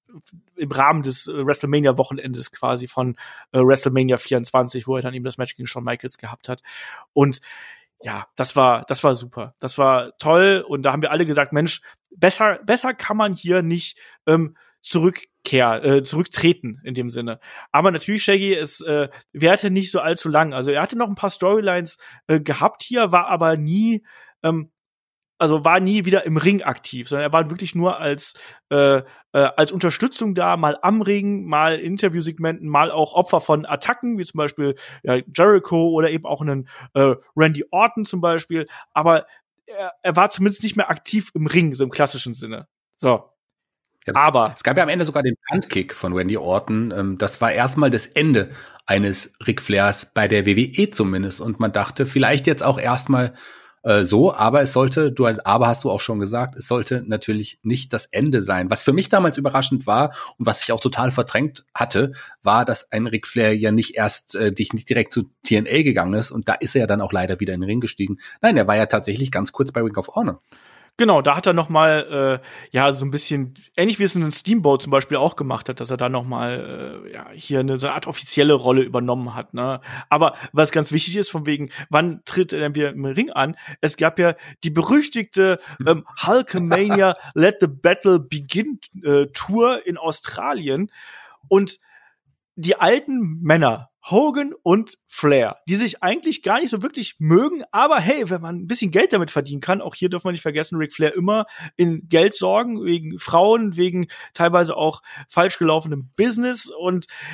B: im Rahmen des äh, WrestleMania-Wochenendes quasi von äh, WrestleMania vierundzwanzig, wo er dann eben das Match gegen Shawn Michaels gehabt hat. Und ja, das war, das war super. Das war toll. Und da haben wir alle gesagt, Mensch, besser, besser kann man hier nicht ähm, zurückkehr, äh, zurücktreten in dem Sinne. Aber natürlich, Shaggy, es äh, währte nicht so allzu lang. Also er hatte noch ein paar Storylines äh, gehabt hier, war aber nie ähm, Also war nie wieder im Ring aktiv, sondern er war wirklich nur als äh, äh, als Unterstützung da, mal am Ring, mal Interviewsegmenten, mal auch Opfer von Attacken, wie zum Beispiel ja, Jericho oder eben auch einen äh, Randy Orton zum Beispiel. Aber er, er war zumindest nicht mehr aktiv im Ring, so im klassischen Sinne. So.
C: Ja,
B: aber
C: es gab ja am Ende sogar den Puntkick von Randy Orton. Das war erstmal das Ende eines Ric Flairs bei der W W E zumindest. Und man dachte, vielleicht jetzt auch erstmal äh, so, aber es sollte, du aber hast du auch schon gesagt, es sollte natürlich nicht das Ende sein. Was für mich damals überraschend war und was ich auch total verdrängt hatte, war, dass ein Ric Flair ja nicht erst äh, dich nicht direkt zu T N A gegangen ist. Und da ist er ja dann auch leider wieder in den Ring gestiegen. Nein, er war ja tatsächlich ganz kurz bei Ring of Honor.
B: Genau, da hat er noch mal äh, ja so ein bisschen ähnlich wie es in Steamboat zum Beispiel auch gemacht hat, dass er da noch mal äh, ja hier eine so eine Art offizielle Rolle übernommen hat. Ne? Aber was ganz wichtig ist, von wegen, wann tritt er denn wieder im Ring an? Es gab ja die berüchtigte ähm, Hulkamania Let the Battle Begin äh, Tour in Australien und die alten Männer Hogan und Flair, die sich eigentlich gar nicht so wirklich mögen, aber hey, wenn man ein bisschen Geld damit verdienen kann, auch hier dürfen wir nicht vergessen, Ric Flair immer in Geld sorgen, wegen Frauen, wegen teilweise auch falsch gelaufenem Business und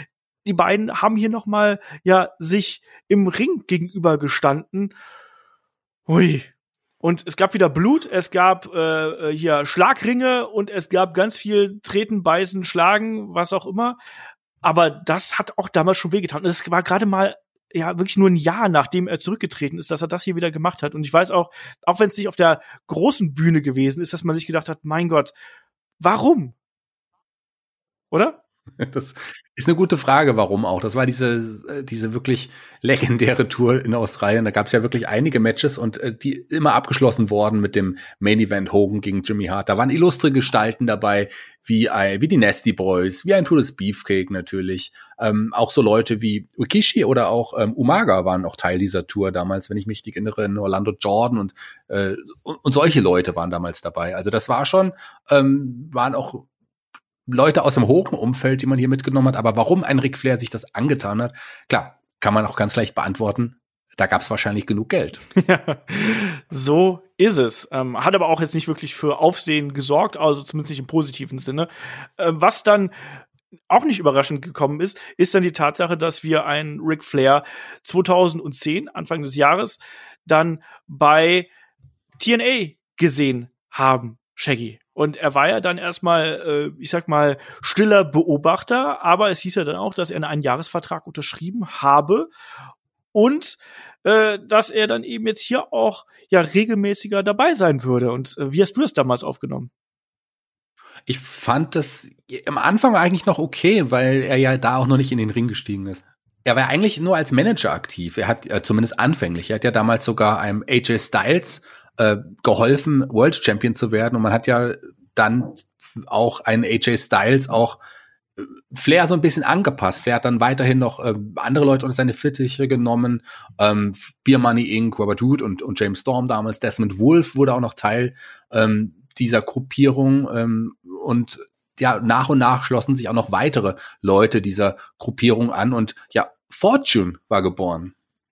B: die beiden haben hier noch mal ja sich im Ring gegenüber gestanden. Hui. Und es gab wieder Blut, es gab äh, hier Schlagringe und es gab ganz viel Treten, Beißen, Schlagen, was auch immer. Aber das hat auch damals schon wehgetan. Und es war gerade mal ja wirklich nur ein Jahr, nachdem er zurückgetreten ist, dass er das hier wieder gemacht hat. Und ich weiß auch, auch wenn es nicht auf der großen Bühne gewesen ist, dass man sich gedacht hat, mein Gott, warum? Oder?
C: Das ist eine gute Frage, warum auch. Das war diese diese wirklich legendäre Tour in Australien. Da gab es ja wirklich einige Matches und äh, die immer abgeschlossen worden mit dem Main Event Hogan gegen Jimmy Hart. Da waren illustre Gestalten dabei, wie ein, wie die Nasty Boys, wie ein Brutus Beefcake natürlich. Ähm, auch so Leute wie Rikishi oder auch ähm, Umaga waren auch Teil dieser Tour damals, wenn ich mich richtig erinnere. Orlando Jordan und, äh, und und solche Leute waren damals dabei. Also das war schon, ähm, waren auch Leute aus dem hohen Umfeld, die man hier mitgenommen hat. Aber warum ein Ric Flair sich das angetan hat, klar, kann man auch ganz leicht beantworten. Da gab es wahrscheinlich genug Geld.
B: Ja, so ist es. Ähm, hat aber auch jetzt nicht wirklich für Aufsehen gesorgt, also zumindest nicht im positiven Sinne. Ähm, was dann auch nicht überraschend gekommen ist, ist dann die Tatsache, dass wir einen Ric Flair zweitausendzehn, Anfang des Jahres, dann bei T N A gesehen haben, Shaggy. Und er war ja dann erstmal, äh, ich sag mal, stiller Beobachter, aber es hieß ja dann auch, dass er einen Einjahresvertrag unterschrieben habe und äh, dass er dann eben jetzt hier auch ja regelmäßiger dabei sein würde. Und äh, wie hast du das damals aufgenommen?
C: Ich fand das am Anfang eigentlich noch okay, weil er ja da auch noch nicht in den Ring gestiegen ist. Er war eigentlich nur als Manager aktiv. Er hat äh, zumindest anfänglich. Er hat ja damals sogar einem A J Styles äh, geholfen, World Champion zu werden. Und man hat ja dann auch einen A J Styles auch äh, Flair so ein bisschen angepasst. Flair hat dann weiterhin noch äh, andere Leute unter seine Fittiche genommen. Ähm, Beer Money Incorporated, Robert Roode und, und James Storm damals. Desmond Wolfe wurde auch noch Teil ähm, dieser Gruppierung. Ähm, und ja, nach und nach schlossen sich auch noch weitere Leute dieser Gruppierung an. Und ja, Fortune war geboren.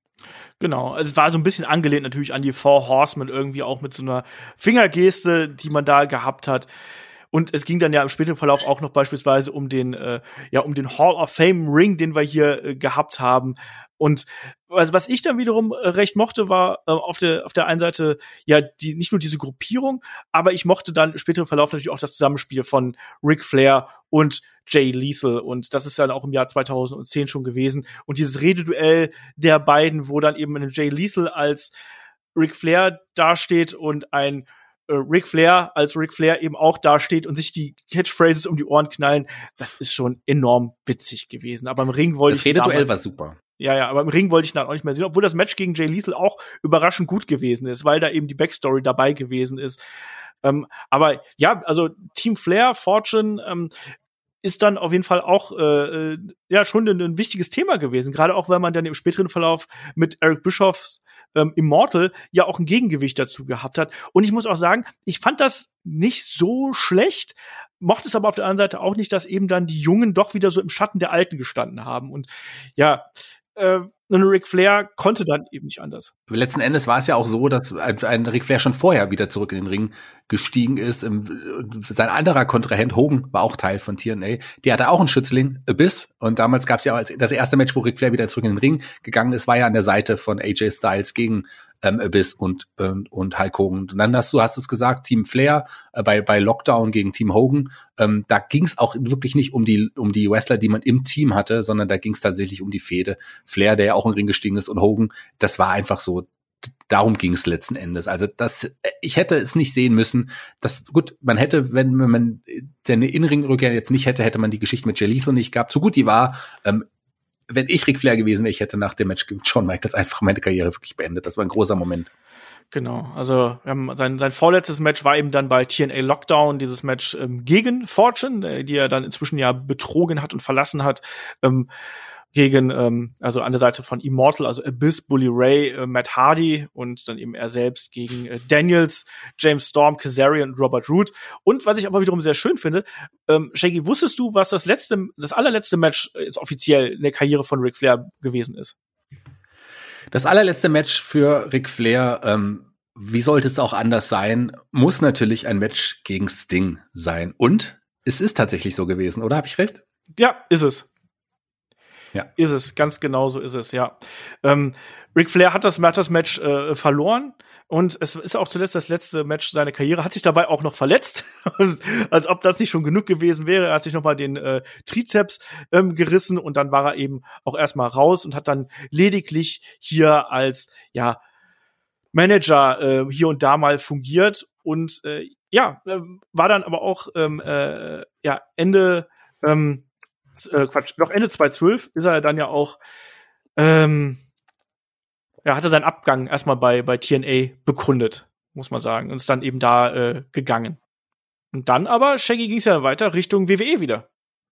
B: Genau, also es war so ein bisschen angelehnt natürlich an die Four Horsemen, irgendwie auch mit so einer Fingergeste, die man da gehabt hat. Und es ging dann ja im späteren Verlauf auch noch beispielsweise um den, äh, ja, um den Hall of Fame Ring, den wir hier äh, gehabt haben. Und also was ich dann wiederum äh, recht mochte, war äh, auf der auf der einen Seite ja die nicht nur diese Gruppierung, aber ich mochte dann im späteren Verlauf natürlich auch das Zusammenspiel von Ric Flair und Jay Lethal. Und das ist dann auch im Jahr zweitausendzehn schon gewesen. Und dieses Rededuell der beiden, wo dann eben ein Jay Lethal als Ric Flair dasteht und ein äh, Ric Flair als Ric Flair eben auch dasteht und sich die Catchphrases um die Ohren knallen, das ist schon enorm witzig gewesen. Aber im Ring wollte ich
C: das Rededuell war super.
B: Ja, ja, aber im Ring wollte ich dann auch nicht mehr sehen, obwohl das Match gegen Jay Lethal auch überraschend gut gewesen ist, weil da eben die Backstory dabei gewesen ist. Ähm, aber ja, also Team Flair, Fortune, ähm, ist dann auf jeden Fall auch äh, ja schon ein, ein wichtiges Thema gewesen, gerade auch weil man dann im späteren Verlauf mit Eric Bischoffs ähm, Immortal ja auch ein Gegengewicht dazu gehabt hat. Und ich muss auch sagen, ich fand das nicht so schlecht, mochte es aber auf der anderen Seite auch nicht, dass eben dann die Jungen doch wieder so im Schatten der Alten gestanden haben. Und ja, äh, ein Ric Flair konnte dann eben nicht anders.
C: Letzten Endes war es ja auch so, dass ein Ric Flair schon vorher wieder zurück in den Ring gestiegen ist. Sein anderer Kontrahent Hogan war auch Teil von T N A. Die hatte auch einen Schützling, Abyss. Und damals gab es ja auch als das erste Match, wo Ric Flair wieder zurück in den Ring gegangen ist, war ja an der Seite von A J Styles gegen ähm, Abyss und, ähm, und Hulk Hogan. Und dann hast du hast es gesagt, Team Flair äh, bei bei Lockdown gegen Team Hogan. Ähm, da ging es auch wirklich nicht um die um die Wrestler, die man im Team hatte, sondern da ging es tatsächlich um die Fehde. Flair, der ja auch in den Ring gestiegen ist, und Hogan, das war einfach so. Darum ging es letzten Endes. Also das, ich hätte es nicht sehen müssen. Das gut, man hätte, wenn man seine In-Ring-Rückkehr jetzt nicht hätte, hätte man die Geschichte mit Jay Lethal nicht gehabt. So gut die war, ähm, wenn ich Ric Flair gewesen wäre, ich hätte nach dem Match mit Shawn Michaels einfach meine Karriere wirklich beendet. Das war ein großer Moment.
B: Genau, also ähm, sein, sein vorletztes Match war eben dann bei T N A Lockdown, dieses Match ähm, gegen Fortune, die er dann inzwischen ja betrogen hat und verlassen hat. Ähm, gegen, ähm, also an der Seite von Immortal, also Abyss, Bully Ray, äh, Matt Hardy und dann eben er selbst gegen äh, Daniels, James Storm, Kazarian und Robert Roode. Und was ich aber wiederum sehr schön finde, ähm, Shaggy, wusstest du, was das letzte, das allerletzte Match jetzt offiziell in der Karriere von Ric Flair gewesen ist?
C: Das allerletzte Match für Ric Flair, ähm, wie sollte es auch anders sein, muss natürlich ein Match gegen Sting sein. Und es ist tatsächlich so gewesen, oder? Habe ich recht?
B: Ja, ist es.
C: Ja.
B: Ist es, ganz genau so ist es, ja. Ähm, Ric Flair hat das, hat das Match äh, verloren und es ist auch zuletzt das letzte Match seiner Karriere, hat sich dabei auch noch verletzt, als ob das nicht schon genug gewesen wäre. Er hat sich noch mal den äh, Trizeps ähm, gerissen und dann war er eben auch erstmal raus und hat dann lediglich hier als, ja, Manager äh, hier und da mal fungiert und äh, ja, äh, war dann aber auch ähm, äh, ja, Ende ähm, Äh, Quatsch, noch Ende zweitausendzwölf ist er dann ja auch, ähm, ja, hatte seinen Abgang erstmal bei, bei T N A begründet, muss man sagen, und ist dann eben da äh, gegangen. Und dann aber, Shaggy, ging es ja weiter Richtung W W E wieder.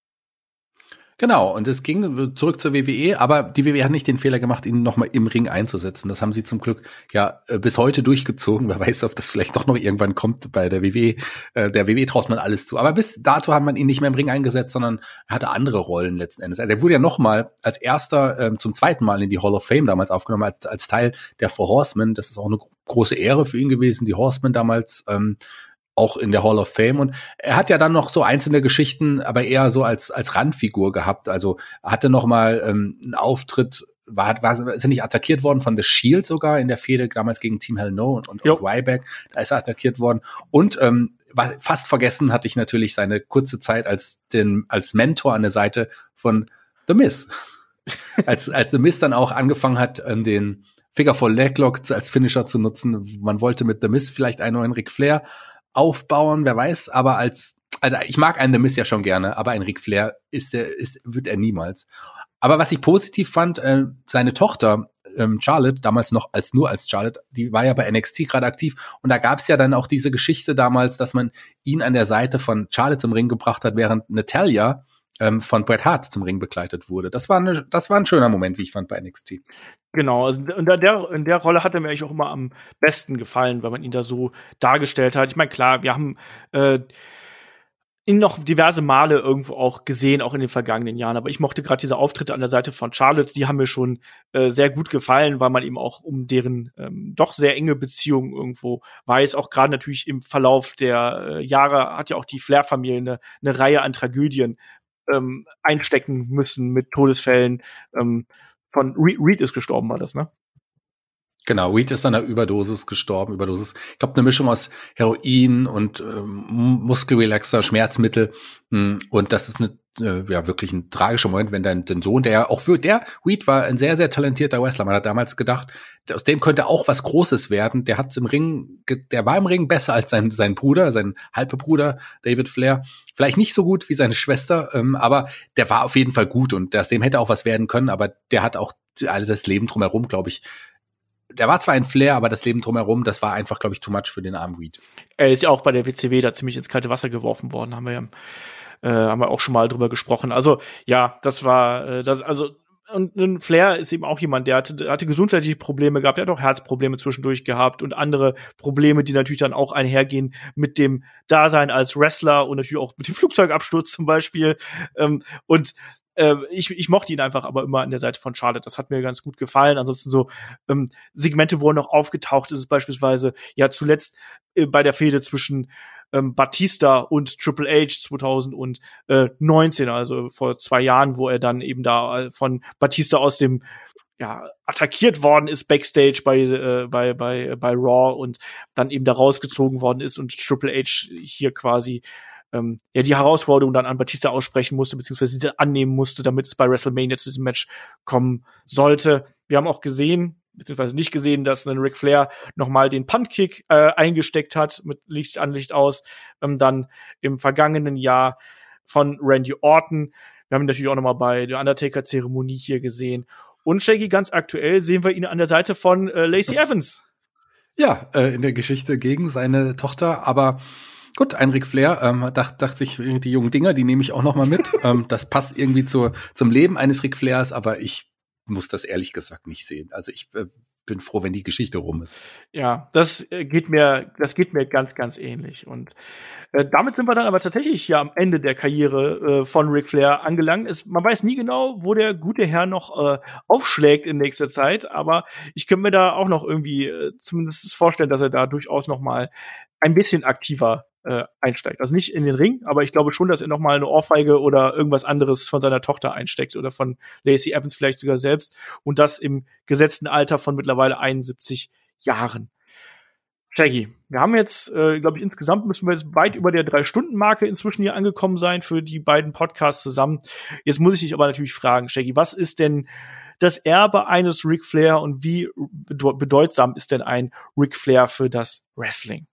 C: Genau, und es ging zurück zur W W E, aber die W W E hat nicht den Fehler gemacht, ihn nochmal im Ring einzusetzen. Das haben sie zum Glück ja bis heute durchgezogen. Wer weiß, ob das vielleicht doch noch irgendwann kommt bei der W W E. Äh, der W W E traut man alles zu. Aber bis dato hat man ihn nicht mehr im Ring eingesetzt, sondern er hatte andere Rollen letzten Endes. Also er wurde ja nochmal als erster ähm, zum zweiten Mal in die Hall of Fame damals aufgenommen, als, als Teil der Four Horsemen. Das ist auch eine große Ehre für ihn gewesen, die Horsemen damals ähm, auch in der Hall of Fame. Und er hat ja dann noch so einzelne Geschichten, aber eher so als als Randfigur gehabt. Also er hatte noch mal ähm, einen Auftritt, war, war ist er nicht attackiert worden von The Shield sogar in der Fehde damals gegen Team Hell No und, und, und Ryback. Da ist er attackiert worden. Und ähm, war, fast vergessen hatte ich natürlich seine kurze Zeit als den als Mentor an der Seite von The Miz. als als The Miz dann auch angefangen hat, ähm, den Figure Four Leglock als Finisher zu nutzen. Man wollte mit The Miz vielleicht einen neuen Ric Flair aufbauen, wer weiß, aber als, also ich mag einen The Miz ja schon gerne, aber ein Ric Flair ist der, ist, wird er niemals. Aber was ich positiv fand, äh, seine Tochter, ähm, Charlotte, damals noch als nur als Charlotte, die war ja bei N X T gerade aktiv und da gab's ja dann auch diese Geschichte damals, dass man ihn an der Seite von Charlotte zum Ring gebracht hat, während Natalya ähm, von Bret Hart zum Ring begleitet wurde. Das war eine, das war ein schöner Moment, wie ich fand, bei N X T.
B: Genau, also in der, in der Rolle hat er mir eigentlich auch immer am besten gefallen, weil man ihn da so dargestellt hat. Ich meine, klar, wir haben äh, ihn noch diverse Male irgendwo auch gesehen, auch in den vergangenen Jahren. Aber ich mochte gerade diese Auftritte an der Seite von Charlotte, die haben mir schon äh, sehr gut gefallen, weil man eben auch um deren ähm, doch sehr enge Beziehung irgendwo weiß. Auch gerade natürlich im Verlauf der äh, Jahre hat ja auch die Flair-Familie eine, eine Reihe an Tragödien ähm, einstecken müssen mit Todesfällen. Ähm, von Reed, Reed ist gestorben, war das, ne?
C: Genau, Reed ist an einer Überdosis gestorben, Überdosis. Ich glaube, eine Mischung aus Heroin und ähm, Muskelrelaxer, Schmerzmittel. Mh, und das ist eine, äh, ja wirklich ein tragischer Moment, wenn dein, dein Sohn, der ja auch für, der Reed war ein sehr, sehr talentierter Wrestler. Man hat damals gedacht, aus dem könnte auch was Großes werden. Der hat's im Ring, der war im Ring besser als sein, sein Bruder, sein halber Bruder, David Flair. Vielleicht nicht so gut wie seine Schwester, ähm, aber der war auf jeden Fall gut und aus dem hätte auch was werden können, aber der hat auch all das Leben drumherum, glaube ich. Der war zwar ein Flair, aber das Leben drumherum, das war einfach, glaube ich, too much für den armen Reed. Er
B: ist ja auch bei der W C W da ziemlich ins kalte Wasser geworfen worden, haben wir ja, äh, haben wir auch schon mal drüber gesprochen. Also ja, das war, äh, das, also und ein Flair ist eben auch jemand, der hatte, hatte gesundheitliche Probleme gehabt, der hat auch Herzprobleme zwischendurch gehabt und andere Probleme, die natürlich dann auch einhergehen mit dem Dasein als Wrestler und natürlich auch mit dem Flugzeugabsturz zum Beispiel. Ähm, und äh, ich, ich mochte ihn einfach aber immer an der Seite von Charlotte. Das hat mir ganz gut gefallen. Ansonsten so ähm, Segmente, wo er noch aufgetaucht ist, ist beispielsweise ja zuletzt äh, bei der Fehde zwischen Ähm, Batista und Triple H zweitausendneunzehn, also vor zwei Jahren, wo er dann eben da von Batista aus dem ja attackiert worden ist backstage bei äh, bei bei bei Raw und dann eben da rausgezogen worden ist und Triple H hier quasi ähm, ja die Herausforderung dann an Batista aussprechen musste beziehungsweise sie annehmen musste, damit es bei WrestleMania zu diesem Match kommen sollte. Wir haben auch gesehen beziehungsweise nicht gesehen, dass ein Ric Flair nochmal den Puntkick äh, eingesteckt hat, mit Licht an Licht aus, ähm, dann im vergangenen Jahr von Randy Orton. Wir haben ihn natürlich auch nochmal bei der Undertaker-Zeremonie hier gesehen. Und Shaggy, ganz aktuell sehen wir ihn an der Seite von äh, Lacey Evans.
C: Ja, äh, in der Geschichte gegen seine Tochter, aber gut, ein Ric Flair, ähm, dachte dacht sich, die jungen Dinger, die nehme ich auch noch mal mit. ähm, das passt irgendwie zur, zum Leben eines Ric Flairs, aber ich muss das ehrlich gesagt nicht sehen. Also ich äh, bin froh, wenn die Geschichte rum ist.
B: Ja, das äh, geht mir, das geht mir ganz, ganz ähnlich. Und äh, damit sind wir dann aber tatsächlich ja am Ende der Karriere äh, von Ric Flair angelangt. Es, man weiß nie genau, wo der gute Herr noch äh, aufschlägt in nächster Zeit, aber ich könnte mir da auch noch irgendwie äh, zumindest vorstellen, dass er da durchaus noch mal ein bisschen aktiver äh, einsteigt. Also nicht in den Ring, aber ich glaube schon, dass er noch mal eine Ohrfeige oder irgendwas anderes von seiner Tochter einsteckt oder von Lacey Evans vielleicht sogar selbst und das im gesetzten Alter von mittlerweile einundsiebzig Jahren. Shaggy, wir haben jetzt, äh, glaube ich, insgesamt müssen wir jetzt weit über der Drei-Stunden-Marke inzwischen hier angekommen sein für die beiden Podcasts zusammen. Jetzt muss ich dich aber natürlich fragen, Shaggy, was ist denn das Erbe eines Ric Flair und wie bedeutsam ist denn ein Ric Flair für das Wrestling?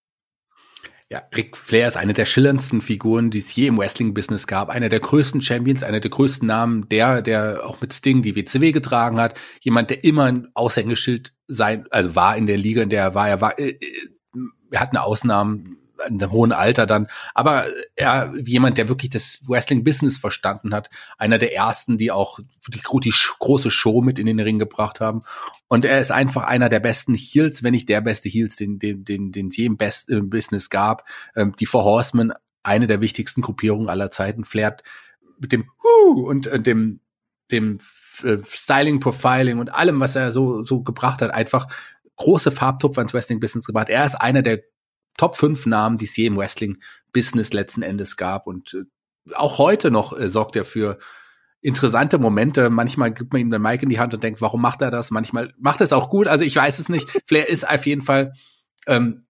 C: Ja, Ric Flair ist eine der schillerndsten Figuren, die es je im Wrestling-Business gab. Einer der größten Champions, einer der größten Namen, der, der auch mit Sting die W C W getragen hat. Jemand, der immer ein Aushängeschild sein, also war in der Liga, in der er war. Er war, äh, er hat eine Ausnahme in einem hohen Alter dann. Aber er, jemand, der wirklich das Wrestling-Business verstanden hat. Einer der ersten, die auch die, die große Show mit in den Ring gebracht haben. Und er ist einfach einer der besten Heels, wenn nicht der beste Heels, den den den den es je im Best, im Business gab. Ähm, die Four Horsemen, eine der wichtigsten Gruppierungen aller Zeiten, Flair mit dem Huh und äh, dem dem äh, Styling, Profiling und allem, was er so so gebracht hat, einfach große Farbtupfer ins Wrestling-Business gebracht. Er ist einer der Top fünf Namen, die es je im Wrestling-Business letzten Endes gab. Und äh, auch heute noch äh, sorgt er für interessante Momente. Manchmal gibt man ihm den Mic in die Hand und denkt, warum macht er das? Manchmal macht er es auch gut. Also ich weiß es nicht. Flair ist auf jeden Fall, ähm,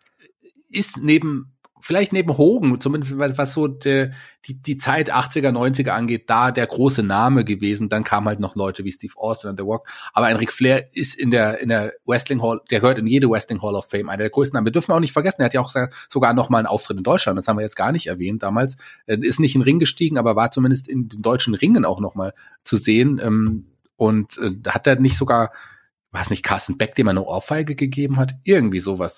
C: ist neben, vielleicht neben Hogan, zumindest was so de, die, die Zeit achtziger, neunziger angeht, da der große Name gewesen. Dann kamen halt noch Leute wie Steve Austin und The Rock. Aber ein Ric Flair ist in der, in der Wrestling Hall, der gehört in jede Wrestling Hall of Fame, einer der größten Namen. Wir dürfen auch nicht vergessen, er hat ja auch sogar noch mal einen Auftritt in Deutschland. Das haben wir jetzt gar nicht erwähnt damals. Er ist nicht in den Ring gestiegen, aber war zumindest in den deutschen Ringen auch noch mal zu sehen. Und hat er nicht sogar, war es nicht Carsten Beck, dem er eine Ohrfeige gegeben hat? Irgendwie sowas.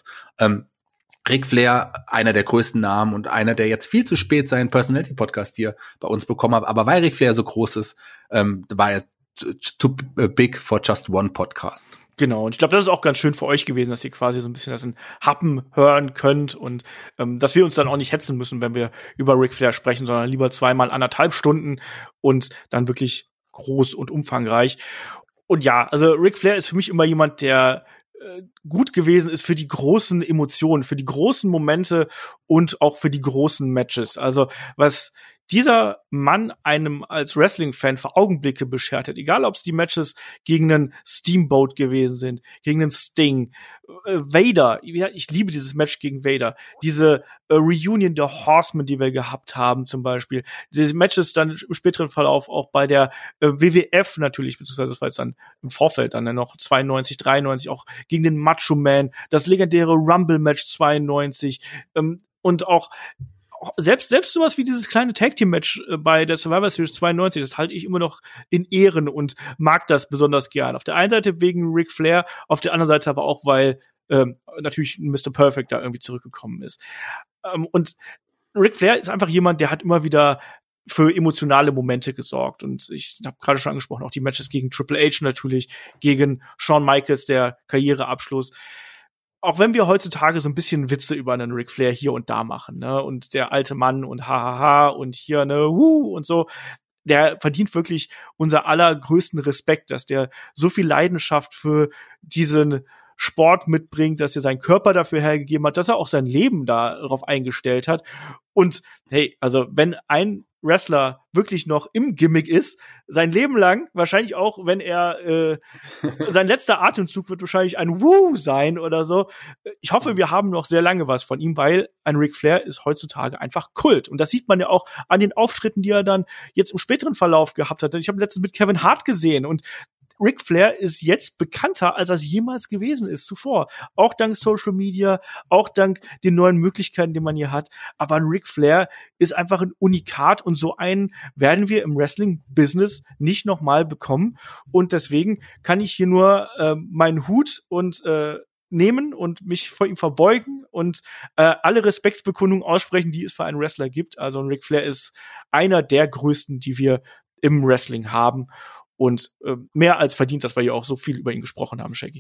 C: Ric Flair, einer der größten Namen und einer, der jetzt viel zu spät seinen Personality-Podcast hier bei uns bekommen hat. Aber weil Ric Flair so groß ist, ähm, war er too big for just one podcast.
B: Genau, und ich glaube, das ist auch ganz schön für euch gewesen, dass ihr quasi so ein bisschen das in Happen hören könnt und ähm, dass wir uns dann auch nicht hetzen müssen, wenn wir über Ric Flair sprechen, sondern lieber zweimal anderthalb Stunden und dann wirklich groß und umfangreich. Und ja, also Ric Flair ist für mich immer jemand, der gut gewesen ist für die großen Emotionen, für die großen Momente und auch für die großen Matches. Also was dieser Mann einem als Wrestling-Fan für Augenblicke beschert hat, egal ob es die Matches gegen einen Steamboat gewesen sind, gegen einen Sting, äh, Vader, ich liebe dieses Match gegen Vader, diese äh, Reunion der Horsemen, die wir gehabt haben zum Beispiel, diese Matches dann im späteren Verlauf auch bei der äh, W W F natürlich, beziehungsweise das war jetzt dann im Vorfeld dann noch zweiundneunzig, dreiundneunzig auch gegen den Macho Man, das legendäre Rumble-Match zweiundneunzig ähm, und auch Selbst, selbst sowas wie dieses kleine Tag-Team-Match bei der Survivor Series zweiundneunzig, das halte ich immer noch in Ehren und mag das besonders gern. Auf der einen Seite wegen Ric Flair, auf der anderen Seite aber auch, weil ähm, natürlich Mister Perfect da irgendwie zurückgekommen ist. Ähm, und Ric Flair ist einfach jemand, der hat immer wieder für emotionale Momente gesorgt. Und ich habe gerade schon angesprochen, auch die Matches gegen Triple H natürlich, gegen Shawn Michaels, der Karriereabschluss. Auch wenn wir heutzutage so ein bisschen Witze über einen Ric Flair hier und da machen, ne, und der alte Mann und hahaha und hier ne hu und so, der verdient wirklich unser allergrößten Respekt, dass der so viel Leidenschaft für diesen Sport mitbringt, dass er seinen Körper dafür hergegeben hat, dass er auch sein Leben darauf eingestellt hat. Und hey, also wenn ein Wrestler wirklich noch im Gimmick ist, sein Leben lang, wahrscheinlich auch, wenn er äh, sein letzter Atemzug wird wahrscheinlich ein Woo sein oder so. Ich hoffe, wir haben noch sehr lange was von ihm, weil ein Ric Flair ist heutzutage einfach Kult. Und das sieht man ja auch an den Auftritten, die er dann jetzt im späteren Verlauf gehabt hat. Ich habe letztens mit Kevin Hart gesehen und Ric Flair ist jetzt bekannter, als er jemals gewesen ist zuvor. Auch dank Social Media, auch dank den neuen Möglichkeiten, die man hier hat. Aber ein Ric Flair ist einfach ein Unikat und so einen werden wir im Wrestling-Business nicht nochmal bekommen. Und deswegen kann ich hier nur äh, meinen Hut und äh, nehmen und mich vor ihm verbeugen und äh, alle Respektsbekundungen aussprechen, die es für einen Wrestler gibt. Also ein Ric Flair ist einer der größten, die wir im Wrestling haben. Und äh, mehr als verdient, dass wir ja auch so viel über ihn gesprochen haben, Shaggy.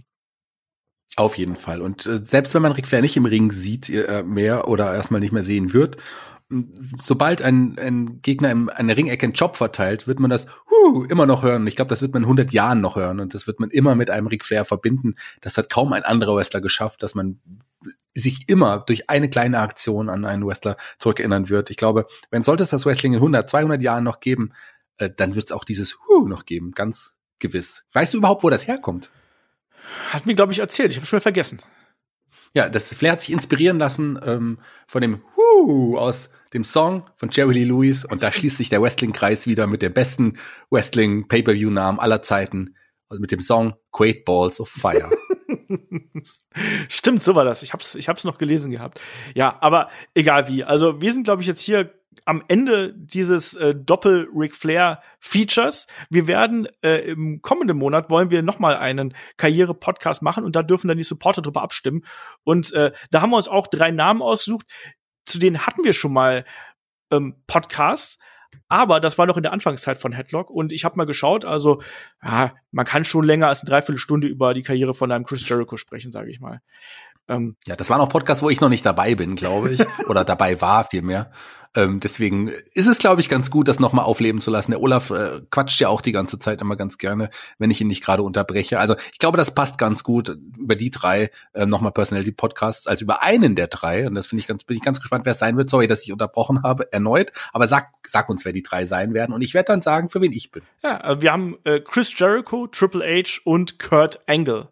C: Auf jeden Fall. Und äh, selbst wenn man Ric Flair nicht im Ring sieht äh, mehr oder erstmal nicht mehr sehen wird, sobald ein, ein Gegner in einer Ringecke einen Job verteilt, wird man das huh, immer noch hören. Ich glaube, das wird man in hundert Jahren noch hören. Und das wird man immer mit einem Ric Flair verbinden. Das hat kaum ein anderer Wrestler geschafft, dass man sich immer durch eine kleine Aktion an einen Wrestler zurückerinnern wird. Ich glaube, wenn sollte es das Wrestling in hundert, zweihundert Jahren noch geben, äh, dann wird es auch dieses Huh noch geben, ganz gewiss. Weißt du überhaupt, wo das herkommt?
B: Hat mir, glaube ich, erzählt. Ich habe schon vergessen.
C: Ja, das Flair hat sich inspirieren lassen ähm, von dem Huh aus dem Song von Jerry Lee Lewis. Und da schließt sich der Wrestling-Kreis wieder mit dem besten Wrestling-Pay-Per-View-Namen aller Zeiten. Also mit dem Song Great Balls of Fire.
B: Stimmt, so war das. Ich hab's, ich hab's noch gelesen gehabt. Ja, aber egal wie. Also wir sind, glaube ich, jetzt hier am Ende dieses äh, Doppel-Ric Flair-Features. Wir werden äh, im kommenden Monat wollen wir noch mal einen Karriere-Podcast machen und da dürfen dann die Supporter drüber abstimmen. Und äh, da haben wir uns auch drei Namen ausgesucht. Zu denen hatten wir schon mal ähm, Podcasts. Aber das war noch in der Anfangszeit von Headlock und ich habe mal geschaut, also ja, man kann schon länger als eine Dreiviertelstunde über die Karriere von einem Chris Jericho sprechen, sage ich mal. Ähm,
C: ja, das waren auch Podcasts, wo ich noch nicht dabei bin, glaube ich, oder dabei war vielmehr. Ähm, deswegen ist es, glaube ich, ganz gut, das nochmal aufleben zu lassen. Der Olaf äh, quatscht ja auch die ganze Zeit immer ganz gerne, wenn ich ihn nicht gerade unterbreche. Also ich glaube, das passt ganz gut über die drei äh, nochmal Personality-Podcasts als über einen der drei. Und das finde ich ganz, bin ich ganz gespannt, wer es sein wird. Sorry, dass ich unterbrochen habe, erneut. Aber sag, sag uns, wer die drei sein werden. Und ich werde dann sagen, für wen ich bin.
B: Ja, wir haben äh, Chris Jericho, Triple H und Kurt Angle.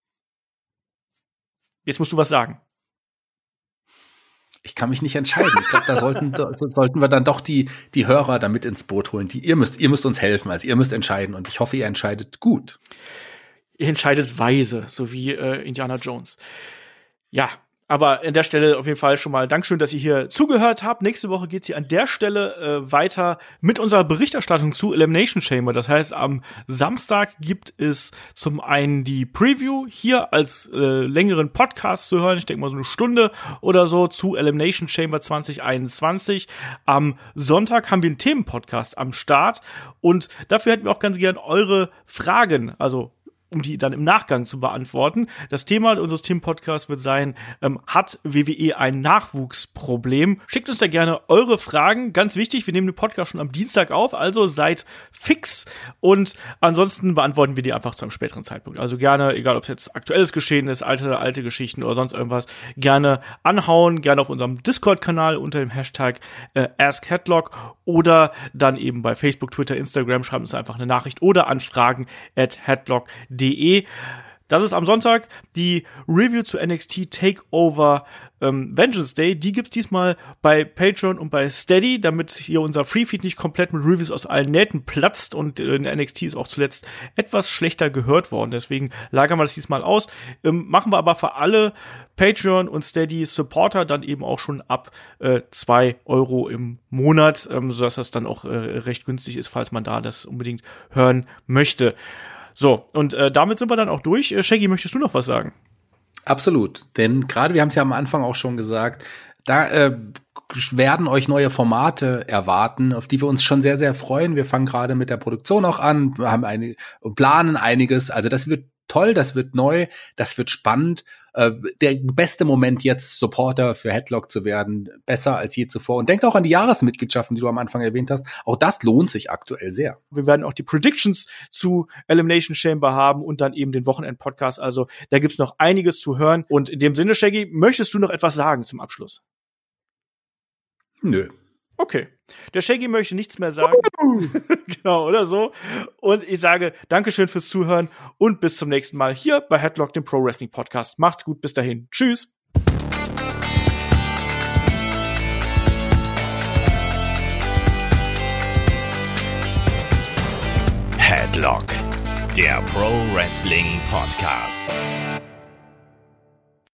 B: Jetzt musst du was sagen.
C: Ich kann mich nicht entscheiden. Ich glaube, da sollten, da sollten wir dann doch die, die Hörer damit ins Boot holen. Die, ihr müsst, ihr müsst uns helfen. Also ihr müsst entscheiden. Und ich hoffe, ihr entscheidet gut.
B: Ihr entscheidet weise, so wie äh, Indiana Jones. Ja, aber an der Stelle auf jeden Fall schon mal Dankeschön, dass ihr hier zugehört habt. Nächste Woche geht's hier an der Stelle äh, weiter mit unserer Berichterstattung zu Elimination Chamber. Das heißt, am Samstag gibt es zum einen die Preview hier als äh, längeren Podcast zu hören. Ich denke mal so eine Stunde oder so zu Elimination Chamber zwanzig einundzwanzig. Am Sonntag haben wir einen Themenpodcast am Start und dafür hätten wir auch ganz gern eure Fragen, also um die dann im Nachgang zu beantworten. Das Thema unseres Themenpodcasts wird sein, ähm, hat W W E ein Nachwuchsproblem? Schickt uns da gerne eure Fragen. Ganz wichtig, wir nehmen den Podcast schon am Dienstag auf, also seid fix. Und ansonsten beantworten wir die einfach zu einem späteren Zeitpunkt. Also gerne, egal ob es jetzt aktuelles Geschehen ist, alte, alte Geschichten oder sonst irgendwas, gerne anhauen, gerne auf unserem Discord-Kanal unter dem Hashtag äh, AskHeadlock oder dann eben bei Facebook, Twitter, Instagram, schreibt uns einfach eine Nachricht oder an fragen at headlock punkt de. Das ist am Sonntag die Review zu N X T Takeover ähm, Vengeance Day. Die gibt's diesmal bei Patreon und bei Steady, damit hier unser Freefeed nicht komplett mit Reviews aus allen Nähten platzt. Und äh, N X T ist auch zuletzt etwas schlechter gehört worden. Deswegen lagern wir das diesmal aus. Ähm, machen wir aber für alle Patreon und Steady Supporter dann eben auch schon ab äh, zwei Euro im Monat, ähm, sodass das dann auch äh, recht günstig ist, falls man da das unbedingt hören möchte. So, und äh, damit sind wir dann auch durch. Äh, Shaggy, möchtest du noch was sagen?
C: Absolut, denn gerade, wir haben es ja am Anfang auch schon gesagt, da äh, werden euch neue Formate erwarten, auf die wir uns schon sehr, sehr freuen. Wir fangen gerade mit der Produktion auch an, wir haben eine, planen einiges, also das wird toll, das wird neu, das wird spannend. Äh, der beste Moment jetzt, Supporter für Headlock zu werden, besser als je zuvor. Und denkt auch an die Jahresmitgliedschaften, die du am Anfang erwähnt hast. Auch das lohnt sich aktuell sehr.
B: Wir werden auch die Predictions zu Elimination Chamber haben und dann eben den Wochenend-Podcast. Also da gibt's noch einiges zu hören. Und in dem Sinne, Shaggy, möchtest du noch etwas sagen zum Abschluss?
C: Nö.
B: Okay. Der Shaggy möchte nichts mehr sagen. Genau, oder so. Und ich sage Dankeschön fürs Zuhören und bis zum nächsten Mal hier bei Headlock, dem Pro Wrestling Podcast. Macht's gut, bis dahin. Tschüss.
A: Headlock, der Pro Wrestling Podcast.